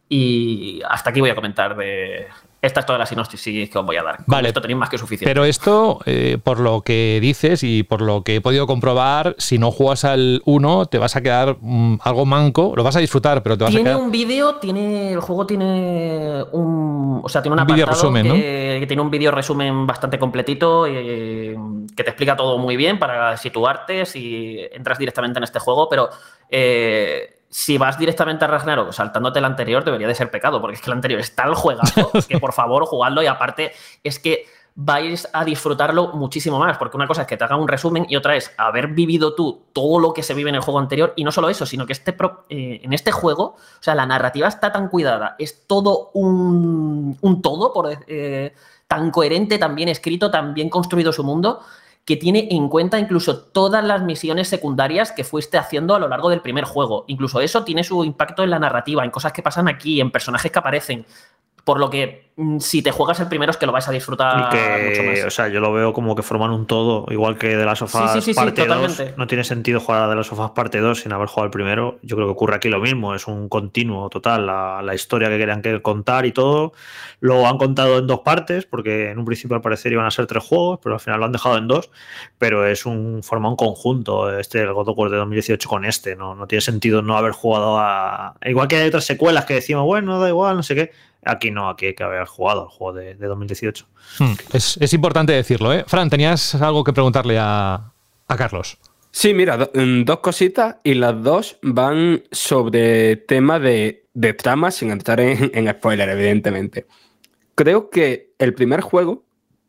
Y hasta aquí voy a comentar de... Esta es toda la sinopsis que os voy a dar. Con vale, esto tenéis más que suficiente. Pero esto, eh, por lo que dices y por lo que he podido comprobar, si no juegas al uno, te vas a quedar um, algo manco. Lo vas a disfrutar, pero te vas a quedar... Tiene un vídeo, tiene el juego tiene un... O sea, tiene un apartado un resumen, que, ¿no? que tiene un vídeo resumen bastante completito, y que te explica todo muy bien para situarte si entras directamente en este juego, pero... Eh, si vas directamente a Ragnarok saltándote el anterior, debería de ser pecado, porque es que el anterior es tal juegazo que por favor jugadlo, y aparte es que vais a disfrutarlo muchísimo más, porque una cosa es que te haga un resumen y otra es haber vivido tú todo lo que se vive en el juego anterior, y no solo eso, sino que este pro, eh, en este juego, o sea, la narrativa está tan cuidada, es todo un, un todo, por, eh, tan coherente, tan bien escrito, tan bien construido su mundo, que tiene en cuenta incluso todas las misiones secundarias que fuiste haciendo a lo largo del primer juego. Incluso eso tiene su impacto en la narrativa, en cosas que pasan aquí, en personajes que aparecen. Por lo que, si te juegas el primero, es que lo vais a disfrutar y que, mucho más. O sea, yo lo veo como que forman un todo, igual que de Last of Us sí, sí, sí, parte sí, dos. No tiene sentido jugar a The Last of Us parte dos sin haber jugado el primero. Yo creo que ocurre aquí lo mismo, es un continuo total. La, la historia que querían que contar y todo lo han contado en dos partes, porque en un principio al parecer iban a ser tres juegos, pero al final lo han dejado en dos. Pero es un forma un conjunto, este, el God of War de dos mil dieciocho con este. No, no tiene sentido no haber jugado a... Igual que hay otras secuelas que decimos, bueno, da igual, no sé qué. Aquí no, aquí hay que haber jugado al juego de, de dos mil dieciocho. Hmm. Es, es importante decirlo, ¿eh? Fran, tenías algo que preguntarle a, a Carlos. Sí, mira, do, dos cositas, y las dos van sobre tema de, de trama, sin entrar en, en spoiler, evidentemente. Creo que el primer juego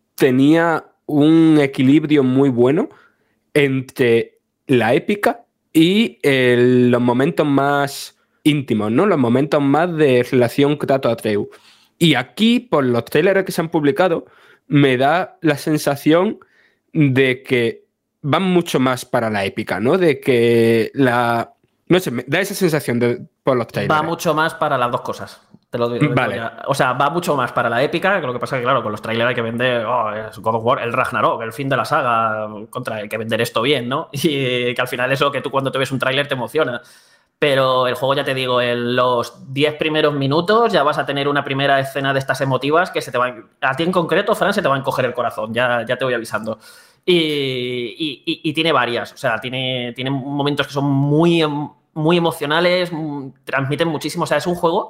tenía un equilibrio muy bueno entre la épica y eh, los momentos más íntimos, ¿no? Los momentos más de relación Kratos-Atreus. Y aquí, por los trailers que se han publicado, me da la sensación de que van mucho más para la épica, ¿no? De que la... No sé, me da esa sensación de, por los trailers. Va mucho más para las dos cosas. Te lo digo. Vale. Ya. O sea, va mucho más para la épica, que lo que pasa es que, claro, con los trailers hay que vender oh, es God of War, el Ragnarok, el fin de la saga, contra hay que vender esto bien, ¿no? Y que al final eso que tú cuando te ves un trailer te emociona. Pero el juego, ya te digo, en los diez primeros minutos ya vas a tener una primera escena de estas emotivas que se te van... A ti en concreto, Fran, se te va a encoger el corazón, ya, ya te voy avisando. Y, y, y, y tiene varias, o sea, tiene, tiene momentos que son muy, muy emocionales, transmiten muchísimo. O sea, es un juego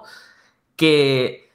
que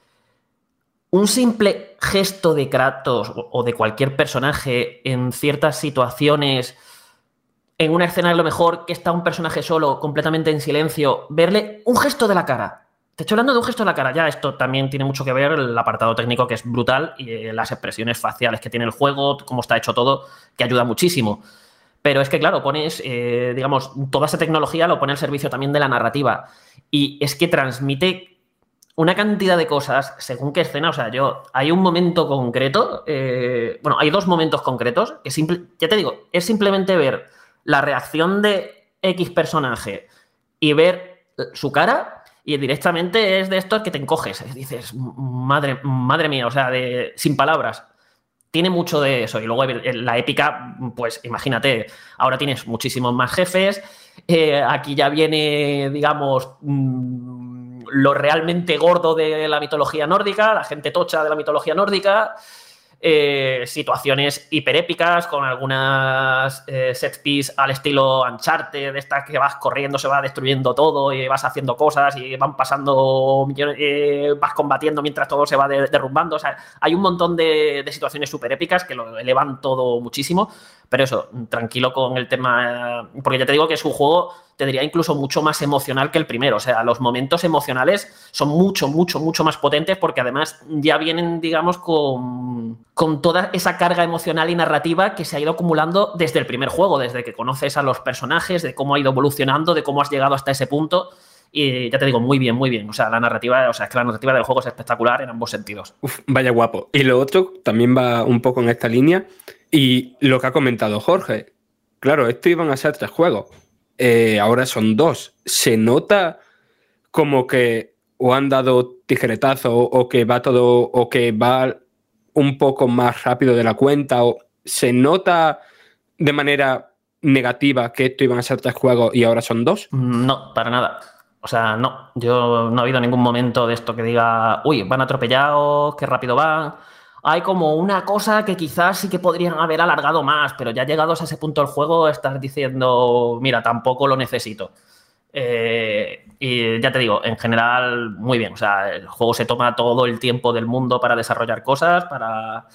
un simple gesto de Kratos o de cualquier personaje en ciertas situaciones... En una escena, a lo mejor, que está un personaje solo, completamente en silencio, verle un gesto de la cara. Te estoy hablando de un gesto de la cara. Ya, esto también tiene mucho que ver el apartado técnico, que es brutal, y eh, las expresiones faciales que tiene el juego, cómo está hecho todo, que ayuda muchísimo. Pero es que, claro, pones, eh, digamos, toda esa tecnología lo pone al servicio también de la narrativa. Y es que transmite una cantidad de cosas según qué escena. O sea, yo, hay un momento concreto, eh, bueno, hay dos momentos concretos, que simple, ya te digo, es simplemente ver la reacción de X personaje y ver su cara y directamente es de estos que te encoges. Dices, madre, madre mía, o sea, de, sin palabras. Tiene mucho de eso. Y luego la épica, pues imagínate, ahora tienes muchísimos más jefes. Eh, aquí ya viene, digamos, mmm, lo realmente gordo de la mitología nórdica, la gente tocha de la mitología nórdica. Eh, situaciones hiperépicas con algunas eh, set piece al estilo Uncharted, de estas que vas corriendo, se va destruyendo todo y vas haciendo cosas y van pasando, eh, vas combatiendo mientras todo se va de, derrumbando. O sea, hay un montón de, de situaciones súper épicas que lo elevan todo muchísimo, pero eso, tranquilo con el tema, porque ya te digo que es un juego, te diría incluso mucho más emocional que el primero. O sea, los momentos emocionales son mucho, mucho, mucho más potentes porque además ya vienen, digamos, con, con toda esa carga emocional y narrativa que se ha ido acumulando desde el primer juego, desde que conoces a los personajes, de cómo ha ido evolucionando, de cómo has llegado hasta ese punto. Y ya te digo, muy bien, muy bien. O sea, la narrativa, o sea, es que la narrativa del juego es espectacular en ambos sentidos. Uf, vaya guapo. Y lo otro también va un poco en esta línea. Y lo que ha comentado Jorge. Claro, esto iban a ser tres juegos. Eh, ahora son dos. Se nota como que o han dado tijeretazo o que va todo o que va un poco más rápido de la cuenta, o se nota de manera negativa que esto iban a ser tres juegos y ahora son dos. No, para nada. O sea, no. Yo no ha habido ningún momento de esto que diga, uy, van atropellados, qué rápido van. Hay como una cosa que quizás sí que podrían haber alargado más, pero ya llegados a ese punto del juego estás diciendo, mira, tampoco lo necesito. Eh, y ya te digo, en general, muy bien. O sea, el juego se toma todo el tiempo del mundo para desarrollar cosas, para,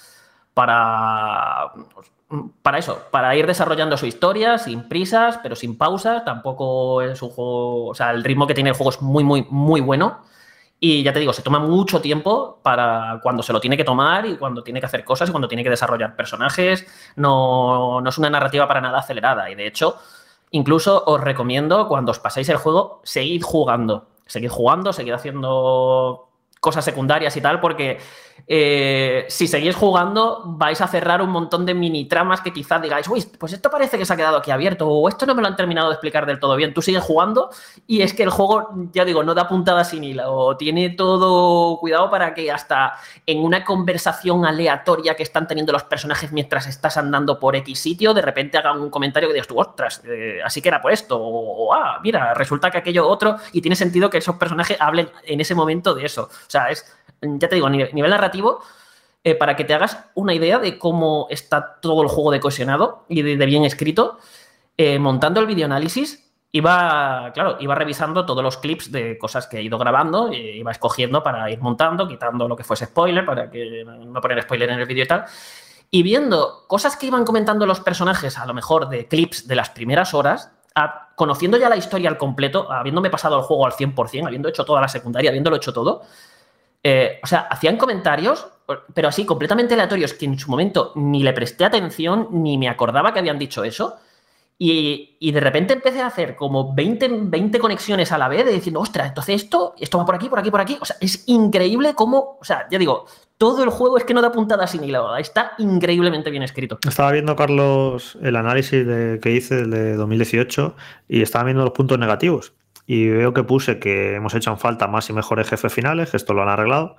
para, para eso, para ir desarrollando su historia sin prisas, pero sin pausas. Tampoco es un juego, o sea, el ritmo que tiene el juego es muy, muy, muy bueno. Y ya te digo, se toma mucho tiempo para cuando se lo tiene que tomar y cuando tiene que hacer cosas y cuando tiene que desarrollar personajes. No, no es una narrativa para nada acelerada. Y de hecho, incluso os recomiendo, cuando os paséis el juego, seguid jugando. Seguid jugando, seguid haciendo cosas secundarias y tal, porque eh, si seguís jugando vais a cerrar un montón de mini tramas que quizás digáis, uy, pues esto parece que se ha quedado aquí abierto o esto no me lo han terminado de explicar del todo bien. Tú sigues jugando y es que el juego, ya digo, no da puntada sin hilo, o tiene todo cuidado para que hasta en una conversación aleatoria que están teniendo los personajes mientras estás andando por X sitio, de repente hagan un comentario que digas tú, ostras, eh, así que era por esto, o, o ah, mira, resulta que aquello otro, y tiene sentido que esos personajes hablen en ese momento de eso. O sea, es, ya te digo, a nivel, nivel narrativo, eh, para que te hagas una idea de cómo está todo el juego de cohesionado y de, de bien escrito, eh, montando el videoanálisis, iba, claro, iba revisando todos los clips de cosas que he ido grabando, e iba escogiendo para ir montando, quitando lo que fuese spoiler, para que no poner spoiler en el vídeo y tal, y viendo cosas que iban comentando los personajes, a lo mejor de clips de las primeras horas, a, conociendo ya la historia al completo, habiéndome pasado el juego al cien por cien, habiendo hecho toda la secundaria, habiéndolo hecho todo, eh, o sea, hacían comentarios, pero así completamente aleatorios, que en su momento ni le presté atención, ni me acordaba que habían dicho eso, Y, y de repente empecé a hacer como veinte, veinte conexiones a la vez, de diciendo, ostras, entonces esto, esto va por aquí, por aquí, por aquí. O sea, es increíble cómo, o sea, ya digo, todo el juego es que no da puntadas sin hilo. Está increíblemente bien escrito. Estaba viendo, Carlos, el análisis de, que hice de dos mil dieciocho y estaba viendo los puntos negativos. Y veo que puse que hemos hecho en falta más y mejores jefes finales, que esto lo han arreglado.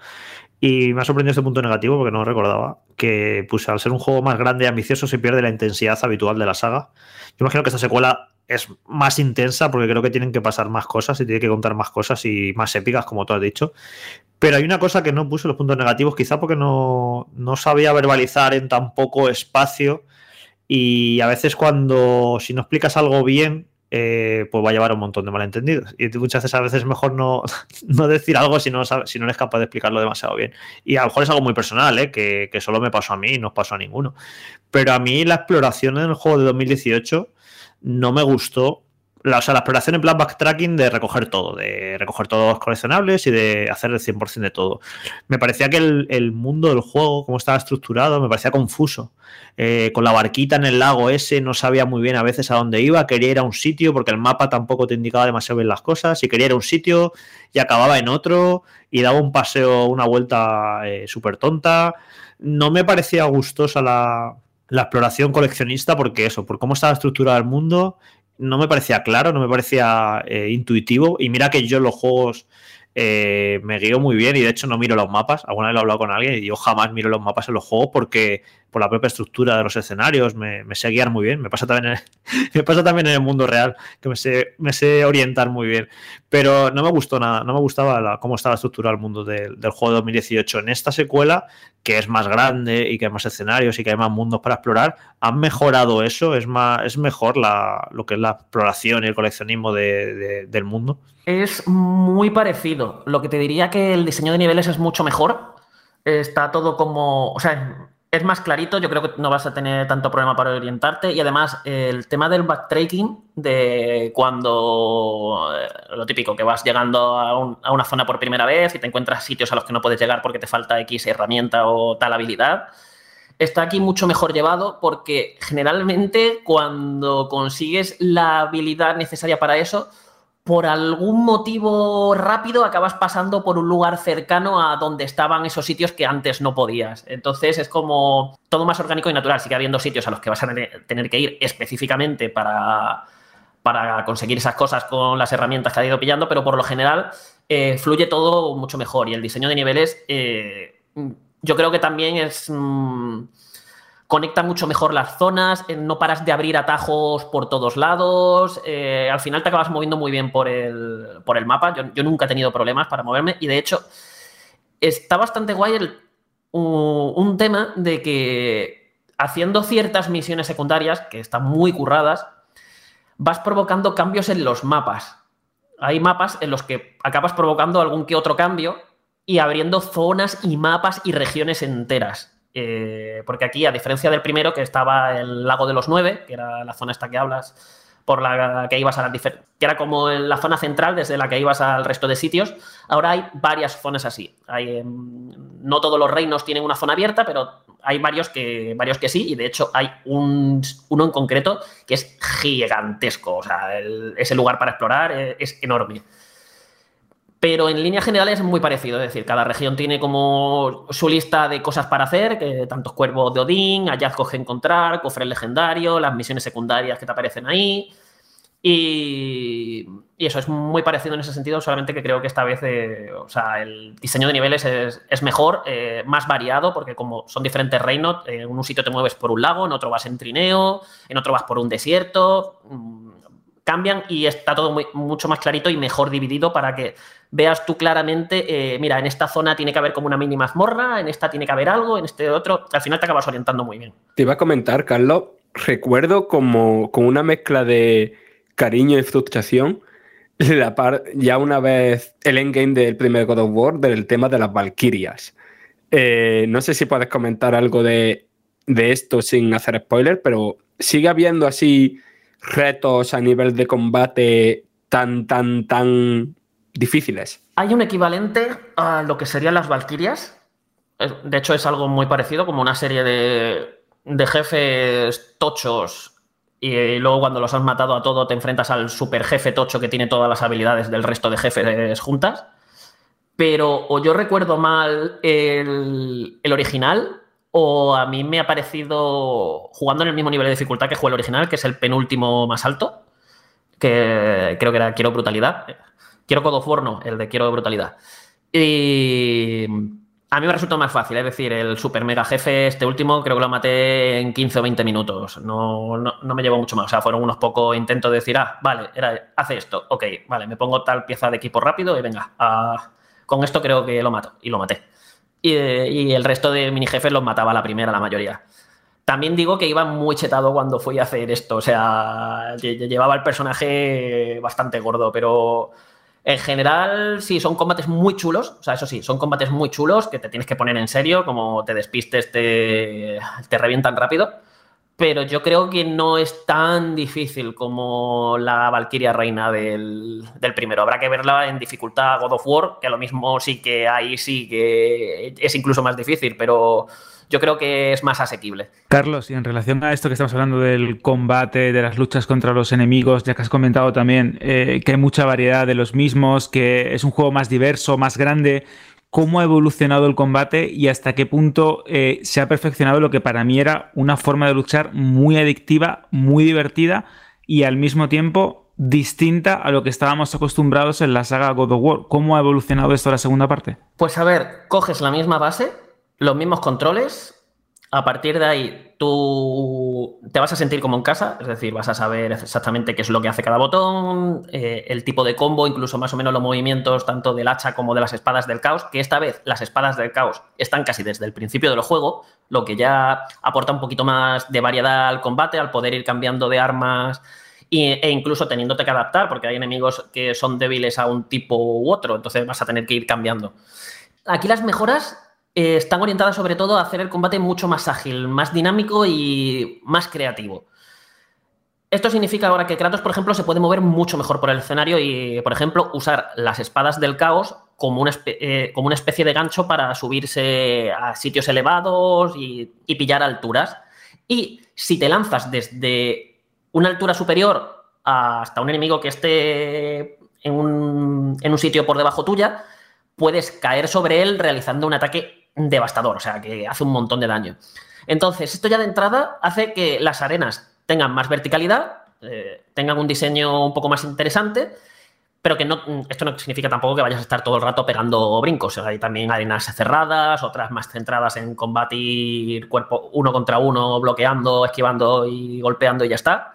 Y me ha sorprendido este punto negativo porque no lo recordaba, que puse, al ser un juego más grande y ambicioso se pierde la intensidad habitual de la saga. Yo imagino que esta secuela es más intensa porque creo que tienen que pasar más cosas y tiene que contar más cosas y más épicas, como tú has dicho. Pero hay una cosa que no puse los puntos negativos, quizá porque no, no sabía verbalizar en tan poco espacio, y a veces cuando, si no explicas algo bien, Eh, pues va a llevar a un montón de malentendidos. Y muchas veces a veces es mejor no, no decir algo si no, si no eres capaz de explicarlo demasiado bien. Y a lo mejor es algo muy personal, ¿eh? que, que solo me pasó a mí y no os pasó a ninguno. Pero a mí la exploración en el juego de dos mil dieciocho no me gustó. La, o sea, la exploración en plan backtracking de recoger todo, de recoger todos los coleccionables y de hacer el cien por ciento de todo. Me parecía que el, el mundo del juego, cómo estaba estructurado, me parecía confuso. Eh, con la barquita en el lago ese no sabía muy bien a veces a dónde iba, quería ir a un sitio porque el mapa tampoco te indicaba demasiado bien las cosas, y quería ir a un sitio y acababa en otro y daba un paseo, una vuelta eh, súper tonta. No me parecía gustosa la, la exploración coleccionista porque eso, por cómo estaba estructurado el mundo, no me parecía claro, no me parecía eh, intuitivo. Y mira que yo en los juegos eh, me guío muy bien y de hecho no miro los mapas. Alguna vez lo he hablado con alguien y yo jamás miro los mapas en los juegos porque por la propia estructura de los escenarios me, me sé guiar muy bien. Me pasa también en el, me pasa también en el mundo real, que me sé, me sé orientar muy bien. Pero no me gustó nada, no me gustaba la, cómo estaba estructurado el mundo de, del juego de dos mil dieciocho. En esta secuela, que es más grande y que hay más escenarios y que hay más mundos para explorar, han mejorado eso, es más, es mejor la, lo que es la exploración y el coleccionismo de, de, del mundo. Es muy parecido. Lo que te diría que el diseño de niveles es mucho mejor. Está todo como... O sea, es más clarito. Yo creo que no vas a tener tanto problema para orientarte. Y además, el tema del backtracking, de cuando... Lo típico, que vas llegando a, un, a una zona por primera vez y te encuentras sitios a los que no puedes llegar porque te falta X herramienta o tal habilidad. Está aquí mucho mejor llevado porque generalmente cuando consigues la habilidad necesaria para eso, por algún motivo rápido acabas pasando por un lugar cercano a donde estaban esos sitios que antes no podías. Entonces es como todo más orgánico y natural. Sigue habiendo sitios a los que vas a tener que ir específicamente para, para conseguir esas cosas con las herramientas que has ido pillando, pero por lo general eh, fluye todo mucho mejor. Y el diseño de niveles eh, yo creo que también es... Mmm, conecta mucho mejor las zonas, eh, no paras de abrir atajos por todos lados, eh, al final te acabas moviendo muy bien por el, por el mapa. Yo, yo nunca he tenido problemas para moverme y de hecho está bastante guay el, un, un tema de que haciendo ciertas misiones secundarias, que están muy curradas, vas provocando cambios en los mapas. Hay mapas en los que acabas provocando algún que otro cambio y abriendo zonas y mapas y regiones enteras. Eh, porque aquí, a diferencia del primero, que estaba el Lago de los Nueve, que era la zona esta que hablas, por la que ibas a las difer- que era como la zona central desde la que ibas al resto de sitios, ahora hay varias zonas así. Hay, eh, no todos los reinos tienen una zona abierta, pero hay varios que, varios que sí, y de hecho hay un, uno en concreto que es gigantesco. O sea, el, ese lugar para explorar es, es enorme. Pero en líneas generales es muy parecido, es decir, cada región tiene como su lista de cosas para hacer, que tantos cuervos de Odín, hallazgos que encontrar, cofres legendarios, las misiones secundarias que te aparecen ahí. Y, y eso es muy parecido en ese sentido, solamente que creo que esta vez eh, o sea, el diseño de niveles es, es mejor, eh, más variado, porque como son diferentes reinos, eh, en un sitio te mueves por un lago, en otro vas en trineo, en otro vas por un desierto... cambian y está todo muy, mucho más clarito y mejor dividido para que veas tú claramente, eh, mira, en esta zona tiene que haber como una mini mazmorra, en esta tiene que haber algo, en este otro, al final te acabas orientando muy bien. Te iba a comentar, Carlos, recuerdo como con una mezcla de cariño y frustración la par, ya una vez el endgame del primer God of War del tema de las Valquirias. Eh, no sé si puedes comentar algo de, de esto sin hacer spoiler, pero sigue habiendo así retos a nivel de combate tan, tan, tan difíciles. Hay un equivalente a lo que serían las Valquirias. De hecho, es algo muy parecido, como una serie de, de jefes tochos y luego cuando los has matado a todos te enfrentas al super jefe tocho que tiene todas las habilidades del resto de jefes juntas. Pero o yo recuerdo mal el, el original, o a mí me ha parecido, jugando en el mismo nivel de dificultad que jugué el original, que es el penúltimo más alto, que creo que era Quiero Brutalidad. Quiero God of War, no, el de Quiero Brutalidad. Y a mí me resultó más fácil, es decir, el super mega jefe, este último, creo que lo maté en quince o veinte minutos. No, no, no me llevó mucho más. O sea, fueron unos pocos intentos de decir, ah, vale, era, hace esto, ok, vale, me pongo tal pieza de equipo rápido y venga, a, con esto creo que lo mato. Y lo maté. Y, y el resto de mini jefes los mataba a la primera, la mayoría. También digo que iba muy chetado cuando fui a hacer esto. O sea, llevaba el personaje bastante gordo, pero en general sí, son combates muy chulos. O sea, eso sí, son combates muy chulos que te tienes que poner en serio. Como te despistes, te, te revientan rápido. Pero yo creo que no es tan difícil como la Valkyria Reina del, del primero. Habrá que verla en dificultad God of War, que lo mismo sí que ahí sí que es incluso más difícil, pero yo creo que es más asequible. Carlos, y en relación a esto que estamos hablando del combate, de las luchas contra los enemigos, ya que has comentado también eh, que hay mucha variedad de los mismos, que es un juego más diverso, más grande, ¿cómo ha evolucionado el combate y hasta qué punto eh, se ha perfeccionado lo que para mí era una forma de luchar muy adictiva, muy divertida y al mismo tiempo distinta a lo que estábamos acostumbrados en la saga God of War? ¿Cómo ha evolucionado esto en la segunda parte? Pues a ver, coges la misma base, los mismos controles, a partir de ahí tú te vas a sentir como en casa, es decir, vas a saber exactamente qué es lo que hace cada botón, eh, el tipo de combo, incluso más o menos los movimientos tanto del hacha como de las espadas del caos, que esta vez las espadas del caos están casi desde el principio del juego, lo que ya aporta un poquito más de variedad al combate, al poder ir cambiando de armas e incluso teniéndote que adaptar, porque hay enemigos que son débiles a un tipo u otro, entonces vas a tener que ir cambiando. Aquí las mejoras Eh, están orientadas sobre todo a hacer el combate mucho más ágil, más dinámico y más creativo. Esto significa ahora que Kratos, por ejemplo, se puede mover mucho mejor por el escenario y, por ejemplo, usar las espadas del caos como una, espe eh, como una especie de gancho para subirse a sitios elevados y, y pillar alturas. Y si te lanzas desde una altura superior hasta un enemigo que esté en un, en un sitio por debajo tuya, puedes caer sobre él realizando un ataque devastador, o sea, que hace un montón de daño. Entonces, esto ya de entrada hace que las arenas tengan más verticalidad, eh, tengan un diseño un poco más interesante, pero que no, esto no significa tampoco que vayas a estar todo el rato pegando brincos. O sea, hay también arenas cerradas, otras más centradas en combatir cuerpo uno contra uno, bloqueando, esquivando y golpeando y ya está.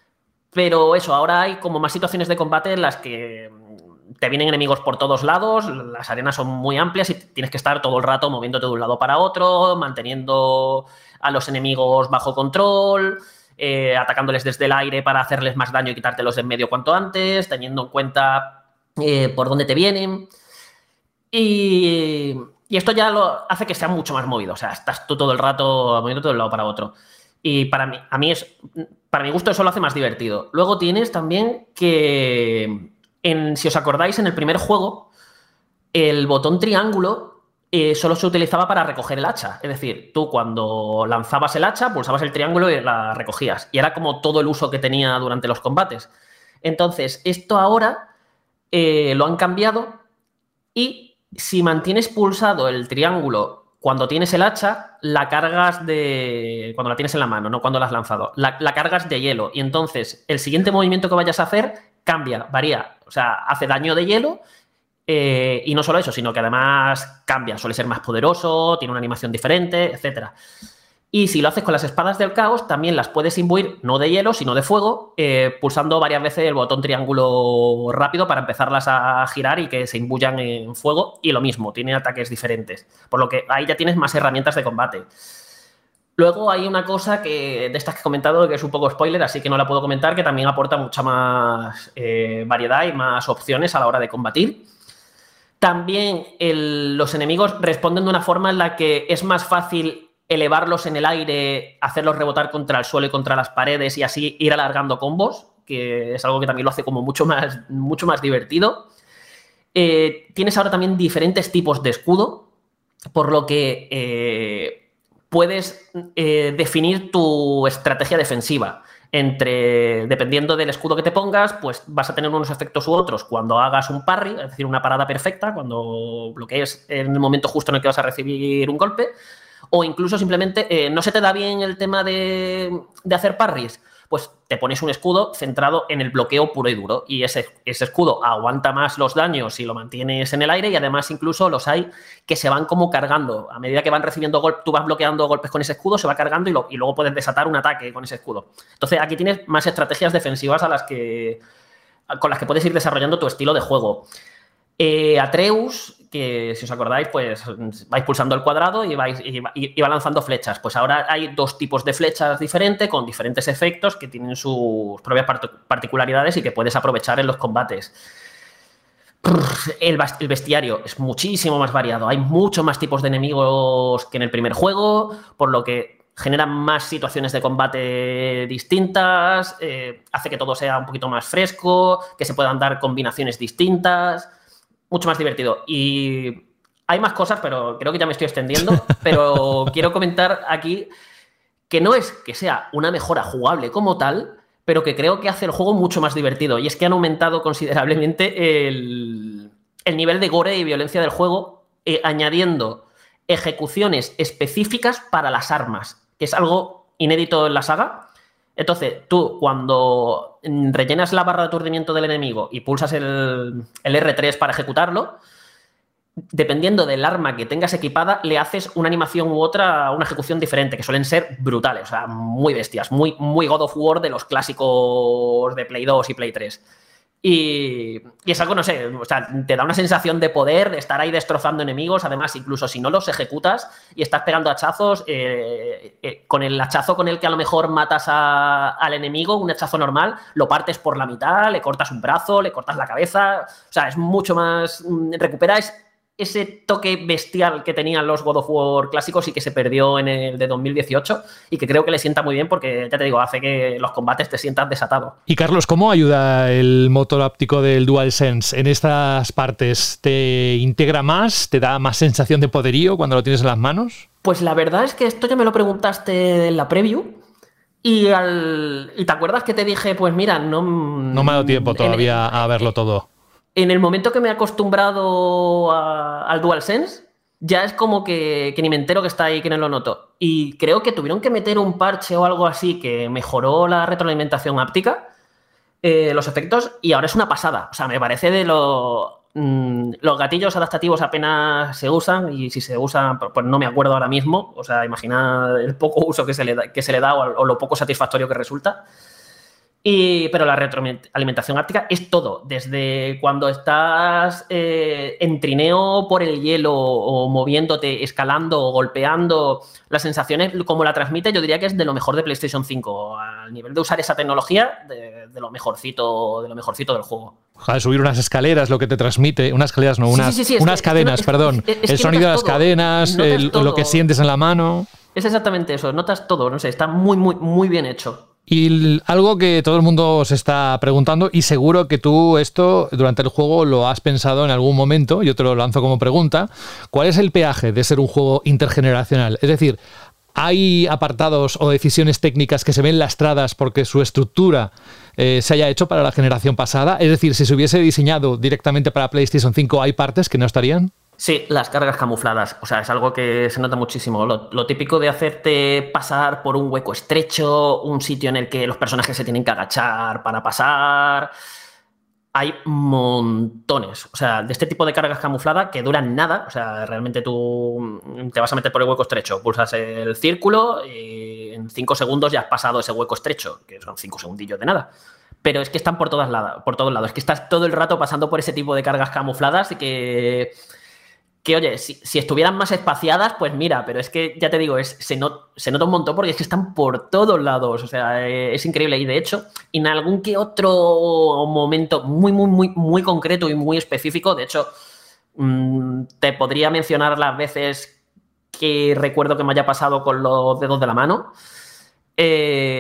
Pero eso, ahora hay como más situaciones de combate en las que te vienen enemigos por todos lados, las arenas son muy amplias y tienes que estar todo el rato moviéndote de un lado para otro, manteniendo a los enemigos bajo control, eh, atacándoles desde el aire para hacerles más daño y quitártelos de en medio cuanto antes, teniendo en cuenta eh, por dónde te vienen. Y, y esto ya lo hace que sea mucho más movido, o sea, estás tú todo el rato moviéndote de un lado para otro. Y para mí, a mí es, para mi gusto eso lo hace más divertido. Luego tienes también que... En, si os acordáis, en el primer juego, el botón triángulo eh, solo se utilizaba para recoger el hacha. Es decir, tú cuando lanzabas el hacha, pulsabas el triángulo y la recogías. Y era como todo el uso que tenía durante los combates. Entonces, esto ahora eh, lo han cambiado y si mantienes pulsado el triángulo cuando tienes el hacha, la cargas de... Cuando la tienes en la mano, no cuando la has lanzado. La, la cargas de hielo. Y entonces, el siguiente movimiento que vayas a hacer cambia, varía. O sea, hace daño de hielo eh, y no solo eso, sino que además cambia. Suele ser más poderoso, tiene una animación diferente, etcétera. Y si lo haces con las espadas del caos, también las puedes imbuir, no de hielo, sino de fuego, eh, pulsando varias veces el botón triángulo rápido para empezarlas a girar y que se imbuyan en fuego. Y lo mismo, tiene ataques diferentes. Por lo que ahí ya tienes más herramientas de combate. Luego hay una cosa que de estas que he comentado que es un poco spoiler, así que no la puedo comentar, que también aporta mucha más eh, variedad y más opciones a la hora de combatir. También el, los enemigos responden de una forma en la que es más fácil elevarlos en el aire, hacerlos rebotar contra el suelo y contra las paredes y así ir alargando combos, que es algo que también lo hace como mucho más, mucho más divertido. Eh, tienes ahora también diferentes tipos de escudo, por lo que... Eh, puedes eh, definir tu estrategia defensiva. Entre, dependiendo del escudo que te pongas, pues vas a tener unos efectos u otros cuando hagas un parry, es decir, una parada perfecta, cuando bloquees en el momento justo en el que vas a recibir un golpe, o incluso simplemente eh, no se te da bien el tema de, de hacer parries, pues te pones un escudo centrado en el bloqueo puro y duro, y ese, ese escudo aguanta más los daños si lo mantienes en el aire, y además incluso los hay que se van como cargando. A medida que van recibiendo golpes, tú vas bloqueando golpes con ese escudo, se va cargando y, lo, y luego puedes desatar un ataque con ese escudo. Entonces aquí tienes más estrategias defensivas a las que, con las que puedes ir desarrollando tu estilo de juego. Eh, Atreus, que si os acordáis, pues vais pulsando el cuadrado y, vais, y, y va lanzando flechas. Pues ahora hay dos tipos de flechas diferentes, con diferentes efectos que tienen sus propias part- particularidades y que puedes aprovechar en los combates. El, el bestiario es muchísimo más variado. Hay muchos más tipos de enemigos que en el primer juego, por lo que generan más situaciones de combate distintas, eh, hace que todo sea un poquito más fresco, que se puedan dar combinaciones distintas. Mucho más divertido. Y hay más cosas, pero creo que ya me estoy extendiendo. Pero quiero comentar aquí que no es que sea una mejora jugable como tal, pero que creo que hace el juego mucho más divertido. Y es que han aumentado considerablemente el, el nivel de gore y violencia del juego, eh, añadiendo ejecuciones específicas para las armas, que es algo inédito en la saga. Entonces, tú cuando rellenas la barra de aturdimiento del enemigo y pulsas el, el erre tres para ejecutarlo, dependiendo del arma que tengas equipada, le haces una animación u otra, una ejecución diferente, que suelen ser brutales, o sea, muy bestias, muy, muy God of War de los clásicos de Play dos y Play tres. Y, y es algo, no sé, o sea, te da una sensación de poder, de estar ahí destrozando enemigos. Además, incluso si no los ejecutas y estás pegando hachazos, eh, eh, con el hachazo con el que a lo mejor matas a, al enemigo, un hachazo normal, lo partes por la mitad, le cortas un brazo, le cortas la cabeza. O sea, es mucho más... Recuperas ese toque bestial que tenían los God of War clásicos y que se perdió en el de dos mil dieciocho, y que creo que le sienta muy bien porque, ya te digo, hace que los combates te sientas desatado. Y Carlos, ¿cómo ayuda el motor óptico del DualSense en estas partes? ¿Te integra más? ¿Te da más sensación de poderío cuando lo tienes en las manos? Pues la verdad es que esto ya me lo preguntaste en la preview. Y, al, y te acuerdas que te dije, pues mira, no... No me ha dado tiempo todavía en, a verlo todo. En el momento que me he acostumbrado a, al DualSense, ya es como que, que ni me entero que está ahí, que no lo noto. Y creo que tuvieron que meter un parche o algo así que mejoró la retroalimentación áptica, eh, los efectos, y ahora es una pasada. O sea, me parece de lo... Mmm, los gatillos adaptativos apenas se usan, y si se usan, pues no me acuerdo ahora mismo. O sea, imagina el poco uso que se le da, que se le da o, o lo poco satisfactorio que resulta. Y, pero la retroalimentación áptica es todo, desde cuando estás eh, en trineo por el hielo o moviéndote, escalando o golpeando, las sensaciones, como la transmite, yo diría que es de lo mejor de PlayStation cinco, al nivel de usar esa tecnología, de, de lo mejorcito, de lo mejorcito del juego. Joder, subir unas escaleras, lo que te transmite, unas escaleras, no, unas, sí, sí, sí, unas que, cadenas, es, perdón, es, es el sonido de las todo, cadenas, el, lo que sientes en la mano. Es exactamente eso, notas todo, no sé, está muy, muy, muy bien hecho. Y algo que todo el mundo se está preguntando, y seguro que tú esto durante el juego lo has pensado en algún momento, yo te lo lanzo como pregunta, ¿cuál es el peaje de ser un juego intergeneracional? Es decir, ¿hay apartados o decisiones técnicas que se ven lastradas porque su estructura eh, se haya hecho para la generación pasada? Es decir, si se hubiese diseñado directamente para PlayStation cinco, ¿hay partes que no estarían? Sí, las cargas camufladas, o sea, es algo que se nota muchísimo. Lo, lo típico de hacerte pasar por un hueco estrecho, un sitio en el que los personajes se tienen que agachar para pasar. Hay montones, o sea, de este tipo de cargas camufladas que duran nada. O sea, realmente tú te vas a meter por el hueco estrecho, pulsas el círculo y en cinco segundos ya has pasado ese hueco estrecho, que son cinco segundillos de nada. Pero es que están por, todas lados, por todos lados. Es que estás todo el rato pasando por ese tipo de cargas camufladas y que... Que, oye, si, si estuvieran más espaciadas, pues mira, pero es que, ya te digo, es, se, not, se nota un montón porque es que están por todos lados, o sea, eh, es increíble. Y de hecho, en algún que otro momento muy, muy, muy, muy concreto y muy específico, de hecho, mmm, te podría mencionar las veces que recuerdo que me haya pasado con los dedos de la mano. Eh,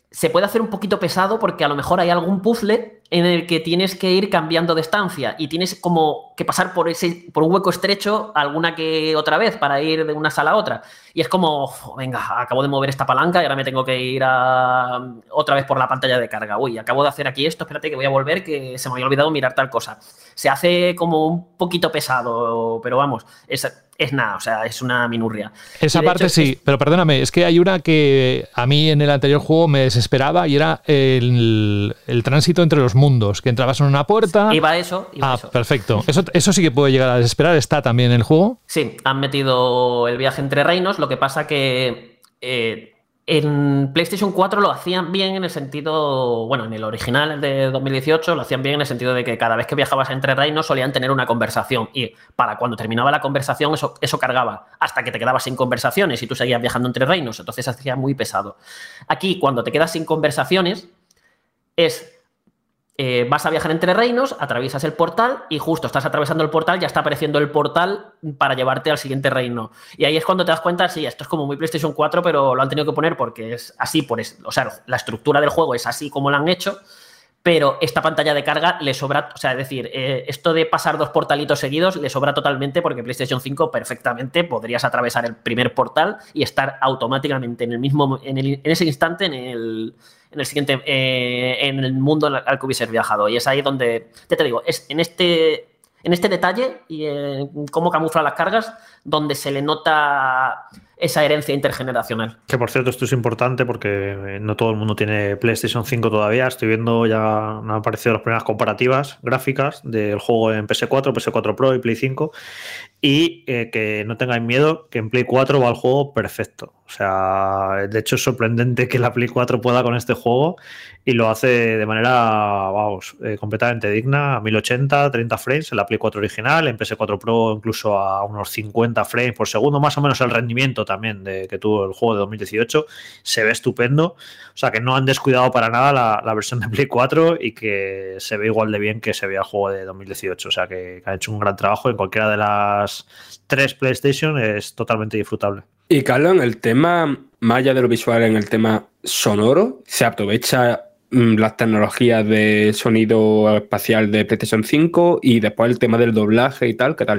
se puede hacer un poquito pesado porque a lo mejor hay algún puzzle en el que tienes que ir cambiando de estancia y tienes como que pasar por ese por un hueco estrecho alguna que otra vez para ir de una sala a otra. Y es como, oh, venga, acabo de mover esta palanca y ahora me tengo que ir a, otra vez por la pantalla de carga. Uy, acabo de hacer aquí esto, espérate que voy a volver, que se me había olvidado mirar tal cosa. Se hace como un poquito pesado, pero vamos, es... Es nada, o sea, es una minurria. Esa parte hecho, sí, es... pero perdóname, es que hay una que a mí en el anterior juego me desesperaba y era el, el tránsito entre los mundos, que entrabas en una puerta... Iba a eso, iba ah, a eso. Perfecto. Eso, eso sí que puede llegar a desesperar. ¿Está también en el juego? Sí, han metido el viaje entre reinos, lo que pasa que... Eh, en PlayStation cuatro lo hacían bien en el sentido, bueno, en el original de dos mil dieciocho lo hacían bien en el sentido de que cada vez que viajabas entre reinos solían tener una conversación y para cuando terminaba la conversación eso, eso cargaba hasta que te quedabas sin conversaciones y tú seguías viajando entre reinos, entonces se hacía muy pesado. Aquí, cuando te quedas sin conversaciones, es... Eh, vas a viajar entre reinos, atraviesas el portal y justo estás atravesando el portal, ya está apareciendo el portal para llevarte al siguiente reino. Y ahí es cuando te das cuenta, sí, esto es como muy PlayStation cuatro, pero lo han tenido que poner porque es así, por es, o sea, la estructura del juego es así como lo han hecho, pero esta pantalla de carga le sobra, o sea, es decir, eh, esto de pasar dos portalitos seguidos le sobra totalmente porque PlayStation cinco perfectamente podrías atravesar el primer portal y estar automáticamente en el mismo, en, el, en ese instante en el... en el siguiente, eh, en el mundo al que hubieses viajado. Y es ahí donde, ya te digo, es en este, en este detalle y en cómo camufla las cargas, donde se le nota esa herencia intergeneracional. Que por cierto, esto es importante porque no todo el mundo tiene PlayStation cinco todavía. Estoy viendo, ya me han aparecido las primeras comparativas gráficas del juego en P S cuatro, P S cuatro Pro y Play cinco. Y eh, que no tengáis miedo, que en Play cuatro va el juego perfecto. O sea, de hecho es sorprendente que la Play cuatro pueda con este juego y lo hace de manera, vamos, eh, completamente digna, a mil ochenta, treinta frames en la Play cuatro original, en P S cuatro Pro incluso a unos cincuenta frames por segundo, más o menos el rendimiento también de que tuvo el juego de dos mil dieciocho, se ve estupendo. O sea, que no han descuidado para nada la, la versión de Play cuatro y que se ve igual de bien que se veía el juego de dos mil dieciocho. O sea, que, que han hecho un gran trabajo en cualquiera de las tres PlayStation, es totalmente disfrutable. Y Carlos, en el tema, más allá de lo visual, en el tema sonoro, se aprovecha mmm, las tecnologías de sonido espacial de PlayStation cinco y después el tema del doblaje y tal, ¿qué tal?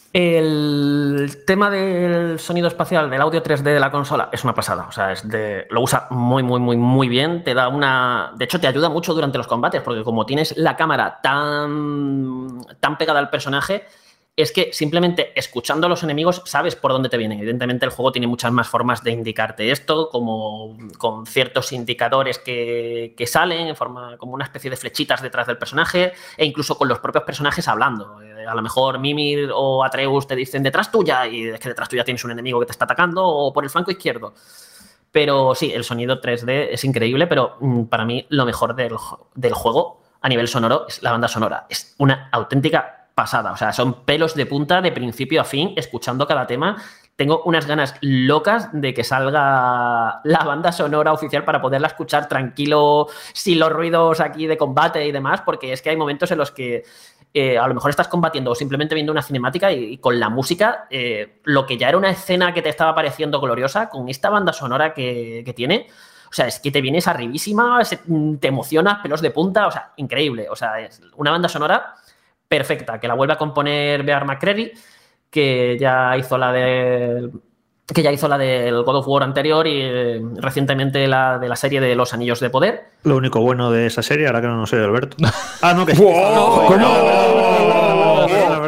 El tema del sonido espacial, del audio tres D de la consola, es una pasada. O sea, es de, lo usa muy, muy, muy, muy bien. Te da una... De hecho, te ayuda mucho durante los combates, porque como tienes la cámara tan, tan pegada al personaje, es que simplemente escuchando a los enemigos sabes por dónde te vienen. Evidentemente el juego tiene muchas más formas de indicarte esto, como con ciertos indicadores que, que salen en forma como una especie de flechitas detrás del personaje e incluso con los propios personajes hablando. A lo mejor Mimir o Atreus te dicen detrás tuya y es que detrás tuya tienes un enemigo que te está atacando o por el flanco izquierdo. Pero sí, el sonido tres D es increíble, pero mmm, para mí lo mejor del, del juego a nivel sonoro es la banda sonora. Es una auténtica pasada, o sea, son pelos de punta de principio a fin, escuchando cada tema. Tengo unas ganas locas de que salga la banda sonora oficial para poderla escuchar tranquilo, sin los ruidos aquí de combate y demás, porque es que hay momentos en los que eh, a lo mejor estás combatiendo o simplemente viendo una cinemática y, y con la música, eh, lo que ya era una escena que te estaba pareciendo gloriosa, con esta banda sonora que, que tiene, o sea, es que te vienes arribísima, se, te emocionas, pelos de punta, o sea, increíble. O sea, es una banda sonora perfecta, que la vuelve a componer Bear McCreary, que ya hizo la del que ya hizo la del God of War anterior y eh, recientemente la de la serie de Los Anillos de Poder. Lo único bueno de esa serie, ahora que no soy Alberto. Ah, no, que sí. Wow, ¿cómo?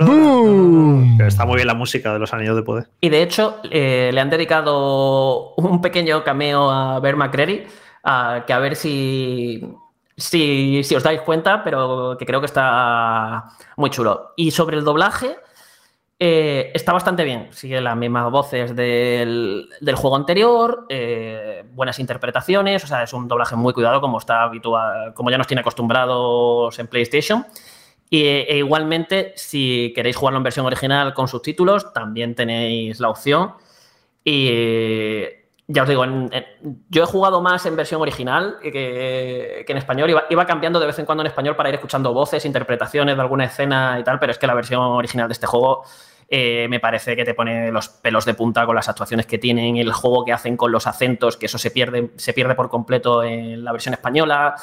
Está muy bien la música de Los Anillos de Poder. Y de hecho, eh, le han dedicado un pequeño cameo a Bear McCreary, a, que a ver si... Si, si os dais cuenta, pero que creo que está muy chulo. Y sobre el doblaje, eh, está bastante bien. Sigue las mismas voces del, del juego anterior, eh, buenas interpretaciones, o sea, es un doblaje muy cuidado como está habitual, como ya nos tiene acostumbrados en PlayStation. Y, e igualmente, si queréis jugarlo en versión original con subtítulos, también tenéis la opción. Y... Ya os digo, en, en, yo he jugado más en versión original que, que en español. Iba, iba cambiando de vez en cuando en español para ir escuchando voces, interpretaciones de alguna escena y tal, pero es que la versión original de este juego Eh, me parece que te pone los pelos de punta con las actuaciones que tienen, el juego que hacen con los acentos, que eso se pierde, se pierde por completo en la versión española.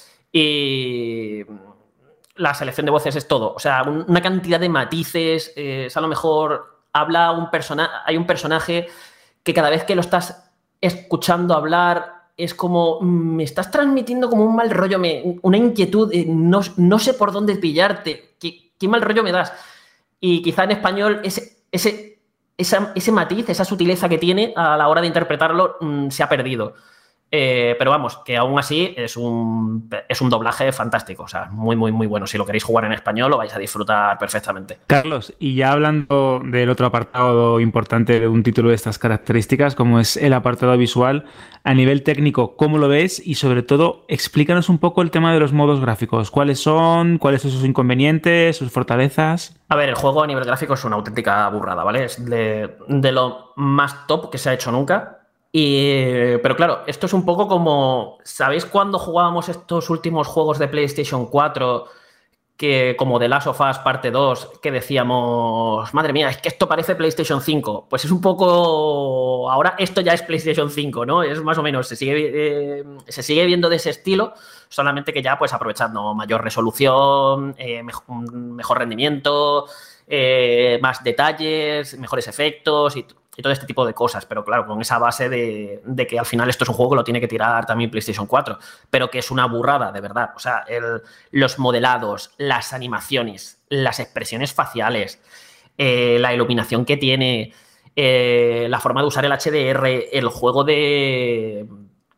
Y la selección de voces es todo. O sea, un, una cantidad de matices. Eh, es a lo mejor habla un personaje, hay un personaje que cada vez que lo estás escuchando hablar es como, me estás transmitiendo como un mal rollo, me, una inquietud, eh, no, no sé por dónde pillarte, qué, qué mal rollo me das. Y quizá en español ese, ese, esa, ese matiz, esa sutileza que tiene a la hora de interpretarlo mmm, se ha perdido. Eh, pero vamos, que aún así es un, es un doblaje fantástico, o sea, muy, muy, muy bueno. Si lo queréis jugar en español lo vais a disfrutar perfectamente. Carlos, y ya hablando del otro apartado importante de un título de estas características, como es el apartado visual, a nivel técnico, ¿cómo lo ves? Y sobre todo, explícanos un poco el tema de los modos gráficos. ¿Cuáles son? ¿Cuáles son sus inconvenientes? ¿Sus fortalezas? A ver, el juego a nivel gráfico es una auténtica burrada, ¿vale? Es de, de lo más top que se ha hecho nunca. Y, pero claro, esto es un poco como, ¿sabéis cuando jugábamos estos últimos juegos de PlayStation cuatro, que como The Last of Us parte dos, que decíamos, madre mía, es que esto parece PlayStation cinco? Pues es un poco, ahora esto ya es PlayStation cinco, ¿no? Es más o menos, se sigue, eh, se sigue viendo de ese estilo, solamente que ya pues aprovechando mayor resolución, eh, mejor, mejor rendimiento, eh, más detalles, mejores efectos y y todo este tipo de cosas, pero claro, con esa base de, de que al final esto es un juego que lo tiene que tirar también PlayStation cuatro, pero que es una burrada, de verdad. O sea, el, los modelados, las animaciones, las expresiones faciales, eh, la iluminación que tiene, eh, la forma de usar el H D R, el juego de...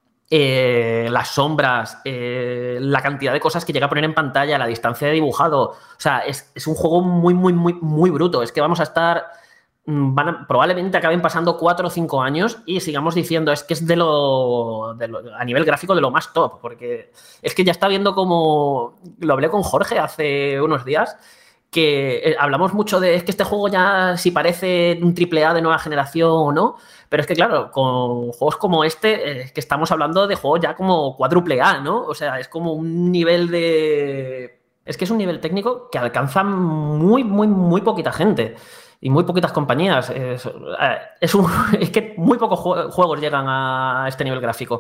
Eh, las sombras, eh, la cantidad de cosas que llega a poner en pantalla, la distancia de dibujado. O sea, es, es un juego muy, muy, muy, muy bruto. Es que vamos a estar... Van a, probablemente acaben pasando cuatro o cinco años y sigamos diciendo es que es de lo, de lo a nivel gráfico de lo más top, porque es que ya está viendo como lo hablé con Jorge hace unos días, que eh, hablamos mucho de es que este juego ya si parece un triple A de nueva generación o no, pero es que claro, con juegos como este es que estamos hablando de juegos ya como cuádruple A, ¿no? O sea, es como un nivel de... Es que es un nivel técnico que alcanza muy, muy, muy poquita gente. Y muy poquitas compañías. Es, es, un, es que muy pocos juegos llegan a este nivel gráfico.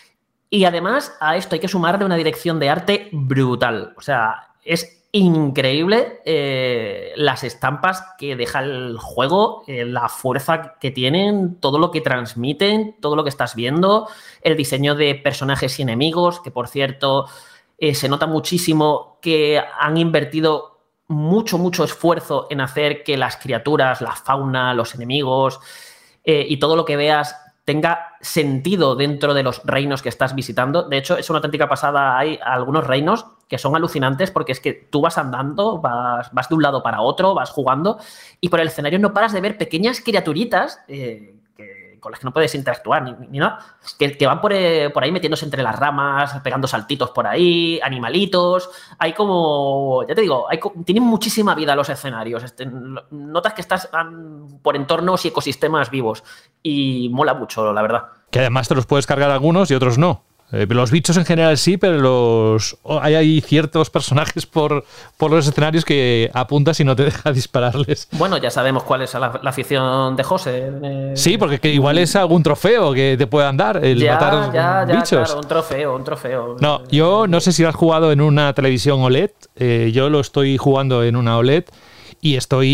Y además a esto hay que sumarle una dirección de arte brutal. O sea, es increíble eh, las estampas que deja el juego, eh, la fuerza que tienen, todo lo que transmiten, todo lo que estás viendo, el diseño de personajes y enemigos, que por cierto eh, se nota muchísimo que han invertido mucho, mucho esfuerzo en hacer que las criaturas, la fauna, los enemigos eh, y todo lo que veas tenga sentido dentro de los reinos que estás visitando. De hecho, es una auténtica pasada. Hay algunos reinos que son alucinantes porque es que tú vas andando, vas, vas de un lado para otro, vas jugando y por el escenario no paras de ver pequeñas criaturitas eh, que, con las que no puedes interactuar ni, ni nada, que, que van por, eh, por ahí metiéndose entre las ramas, pegando saltitos por ahí, animalitos. Hay como, ya te digo, hay, tienen muchísima vida los escenarios. Este, notas que estás um, por entornos y ecosistemas vivos y mola mucho, la verdad. Que además te los puedes cargar algunos y otros no. Eh, los bichos en general sí, pero los hay, hay ciertos personajes por, por los escenarios que apuntas y no te deja dispararles. Bueno, ya sabemos cuál es la, la afición de José. Eh, sí, porque que igual es algún trofeo que te puedan dar, el ya, matar ya, ya, bichos. Claro, un trofeo, un trofeo. No, yo no sé si lo has jugado en una televisión O L E D, eh, yo lo estoy jugando en una O L E D y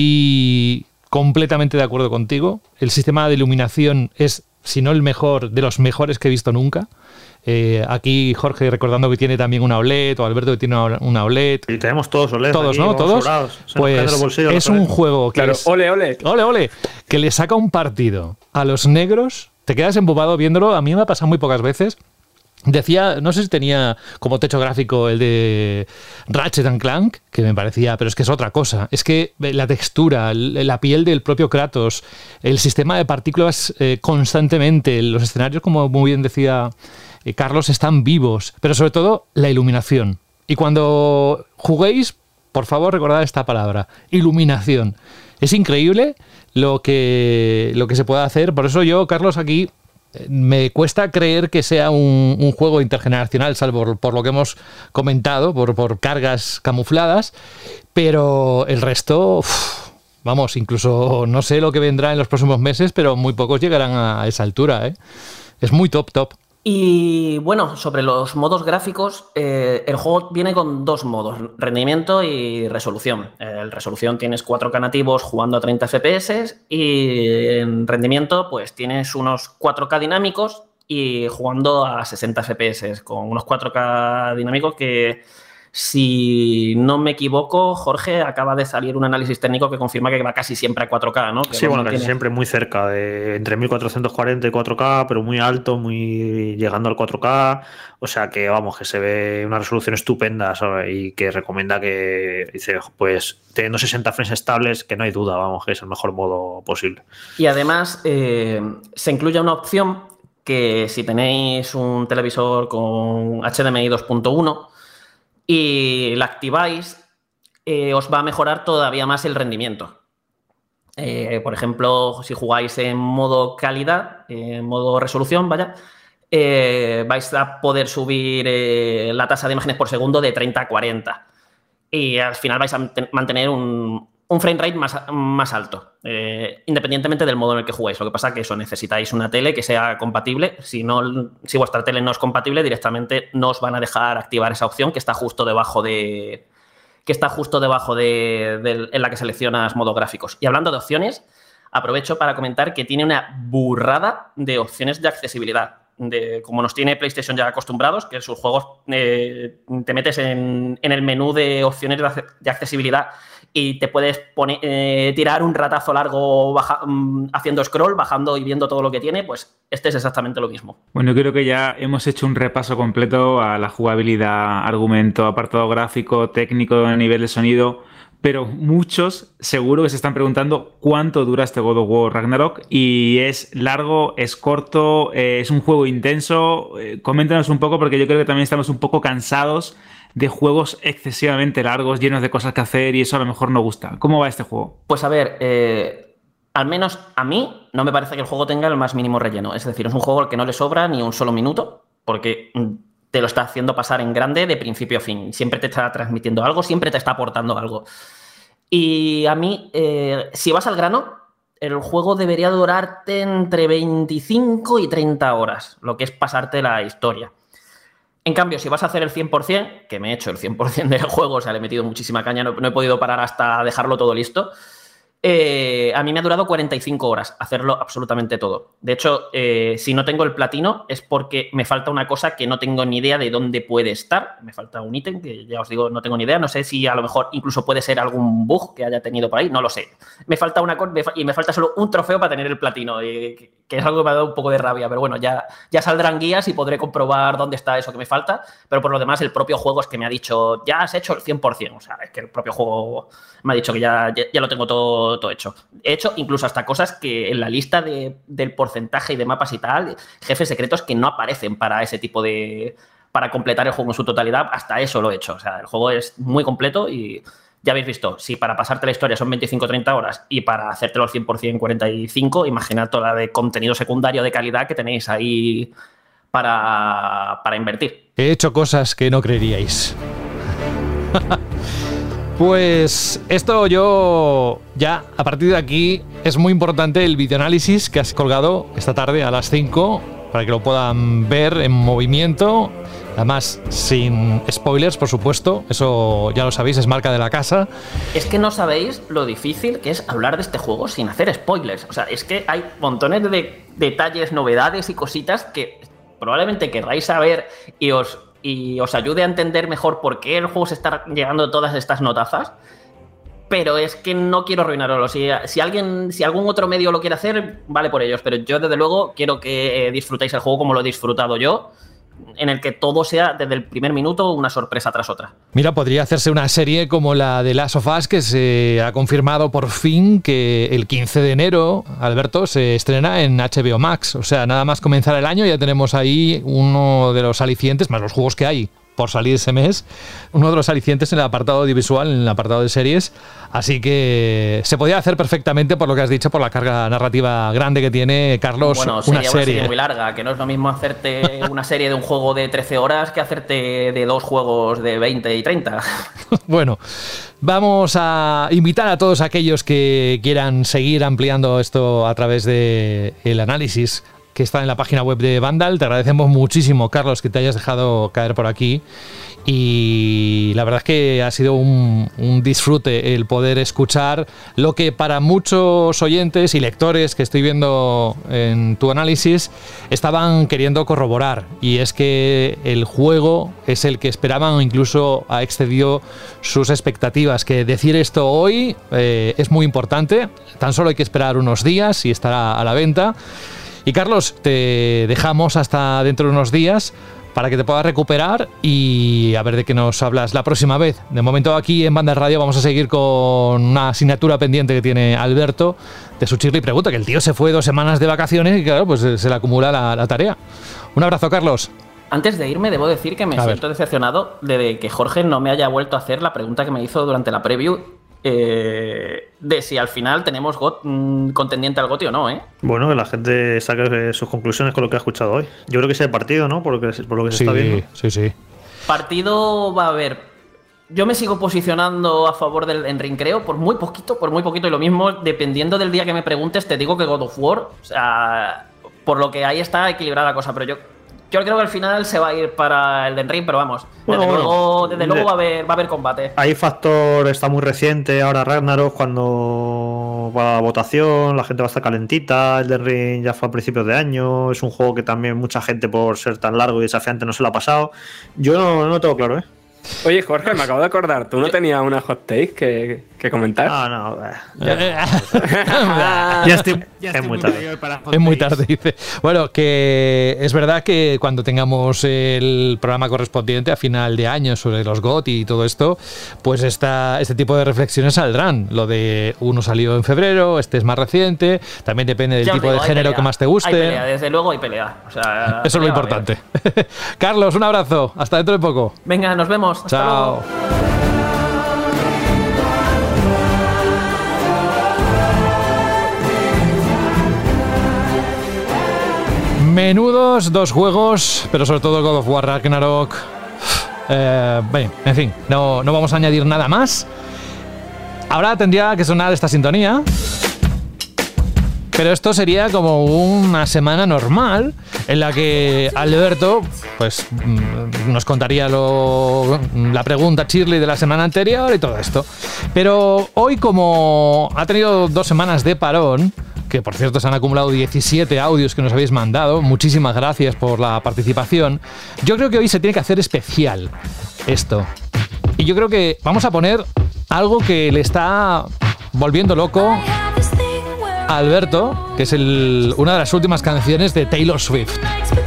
estoy completamente de acuerdo contigo. El sistema de iluminación es, si no el mejor, de los mejores que he visto nunca. Eh, aquí Jorge recordando que tiene también una O L E D, o Alberto que tiene una, una O L E D. Y tenemos todos O L E D. Todos, aquí, ¿no? Todos. Pues bolsillos, es un juego que claro, es, ole, ole. ole, ole, que le saca un partido a los negros. Te quedas embobado viéndolo. A mí me ha pasado muy pocas veces. Decía, no sé si tenía como techo gráfico el de Ratchet and Clank, que me parecía, pero es que es otra cosa. Es que la textura, la piel del propio Kratos, el sistema de partículas eh, constantemente, los escenarios, como muy bien decía eh, Carlos, están vivos, pero sobre todo la iluminación. Y cuando juguéis, por favor, recordad esta palabra, iluminación. Es increíble lo que, lo que se puede hacer. Por eso yo, Carlos, aquí... me cuesta creer que sea un, un juego intergeneracional, salvo por, por lo que hemos comentado, por, por cargas camufladas, pero el resto, uff, vamos, incluso no sé lo que vendrá en los próximos meses, pero muy pocos llegarán a esa altura, ¿eh? Es muy top, top. Y bueno, sobre los modos gráficos, eh, el juego viene con dos modos, rendimiento y resolución. En resolución tienes cuatro K nativos jugando a treinta F P S y en rendimiento pues tienes unos cuatro K dinámicos y jugando a sesenta F P S con unos cuatro K dinámicos que, si no me equivoco, Jorge, acaba de salir un análisis técnico que confirma que va casi siempre a cuatro K, ¿no? Que sí, bueno, casi tiene... siempre muy cerca, de entre mil cuatrocientos cuarenta y cuatro K, pero muy alto, muy llegando al cuatro K. O sea que, vamos, que se ve una resolución estupenda, ¿sabes? Y que recomienda que, dice, pues, teniendo sesenta frames estables, que no hay duda, vamos, que es el mejor modo posible. Y además, eh, se incluye una opción que si tenéis un televisor con H D M I dos punto uno, y la activáis, eh, os va a mejorar todavía más el rendimiento. Eh, por ejemplo, si jugáis en modo calidad, en modo resolución, vaya, eh, vais a poder subir eh, la tasa de imágenes por segundo de treinta a cuarenta. Y al final vais a mantener un, un frame rate más, más alto, eh, independientemente del modo en el que juguéis. Lo que pasa es que eso, necesitáis una tele que sea compatible. Si, no, si vuestra tele no es compatible, directamente no os van a dejar activar esa opción que está justo debajo de... que está justo debajo de, de en la que seleccionas modos gráficos. Y hablando de opciones, aprovecho para comentar que tiene una burrada de opciones de accesibilidad. De, como nos tiene PlayStation ya acostumbrados, que en sus juegos eh, te metes en, en el menú de opciones de, de accesibilidad y te puedes poner, eh, tirar un ratazo largo baja, um, haciendo scroll, bajando y viendo todo lo que tiene, pues este es exactamente lo mismo. Bueno, creo que ya hemos hecho un repaso completo a la jugabilidad, argumento, apartado gráfico, técnico, a nivel de sonido, pero muchos seguro que se están preguntando cuánto dura este God of War Ragnarok, y es largo, es corto, eh, es un juego intenso. Eh, coméntanos un poco, porque yo creo que también estamos un poco cansados de juegos excesivamente largos, llenos de cosas que hacer, y eso a lo mejor no gusta. ¿Cómo va este juego? Pues a ver, eh, al menos a mí no me parece que el juego tenga el más mínimo relleno. Es decir, es un juego al que no le sobra ni un solo minuto, porque te lo está haciendo pasar en grande de principio a fin. Siempre te está transmitiendo algo, siempre te está aportando algo. Y a mí, eh, si vas al grano, el juego debería durarte entre veinticinco y treinta horas, lo que es pasarte la historia. En cambio, si vas a hacer el cien por cien, que me he hecho el cien por cien del juego, o sea, le he metido muchísima caña, no, no he podido parar hasta dejarlo todo listo, eh, a mí me ha durado cuarenta y cinco horas hacerlo absolutamente todo. De hecho, eh, si no tengo el platino es porque me falta una cosa que no tengo ni idea de dónde puede estar. Me falta un ítem que ya os digo, no tengo ni idea. No sé si a lo mejor incluso puede ser algún bug que haya tenido por ahí, no lo sé. Me falta una cosa y me falta solo un trofeo para tener el platino, y, que es algo que me ha dado un poco de rabia. Pero bueno, ya, ya saldrán guías y podré comprobar dónde está eso que me falta. Pero por lo demás, el propio juego es que me ha dicho, ya has hecho el cien por cien. O sea, es que el propio juego me ha dicho que ya, ya, ya lo tengo todo, todo hecho. He hecho incluso hasta cosas que en la lista de, del porcentaje y de mapas y tal, jefes secretos que no aparecen para ese tipo de... para completar el juego en su totalidad, hasta eso lo he hecho. O sea, el juego es muy completo y ya habéis visto, si para pasarte la historia son veinticinco a treinta horas y para hacértelo al cien por cien cuarenta y cinco, imaginad toda la de contenido secundario de calidad que tenéis ahí para, para invertir. He hecho cosas que no creeríais. Pues esto yo ya, a partir de aquí, es muy importante el videoanálisis que has colgado esta tarde a las cinco para que lo puedan ver en movimiento, además sin spoilers, por supuesto, eso ya lo sabéis, es marca de la casa. Es que no sabéis lo difícil que es hablar de este juego sin hacer spoilers. O sea, es que hay montones de detalles, novedades y cositas que probablemente querráis saber y os... y os ayude a entender mejor por qué el juego se está llegando a todas estas notazas, pero es que no quiero arruinarlo. Si, si alguien, si algún otro medio lo quiere hacer, vale por ellos, pero yo desde luego quiero que disfrutéis el juego como lo he disfrutado yo, en el que todo sea desde el primer minuto una sorpresa tras otra. Mira, podría hacerse una serie como la de Last of Us, que se ha confirmado por fin que el quince de enero, Alberto, se estrena en H B O Max. O sea, nada más comenzar el año ya tenemos ahí uno de los alicientes, más los juegos que hay por salir ese mes, uno de los alicientes en el apartado audiovisual, en el apartado de series, así que se podía hacer perfectamente, por lo que has dicho, por la carga narrativa grande que tiene, Carlos, bueno, una sería serie. Una serie muy larga, que no es lo mismo hacerte una serie de un juego de trece horas que hacerte de dos juegos de veinte y treinta. Bueno, vamos a invitar a todos aquellos que quieran seguir ampliando esto a través de el análisis que está en la página web de Vandal. Te agradecemos muchísimo, Carlos, que te hayas dejado caer por aquí. Y la verdad es que ha sido un, un disfrute el poder escuchar lo que para muchos oyentes y lectores que estoy viendo en tu análisis estaban queriendo corroborar, y es que el juego es el que esperaban o incluso ha excedido sus expectativas. Que decir esto hoy eh, es muy importante, tan solo hay que esperar unos días y estará a la venta. Y Carlos, te dejamos hasta dentro de unos días para que te puedas recuperar y a ver de qué nos hablas la próxima vez. De momento aquí en Vandal Radio vamos a seguir con una asignatura pendiente que tiene Alberto de su Chirly Pregunta, que el tío se fue dos semanas de vacaciones y claro, pues se le acumula la, la tarea. Un abrazo, Carlos. Antes de irme, debo decir que me A siento ver. decepcionado de que Jorge no me haya vuelto a hacer la pregunta que me hizo durante la preview eh, de si al final tenemos got, mm, contendiente al GOTY o no, ¿eh? Bueno, que la gente saque sus conclusiones con lo que ha escuchado hoy. Yo creo que es el partido, ¿no? Por lo que, por lo que se Sí, está viendo. sí, sí. Partido va a haber. Yo me sigo posicionando a favor del Elden Ring, creo, por muy poquito, por muy poquito. Y lo mismo, dependiendo del día que me preguntes, te digo que God of War, o sea, por lo que ahí está equilibrada la cosa. Pero yo, yo creo que al final se va a ir para el Elden Ring, pero vamos, Bueno, desde, bueno, luego, desde de- luego va a haber, va a haber combate. Hay factor, está muy reciente ahora Ragnarok, cuando va a votación, la gente va a estar calentita. Elden Ring ya fue a principios de año, es un juego que también mucha gente, por ser tan largo y desafiante, no se lo ha pasado. Yo no, no lo tengo claro, ¿eh? Oye, Jorge, me acabo de acordar, ¿tú no tenías una hot take que, que comentar? Ah, no, eh. Ya estoy, Ya es estoy muy muy tarde. mayor para hot Es muy takes. tarde, dice. Bueno, que es verdad que cuando tengamos el programa correspondiente a final de año sobre los GOTY y todo esto, pues esta, este tipo de reflexiones saldrán. Lo de uno salió en febrero, este es más reciente, también depende del Ya os tipo digo, de hay género pelea. que más te Hay guste. pelea, desde luego hay pelea. O sea, Eso es lo pelea va a haber. importante. Carlos, un abrazo. Hasta dentro de poco. Venga, nos vemos. Hasta Chao. luego. Menudos dos juegos, pero sobre todo God of War Ragnarok. Eh, bien, en fin, no, no vamos a añadir nada más. Ahora tendría que sonar esta sintonía. Pero esto sería como una semana normal en la que Alberto pues mm, nos contaría lo, la pregunta Chirly de la semana anterior y todo esto. Pero hoy, como ha tenido dos semanas de parón, que por cierto se han acumulado diecisiete audios que nos habéis mandado, muchísimas gracias por la participación, yo creo que hoy se tiene que hacer especial esto. Y yo creo que vamos a poner algo que le está volviendo loco a Alberto, que es el, una de las últimas canciones de Taylor Swift,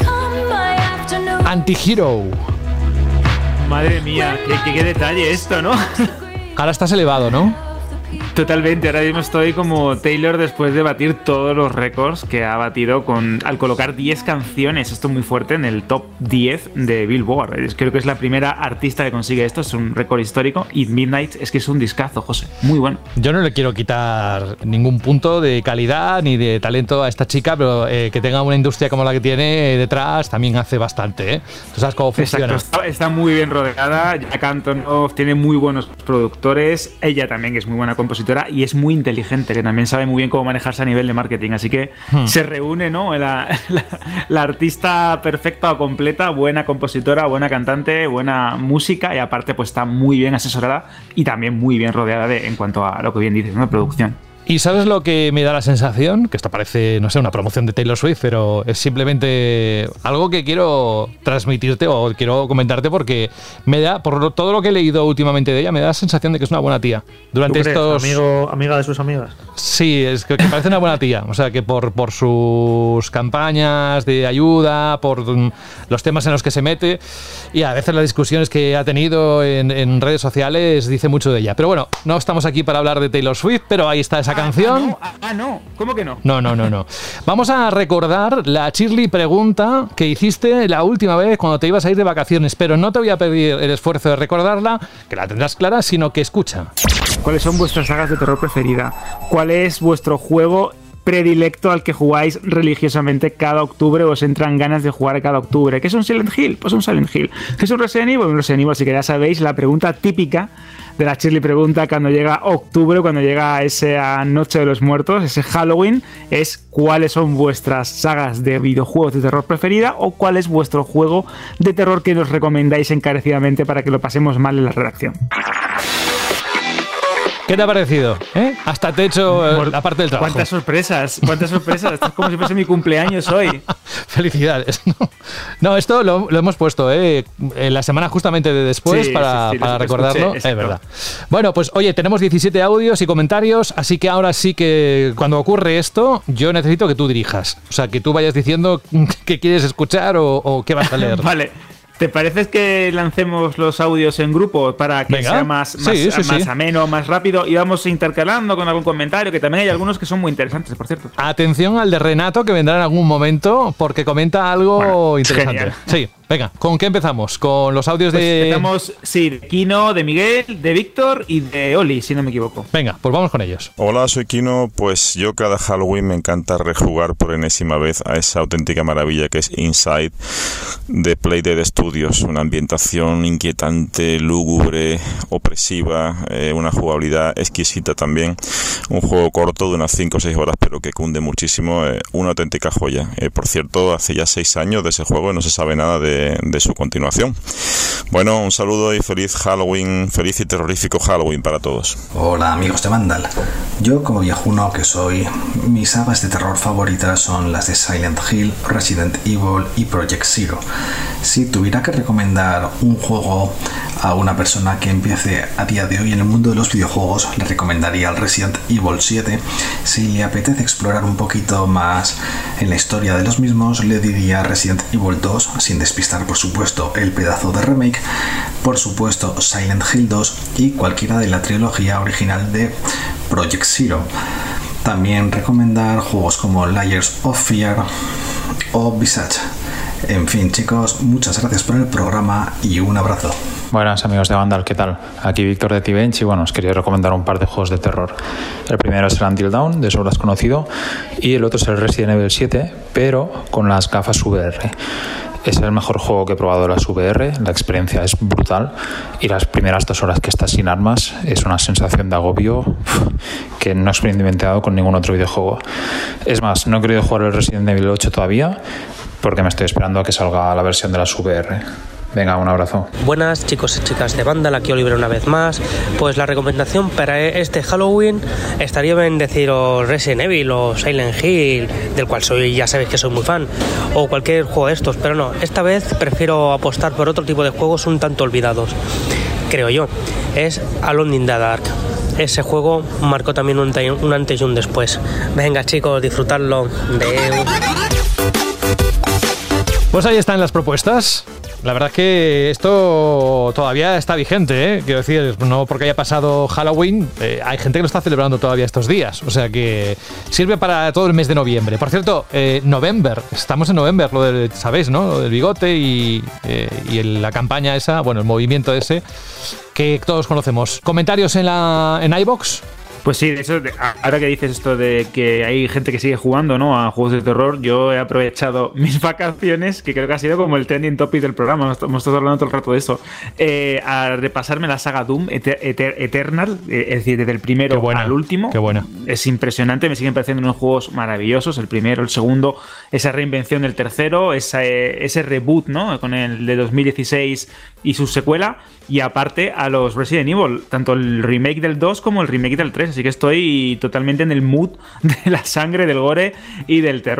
Anti-Hero. Madre mía, qué, qué, qué detalle esto, ¿no? Ahora estás elevado, ¿no? Totalmente, ahora mismo estoy como Taylor después de batir todos los récords que ha batido con, al colocar diez canciones, esto es muy fuerte, en el top diez de Billboard. Es- Creo que es la primera artista que consigue esto, es un récord histórico. Y Midnight es que es un discazo, José, muy bueno. Yo no le quiero quitar ningún punto de calidad ni de talento a esta chica, pero eh, que tenga una industria como la que tiene detrás también hace bastante, ¿eh? Tú sabes cómo funciona. Exacto, está, está muy bien rodeada. Jack Antonoff tiene muy buenos productores. Ella también es muy buena compositora y es muy inteligente, que también sabe muy bien cómo manejarse a nivel de marketing. Así que Hmm. se reúne, ¿no? La, la- la artista perfecta o completa, buena compositora, buena cantante, buena música y aparte pues está muy bien asesorada y también muy bien rodeada de, en cuanto a lo que bien dices, ¿no? De producción. ¿Y sabes lo que me da la sensación? Que esto parece, no sé, una promoción de Taylor Swift, pero es simplemente algo que quiero transmitirte o quiero comentarte porque me da, por todo lo que he leído últimamente de ella, me da la sensación de que es una buena tía. Durante ¿Tú crees? estos... Amigo, amiga de sus amigas. Sí, es que, que parece una buena tía. O sea, que por, por sus campañas de ayuda, por mm, los temas en los que se mete y a veces las discusiones que ha tenido en, en redes sociales, dice mucho de ella. Pero bueno, no estamos aquí para hablar de Taylor Swift, pero ahí está esa canción. Ah, no. Ah, no. ¿Cómo que no? No, no, no, no. Vamos a recordar la Shirley pregunta que hiciste la última vez cuando te ibas a ir de vacaciones, pero no te voy a pedir el esfuerzo de recordarla, que la tendrás clara, sino que escucha. ¿Cuáles son vuestras sagas de terror preferida? ¿Cuál es vuestro juego predilecto al que jugáis religiosamente cada octubre o os entran ganas de jugar cada octubre? ¿Qué es un Silent Hill? Pues un Silent Hill. ¿Qué es un Resident Evil? Un Resident Evil, así que ya sabéis la pregunta típica de la Shirley pregunta cuando llega octubre, cuando llega esa Noche de los Muertos, ese Halloween, es cuáles son vuestras sagas de videojuegos de terror preferida o cuál es vuestro juego de terror que nos recomendáis encarecidamente para que lo pasemos mal en la redacción. ¿Qué te ha parecido? ¿Eh? Hasta te he hecho eh, la parte del trabajo. ¿Cuántas sorpresas? ¿Cuántas sorpresas? Esto es como si fuese mi cumpleaños hoy. Felicidades. No, no esto lo, lo hemos puesto ¿eh? en la semana justamente de después sí, para, sí, sí, para recordarlo. Escuché, es verdad. Bueno, pues oye, tenemos diecisiete audios y comentarios, así que ahora sí que cuando ocurre esto, yo necesito que tú dirijas. O sea, que tú vayas diciendo qué quieres escuchar o, o qué vas a leer. Vale. ¿Te parece que lancemos los audios en grupo para que Venga. sea más, más, sí, sí, más sí. ameno, más rápido y vamos intercalando con algún comentario, que también hay algunos que son muy interesantes, por cierto? Atención al de Renato, que vendrá en algún momento porque comenta algo bueno, interesante. Genial. Sí, venga, ¿con qué empezamos? Con los audios pues de... Empezamos, sí, de Kino, de Miguel, de Víctor y de Oli, si no me equivoco. Venga, pues vamos con ellos. Hola, soy Kino. Pues yo cada Halloween me encanta rejugar por enésima vez a esa auténtica maravilla que es Inside de Playdead Studios, una ambientación inquietante, lúgubre, opresiva, eh, una jugabilidad exquisita también, un juego corto de unas cinco o seis horas pero que cunde muchísimo, eh, una auténtica joya. Eh, por cierto, hace ya seis años de ese juego y no se sabe nada de, de su continuación. Bueno, un saludo y feliz Halloween, feliz y terrorífico Halloween para todos. Hola amigos de Vandal, yo como viejuno que soy, mis sagas de terror favoritas son las de Silent Hill, Resident Evil y Project Zero. Si tuviera que recomendar un juego a una persona que empiece a día de hoy en el mundo de los videojuegos, le recomendaría el Resident Evil siete. Si le apetece explorar un poquito más en la historia de los mismos, le diría Resident Evil dos, sin despistar por supuesto el pedazo de remake, por supuesto Silent Hill dos y cualquiera de la trilogía original de Project Zero. También recomendar juegos como Layers of Fear o Visage. En fin, chicos, muchas gracias por el programa y un abrazo. Buenas amigos de Vandal, ¿qué tal? Aquí Víctor de T-Bench y bueno, os quería recomendar un par de juegos de terror. El primero es el Until Dawn, de eso lo has conocido, y el otro es el Resident Evil siete, pero con las gafas V R. Es el mejor juego que he probado de las V R, la experiencia es brutal y las primeras dos horas que estás sin armas es una sensación de agobio que no he experimentado con ningún otro videojuego. Es más, no he querido jugar el Resident Evil ocho todavía porque me estoy esperando a que salga la versión de las V R. Venga, un abrazo. Buenas chicos y chicas de Vandal, aquí Oliver una vez más. Pues la recomendación para este Halloween estaría bien deciros Resident Evil o Silent Hill, del cual soy, ya sabéis que soy muy fan, o cualquier juego de estos, pero no, esta vez prefiero apostar por otro tipo de juegos un tanto olvidados, creo yo. Es Alone in the Dark. Ese juego marcó también un, un antes y un después. Venga chicos, disfrutadlo. De... Pues ahí están las propuestas. La verdad es que esto todavía está vigente, ¿eh? Quiero decir, no porque haya pasado Halloween, eh, hay gente que lo está celebrando todavía estos días. O sea que sirve para todo el mes de noviembre. Por cierto, eh, November, estamos en November, lo del, ¿sabéis, no? Lo del bigote y, eh, y el, la campaña esa, bueno, el movimiento ese que todos conocemos. ¿Comentarios en la en iVoox? Pues sí, de eso, ahora que dices esto de que hay gente que sigue jugando, ¿no?, a juegos de terror, yo he aprovechado mis vacaciones, que creo que ha sido como el trending topic del programa, hemos estado hablando todo el rato de esto, eh, a repasarme la saga Doom Eter- Eter- Eternal, eh, es decir, desde el primero buena, al último. Qué buena. Es impresionante, me siguen pareciendo unos juegos maravillosos, el primero, el segundo, esa reinvención del tercero, esa, eh, ese reboot, ¿no?, con el de dos mil dieciséis y su secuela, y aparte a los Resident Evil, tanto el remake del dos como el remake del tres, así que estoy totalmente en el mood de la sangre, del gore y del terror.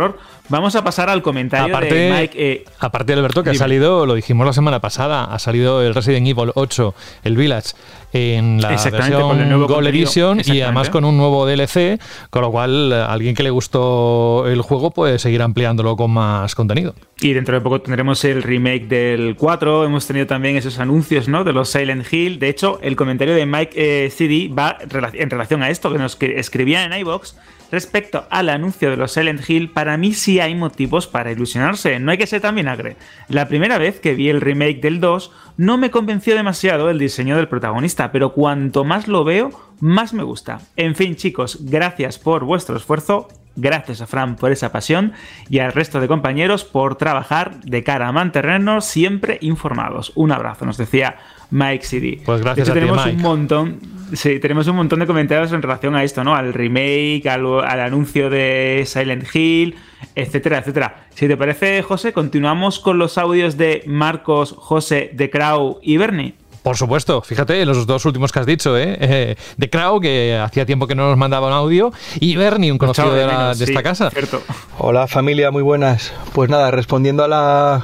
Vamos a pasar al comentario aparte, de Mike. Eh, aparte, Alberto, que dime. ha salido, lo dijimos la semana pasada, ha salido el Resident Evil ocho, el Village, en la versión Gold Edition y además con un nuevo D L C, con lo cual a alguien que le gustó el juego puede seguir ampliándolo con más contenido. Y dentro de poco tendremos el remake del cuatro. Hemos tenido también esos anuncios, ¿no?, de los Silent Hill. De hecho, el comentario de Mike eh, C D va en relación a esto que nos escribía en iVoox. Respecto al anuncio de los Silent Hill, para mí sí hay motivos para ilusionarse, no hay que ser tan vinagre. La primera vez que vi el remake del dos no me convenció demasiado el diseño del protagonista, pero cuanto más lo veo, más me gusta. En fin, chicos, gracias por vuestro esfuerzo, gracias a Fran por esa pasión y al resto de compañeros por trabajar de cara a mantenernos siempre informados. Un abrazo, nos decía Mike C D. Pues gracias de hecho, a ti, tenemos Mike. un montón, sí, tenemos un montón de comentarios en relación a esto, ¿no? Al remake, al, al anuncio de Silent Hill, etcétera, etcétera. Si te parece, José, continuamos con los audios de Marcos, José, The Crow y Bernie. Por supuesto, fíjate, los dos últimos que has dicho, ¿eh? eh de Crow, que hacía tiempo que no nos mandaba un audio, y Bernie, un conocido de, la, de esta sí, casa. Cierto. Hola familia, muy buenas. Pues nada, respondiendo a la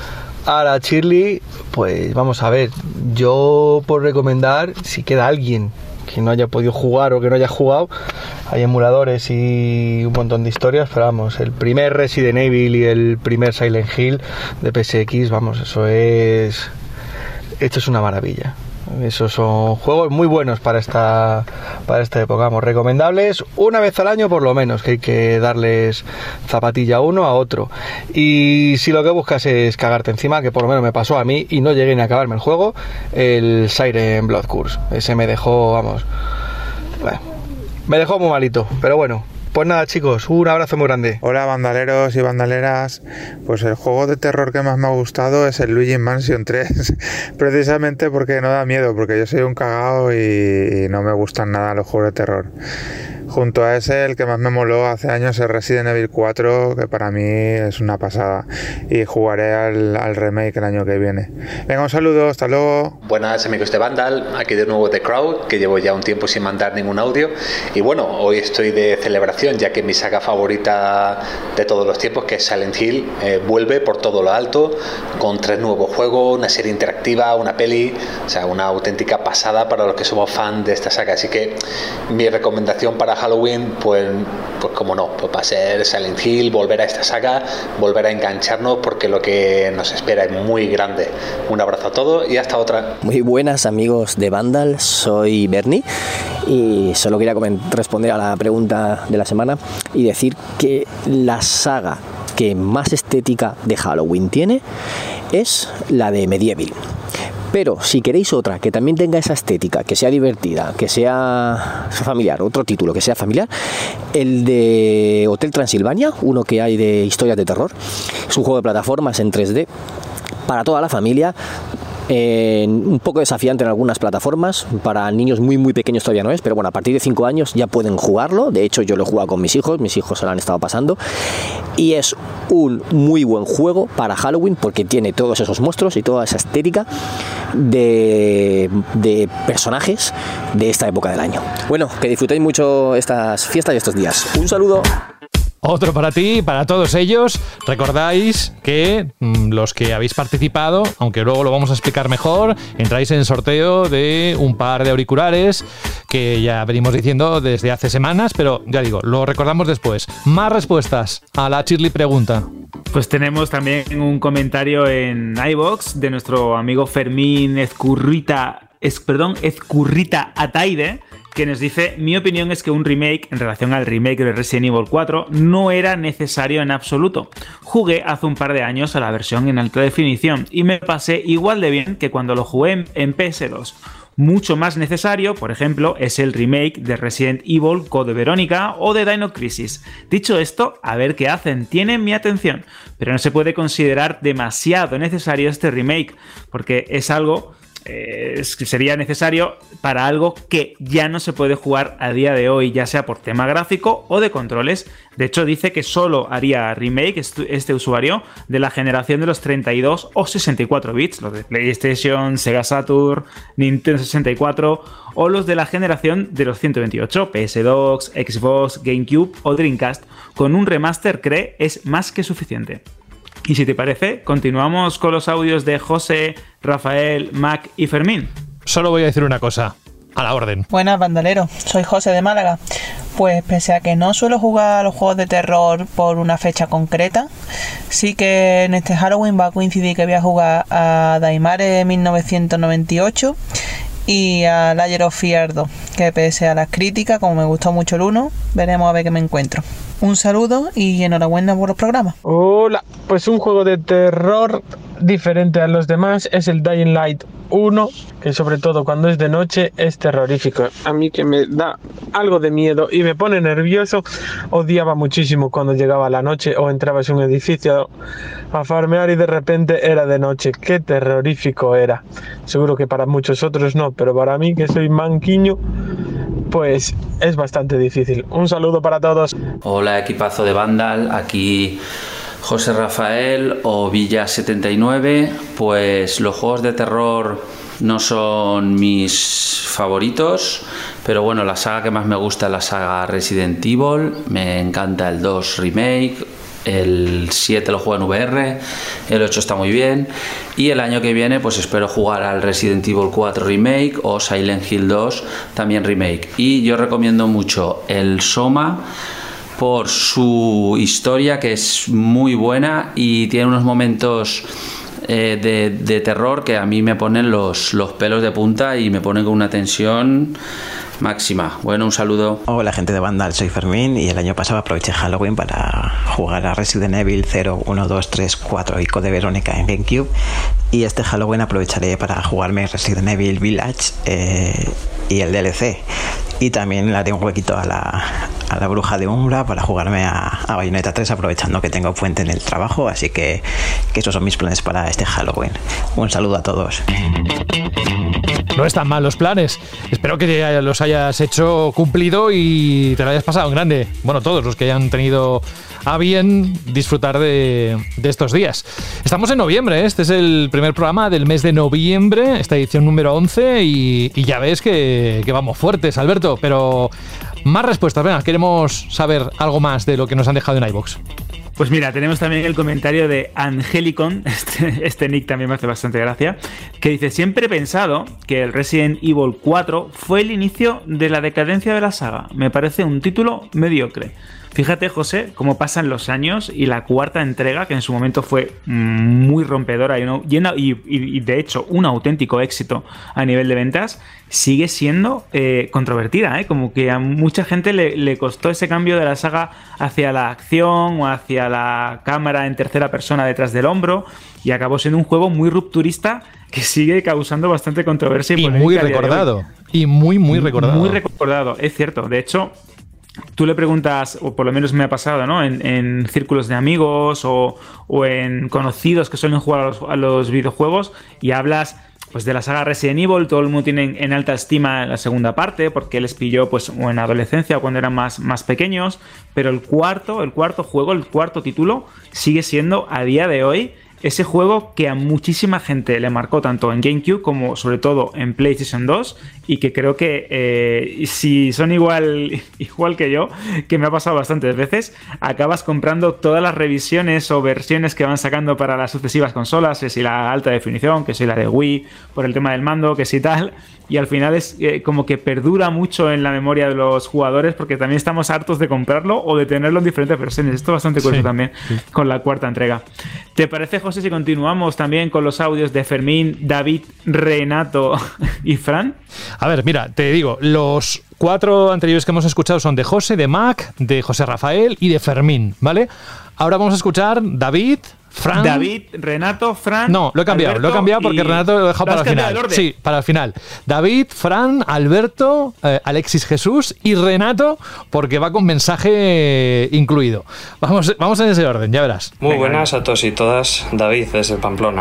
a la Shirley, pues vamos a ver, yo por recomendar, si queda alguien que no haya podido jugar o que no haya jugado, hay emuladores y un montón de historias, pero vamos, el primer Resident Evil y el primer Silent Hill de P S X, vamos, eso es... Esto es una maravilla. Esos son juegos muy buenos para esta para esta época, vamos, recomendables una vez al año por lo menos, que hay que darles zapatilla a uno a otro. Y si lo que buscas es cagarte encima, que por lo menos me pasó a mí y no llegué ni a acabarme el juego, el Siren Blood Curse, ese me dejó, vamos, bueno, me dejó muy malito, pero bueno. Pues nada, chicos, un abrazo muy grande. Hola, bandaleros y bandaleras. Pues el juego de terror que más me ha gustado es el Luigi Mansion tres, precisamente porque no da miedo, porque yo soy un cagao y, y no me gustan nada los juegos de terror. Junto a ese, el que más me moló hace años es Resident Evil cuatro, que para mí es una pasada. Y jugaré al, al remake el año que viene. Venga, un saludo, hasta luego. Buenas amigos de Vandal, aquí de nuevo The Crow, que llevo ya un tiempo sin mandar ningún audio. Y bueno, hoy estoy de celebración, ya que mi saga favorita de todos los tiempos, que es Silent Hill, eh, vuelve por todo lo alto, con tres nuevos juegos, una serie interactiva, una peli, o sea, una auténtica pasada para los que somos fans de esta saga. Así que mi recomendación para Halloween, pues, pues como no, pues va a ser Silent Hill, volver a esta saga, volver a engancharnos, porque lo que nos espera es muy grande. Un abrazo a todos y hasta otra. Muy buenas amigos de Vandal, soy Bernie y solo quería responder a la pregunta de la semana y decir que la saga que más estética de Halloween tiene es la de Medieval. Pero si queréis otra que también tenga esa estética, que sea divertida, que sea familiar, otro título que sea familiar, el de Hotel Transilvania, uno que hay de historias de terror, es un juego de plataformas en tres D para toda la familia. Eh, un poco desafiante en algunas plataformas, para niños muy muy pequeños todavía no es, pero bueno, a partir de cinco años ya pueden jugarlo. De hecho yo lo he jugado con mis hijos, mis hijos se lo han estado pasando y es un muy buen juego para Halloween porque tiene todos esos monstruos y toda esa estética de, de personajes de esta época del año. Bueno, que disfrutéis mucho estas fiestas y estos días. Un saludo. Otro para ti, para todos ellos. Recordáis que mmm, los que habéis participado, aunque luego lo vamos a explicar mejor, entráis en sorteo de un par de auriculares que ya venimos diciendo desde hace semanas, pero ya digo, lo recordamos después. Más respuestas a la Shirley pregunta. Pues tenemos también un comentario en iVoox de nuestro amigo Fermín Ezcurrita, es, perdón, Ezcurrita Ataide, que nos dice: mi opinión es que un remake, en relación al remake de Resident Evil cuatro, no era necesario en absoluto. Jugué hace un par de años a la versión en alta definición y me pasé igual de bien que cuando lo jugué en P S dos. Mucho más necesario, por ejemplo, es el remake de Resident Evil Code Verónica o de Dino Crisis. Dicho esto, a ver qué hacen, tienen mi atención, pero no se puede considerar demasiado necesario este remake, porque es algo eh, sería necesario para algo que ya no se puede jugar a día de hoy, ya sea por tema gráfico o de controles. De hecho, dice que solo haría remake este usuario de la generación de los treinta y dos o sesenta y cuatro bits, los de PlayStation, Sega Saturn, Nintendo sesenta y cuatro, o los de la generación de los ciento veintiocho, P S dos, Xbox, GameCube o Dreamcast. Con un remaster, cree, es más que suficiente. Y si te parece, continuamos con los audios de José, Rafael, Mac y Fermín. Solo voy a decir una cosa, a la orden. Buenas, bandolero, soy José de Málaga. Pues pese a que no suelo jugar a los juegos de terror por una fecha concreta, sí que en este Halloween va a coincidir que voy a jugar a Daimare mil novecientos noventa y ocho y a Layer of Fear dos, que pese a las críticas, como me gustó mucho el uno, veremos a ver qué me encuentro. Un saludo y enhorabuena por los programas. Hola, pues un juego de terror diferente a los demás es el Dying Light uno, que sobre todo cuando es de noche es terrorífico. A mí, que me da algo de miedo y me pone nervioso, odiaba muchísimo cuando llegaba la noche o entrabas en un edificio a farmear y de repente era de noche. Qué terrorífico era. Seguro que para muchos otros no, pero para mí, que soy manquiño, pues es bastante difícil. Un saludo para todos. Hola, equipazo de Vandal, aquí José Rafael o Villa setenta y nueve. Pues los juegos de terror no son mis favoritos, pero bueno, la saga que más me gusta es la saga Resident Evil. Me encanta el dos Remake, el siete lo juego en V R, el ocho está muy bien, y el año que viene pues espero jugar al Resident Evil cuatro Remake o Silent Hill dos también Remake. Y yo recomiendo mucho el Soma por su historia, que es muy buena y tiene unos momentos eh, de, de terror que a mí me ponen los, los pelos de punta y me ponen con una tensión máxima. Bueno, un saludo. Hola, gente de Vandal, soy Fermín y el año pasado aproveché Halloween para jugar a Resident Evil cero, uno, dos, tres, cuatro y Code Verónica en GameCube, y este Halloween aprovecharé para jugarme Resident Evil Village eh, y el D L C, y también le haré un huequito a la, a la Bruja de Umbra para jugarme a, a Bayonetta tres, aprovechando que tengo puente en el trabajo, así que, que esos son mis planes para este Halloween. Un saludo a todos. No están mal los planes. Espero que los hayas hecho cumplido y te lo hayas pasado en grande. Bueno, todos los que hayan tenido a bien disfrutar de, de estos días. Estamos en noviembre, ¿eh? Este es el primer programa del mes de noviembre, esta edición número once, y, y ya ves que, que vamos fuertes, Alberto. Pero más respuestas, venga, queremos saber algo más de lo que nos han dejado en iVoox. Pues mira, tenemos también el comentario de Angelicon, este, este nick también me hace bastante gracia, que dice: siempre he pensado que el Resident Evil cuatro fue el inicio de la decadencia de la saga. Me parece un título mediocre. Fíjate, José, cómo pasan los años y la cuarta entrega, que en su momento fue muy rompedora y, no, y, y, y de hecho un auténtico éxito a nivel de ventas, sigue siendo eh, controvertida, ¿eh? Como que a mucha gente le, le costó ese cambio de la saga hacia la acción o hacia la cámara en tercera persona detrás del hombro, y acabó siendo un juego muy rupturista que sigue causando bastante controversia. Y, y muy recordado. Y muy, muy recordado. Muy recordado, es cierto. De hecho, tú le preguntas, o por lo menos me ha pasado, ¿no? En, en círculos de amigos o, o en conocidos que suelen jugar a los, a los videojuegos, y hablas pues de la saga Resident Evil, todo el mundo tiene en, en alta estima la segunda parte porque les pilló pues o en adolescencia o cuando eran más, más pequeños, pero el cuarto, el cuarto juego, el cuarto título sigue siendo a día de hoy ese juego que a muchísima gente le marcó tanto en GameCube como sobre todo en PlayStation dos, y que creo que eh, si son igual, igual que yo, que me ha pasado bastantes veces, acabas comprando todas las revisiones o versiones que van sacando para las sucesivas consolas, que si la alta definición, que si la de Wii, por el tema del mando, que si tal, y al final es eh, como que perdura mucho en la memoria de los jugadores porque también estamos hartos de comprarlo o de tenerlo en diferentes versiones. Esto es bastante curioso sí, también sí. con la cuarta entrega. ¿Te parece, José, si continuamos también con los audios de Fermín, David, Renato y Fran? A ver, mira, te digo, los cuatro anteriores que hemos escuchado son de José, de Mac, de José Rafael y de Fermín, ¿vale? Ahora vamos a escuchar David, Fran... David, Renato, Fran... No, lo he cambiado, Alberto, lo he cambiado porque Renato lo he dejado para el final. El sí, para el final. David, Fran, Alberto, eh, Alexis Jesús y Renato, porque va con mensaje incluido. Vamos, vamos en ese orden, ya verás. Muy buenas a todos y todas, David desde Pamplona.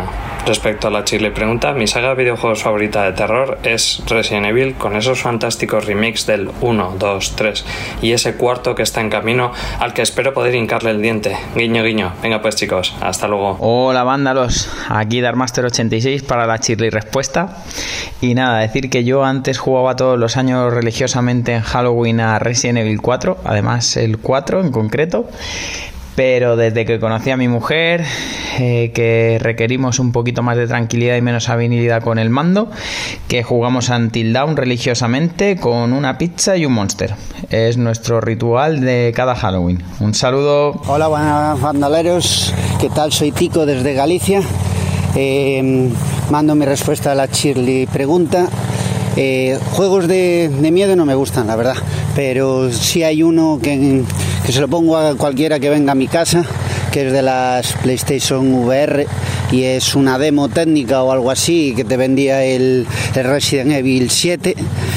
Respecto a la Chile pregunta, mi saga de videojuegos favorita de terror es Resident Evil, con esos fantásticos remakes del uno, dos, tres y ese cuarto que está en camino, al que espero poder hincarle el diente. Guiño, guiño. Venga pues, chicos, hasta luego. Hola, vándalos. Aquí Darkmaster ochenta y seis para la Chirly respuesta. Y nada, decir que yo antes jugaba todos los años religiosamente en Halloween a Resident Evil cuatro, además el cuatro en concreto. Pero desde que conocí a mi mujer, eh, que requerimos un poquito más de tranquilidad y menos habilidad con el mando, que jugamos Until Dawn religiosamente con una pizza y un Monster. Es nuestro ritual de cada Halloween. Un saludo. Hola, buenas bandaleros. ¿Qué tal? Soy Tico desde Galicia. Eh, mando mi respuesta a la Chirly pregunta. Eh, juegos de, de miedo no me gustan, la verdad, pero sí hay uno que, que se lo pongo a cualquiera que venga a mi casa, que es de las PlayStation V R y es una demo técnica o algo así que te vendía el, el Resident Evil siete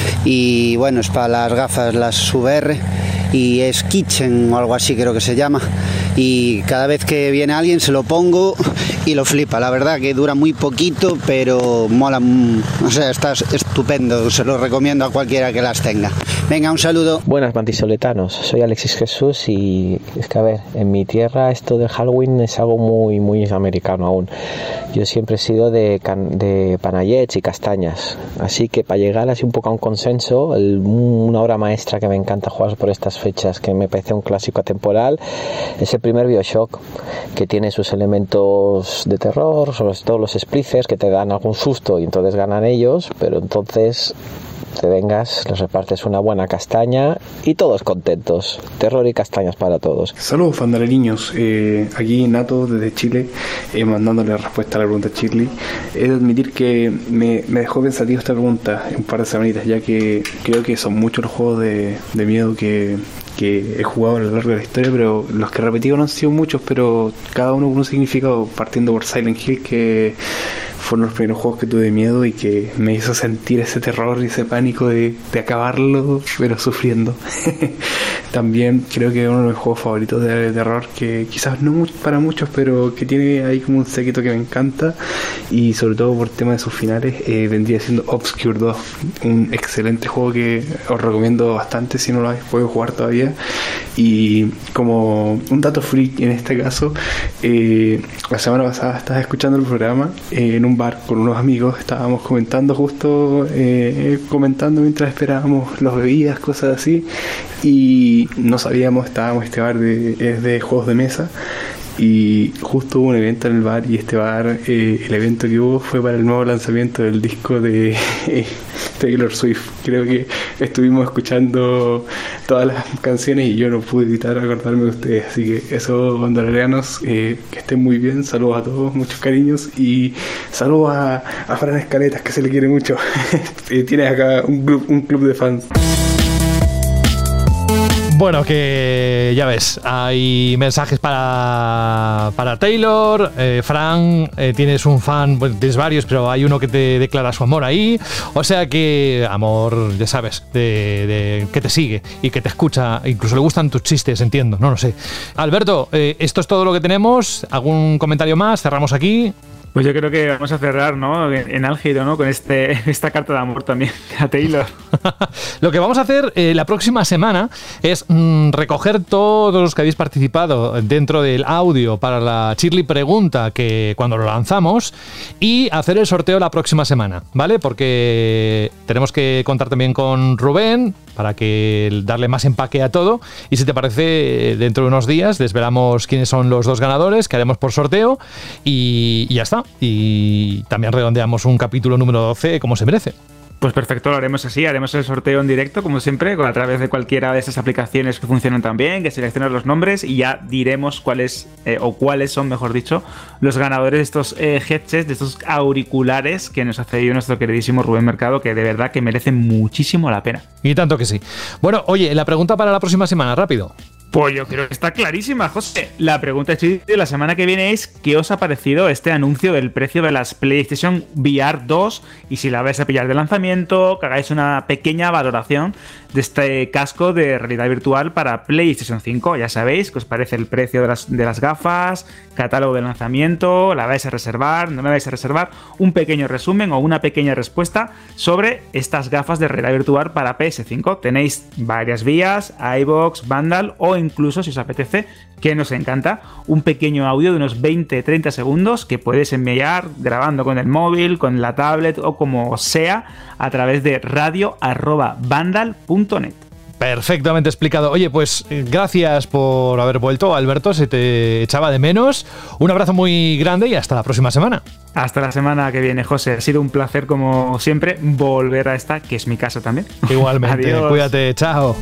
y bueno, es para las gafas, las V R, y es Kitchen o algo así creo que se llama, y cada vez que viene alguien se lo pongo y lo flipa. La verdad que dura muy poquito, pero mola, o sea, está estupendo, se lo recomiendo a cualquiera que las tenga. Venga, un saludo. Buenas, mantisoletanos, soy Alexis Jesús y es que a ver, en mi tierra esto de Halloween es algo muy muy americano aún. Yo siempre he sido de, can- de panayets y castañas, así que para llegar así un poco a un consenso, el, una obra maestra que me encanta jugar por estas fechas, que me parece un clásico atemporal, es el primer BioShock, que tiene sus elementos de terror, sobre todo los spliffers que te dan algún susto y entonces ganan ellos, pero entonces te vengas, les repartes una buena castaña y todos contentos. Terror y castañas para todos. Saludos, fandaleriños. Eh, aquí Nato desde Chile, eh, mandándole respuesta a la pregunta de Chirly. He de admitir que me, me dejó pensativo esta pregunta un par de semanitas, ya que creo que son muchos los juegos de, de miedo que, que he jugado a lo largo de la historia, pero los que he repetido no han sido muchos, pero cada uno con un significado, partiendo por Silent Hill, que fueron los primeros juegos que tuve miedo y que me hizo sentir ese terror y ese pánico de, de acabarlo, pero sufriendo. También creo que es uno de mis juegos favoritos de, de terror, que quizás no mucho para muchos, pero que tiene ahí como un séquito que me encanta, y sobre todo por tema de sus finales, eh, vendría siendo Obscure dos, un excelente juego que os recomiendo bastante si no lo habéis podido jugar todavía. Y como un dato freak en este caso, eh, la semana pasada estaba escuchando el programa eh, en un bar con unos amigos, estábamos comentando justo, eh, comentando mientras esperábamos las bebidas, cosas así, y no sabíamos, estábamos este bar de, es de juegos de mesa, y justo hubo un evento en el bar, y este bar, eh, el evento que hubo fue para el nuevo lanzamiento del disco de eh, Taylor Swift. Creo que estuvimos escuchando todas las canciones y yo no pude evitar acordarme de ustedes, así que eso, bandolerianos, eh, que estén muy bien, saludos a todos, muchos cariños, y saludos a, a Fran Escaletas, que se le quiere mucho. Tienes acá un club, un club de fans. Bueno, que ya ves, hay mensajes para, para Taylor, eh, Fran, eh, tienes un fan, bueno, tienes varios, pero hay uno que te declara su amor ahí, o sea que amor, ya sabes, de, de, que te sigue y que te escucha, incluso le gustan tus chistes, entiendo, no lo sé. Alberto, eh, esto es todo lo que tenemos, ¿algún comentario más? Cerramos aquí. Pues yo creo que vamos a cerrar, ¿no? En álgido, ¿no? Con este, esta carta de amor también a Taylor. Lo que vamos a hacer eh, la próxima semana es mmm, recoger todos los que habéis participado dentro del audio para la Chirly Pregunta, que cuando lo lanzamos, y hacer el sorteo la próxima semana, ¿vale? Porque tenemos que contar también con Rubén para que darle más empaque a todo, y si te parece, dentro de unos días desvelamos quiénes son los dos ganadores que haremos por sorteo, y, y ya está. Y también redondeamos un capítulo número doce como se merece. Pues perfecto, lo haremos así, haremos el sorteo en directo, como siempre, a través de cualquiera de esas aplicaciones que funcionan tan bien, que seleccionas los nombres y ya diremos cuáles, eh, o cuáles son, mejor dicho, los ganadores de estos eh, headsets, de estos auriculares que nos ha cedido nuestro queridísimo Rubén Mercado, que de verdad que merecen muchísimo la pena. Y tanto que sí. Bueno, oye, la pregunta para la próxima semana, rápido. Pues yo creo que está clarísima, José. La pregunta de la semana que viene es ¿qué os ha parecido este anuncio del precio de las PlayStation V R dos? Y si la vais a pillar de lanzamiento, que hagáis una pequeña valoración de este casco de realidad virtual para PlayStation cinco. Ya sabéis que os parece el precio de las, de las gafas, catálogo de lanzamiento, la vais a reservar, no la vais a reservar, un pequeño resumen o una pequeña respuesta sobre estas gafas de realidad virtual para P S cinco. Tenéis varias vías, iVoox, Vandal o incluso, si os apetece, que nos encanta, un pequeño audio de unos veinte a treinta segundos que puedes enviar grabando con el móvil, con la tablet o como sea a través de radio arroba vandal punto net. Perfectamente explicado. Oye, pues gracias por haber vuelto, Alberto, se te echaba de menos. Un abrazo muy grande y hasta la próxima semana. Hasta la semana que viene, José. Ha sido un placer, como siempre, volver a esta, que es mi casa también. Igualmente, Adiós. Cuídate, chao.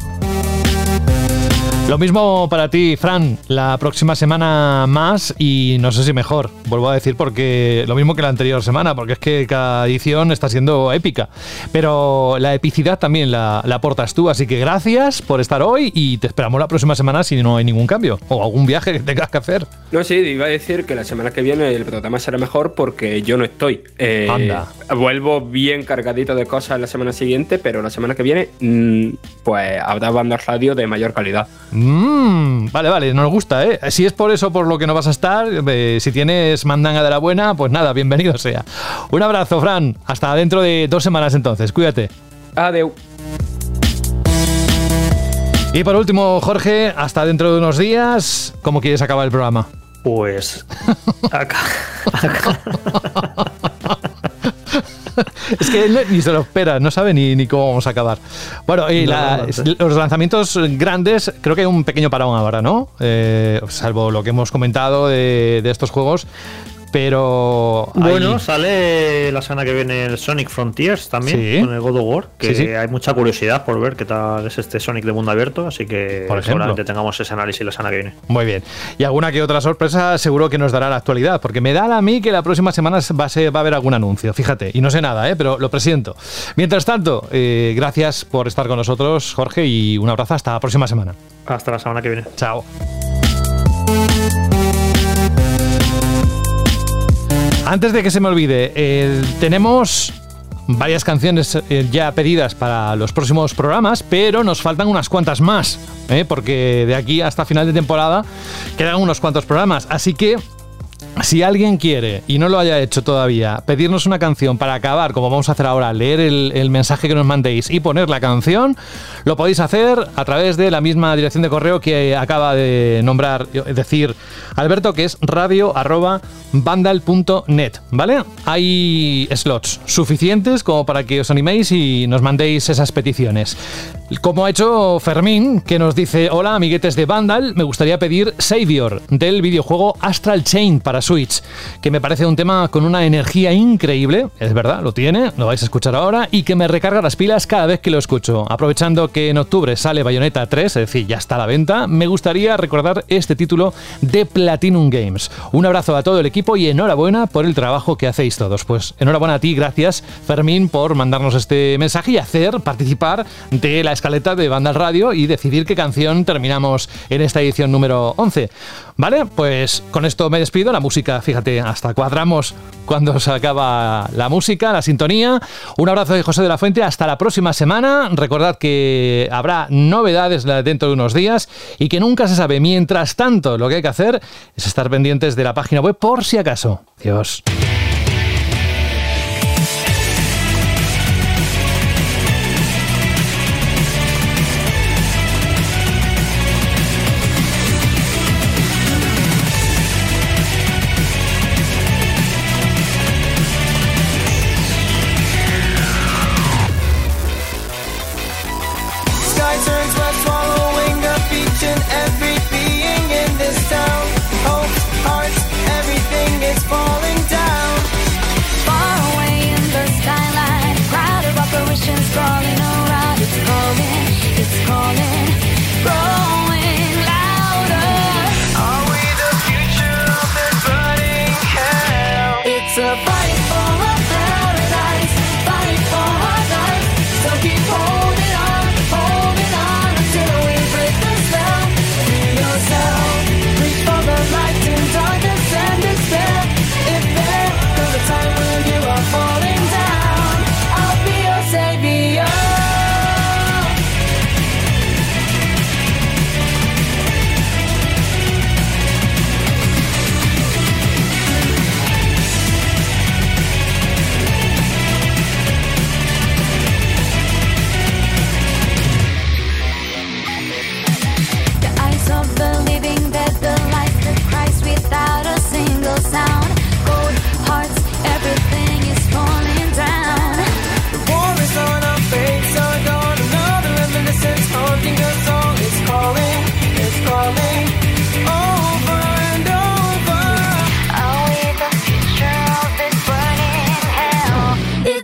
Lo mismo para ti, Fran, la próxima semana más y no sé si mejor, vuelvo a decir, porque lo mismo que la anterior semana, porque es que cada edición está siendo épica, pero la epicidad también la, la aportas tú, así que gracias por estar hoy y te esperamos la próxima semana si no hay ningún cambio o algún viaje que tengas que hacer. No, sí, iba a decir que la semana que viene el programa será mejor porque yo no estoy. Eh, Anda. Vuelvo bien cargadito de cosas la semana siguiente, pero la semana que viene mmm, pues habrá bandas radio de mayor calidad. Mm, vale, vale, nos gusta, ¿eh? Si es por eso por lo que no vas a estar, eh, si tienes mandanga de la buena, pues nada, bienvenido sea. Un abrazo, Fran. Hasta dentro de dos semanas entonces. Cuídate. Adeu. Y por último, Jorge, hasta dentro de unos días. ¿Cómo quieres acabar el programa? Pues... acá, acá. Es que él ni se lo espera, no sabe ni, ni cómo vamos a acabar. Bueno, y No, la, no sé. los lanzamientos grandes, creo que hay un pequeño parón ahora, ¿no? Eh, salvo lo que hemos comentado de, de estos juegos. Pero bueno, hay... sale la semana que viene el Sonic Frontiers también, Sí. con el God of War, que Sí, sí. hay mucha curiosidad por ver qué tal es este Sonic de mundo abierto, así que Por ejemplo. seguramente tengamos ese análisis la semana que viene. Muy bien. Y alguna que otra sorpresa seguro que nos dará la actualidad, porque me da a mí que la próxima semana va a, ser, va a haber algún anuncio, fíjate, y no sé nada, ¿eh? Pero lo presiento. Mientras tanto, eh, gracias por estar con nosotros, Jorge, y un abrazo hasta la próxima semana. Hasta la semana que viene. Chao. Antes de que se me olvide, eh, tenemos varias canciones eh, ya pedidas para los próximos programas, pero nos faltan unas cuantas más, ¿eh? Porque de aquí hasta final de temporada quedan unos cuantos programas, así que si alguien quiere, y no lo haya hecho todavía, pedirnos una canción para acabar, como vamos a hacer ahora, leer el, el mensaje que nos mandéis y poner la canción, lo podéis hacer a través de la misma dirección de correo que acaba de nombrar, es decir, Alberto, que es radio arroba vandal punto net, ¿vale? Hay slots suficientes como para que os animéis y nos mandéis esas peticiones. Como ha hecho Fermín, que nos dice: hola amiguetes de Vandal, me gustaría pedir Savior del videojuego Astral Chain para Switch, que me parece un tema con una energía increíble, es verdad, lo tiene, lo vais a escuchar ahora, y que me recarga las pilas cada vez que lo escucho. Aprovechando que en octubre sale Bayonetta tres, es decir, ya está a la venta, me gustaría recordar este título de Platinum Games. Un abrazo a todo el equipo y enhorabuena por el trabajo que hacéis todos. Pues enhorabuena a ti, gracias Fermín por mandarnos este mensaje y hacer participar de la escaleta de Vandal Radio y decidir qué canción terminamos en esta edición número once. Vale, pues con esto me despido. La música, fíjate, hasta cuadramos cuando se acaba la música, la sintonía. Un abrazo de José de la Fuente, hasta la próxima semana. Recordad que habrá novedades dentro de unos días y que nunca se sabe. Mientras tanto, lo que hay que hacer es estar pendientes de la página web por si acaso. Adiós. Sky turns left, swallowing up each and every being in this town. Hopes, hearts, everything is falling down. Far away in the skyline, crowd of apparitions crawling around. It's calling, it's calling, growing louder. Are we the future of this burning hell? It's a fight for a paradise, fight for our life. So keep holding on, holding on until we break the spell. We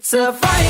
It's a fight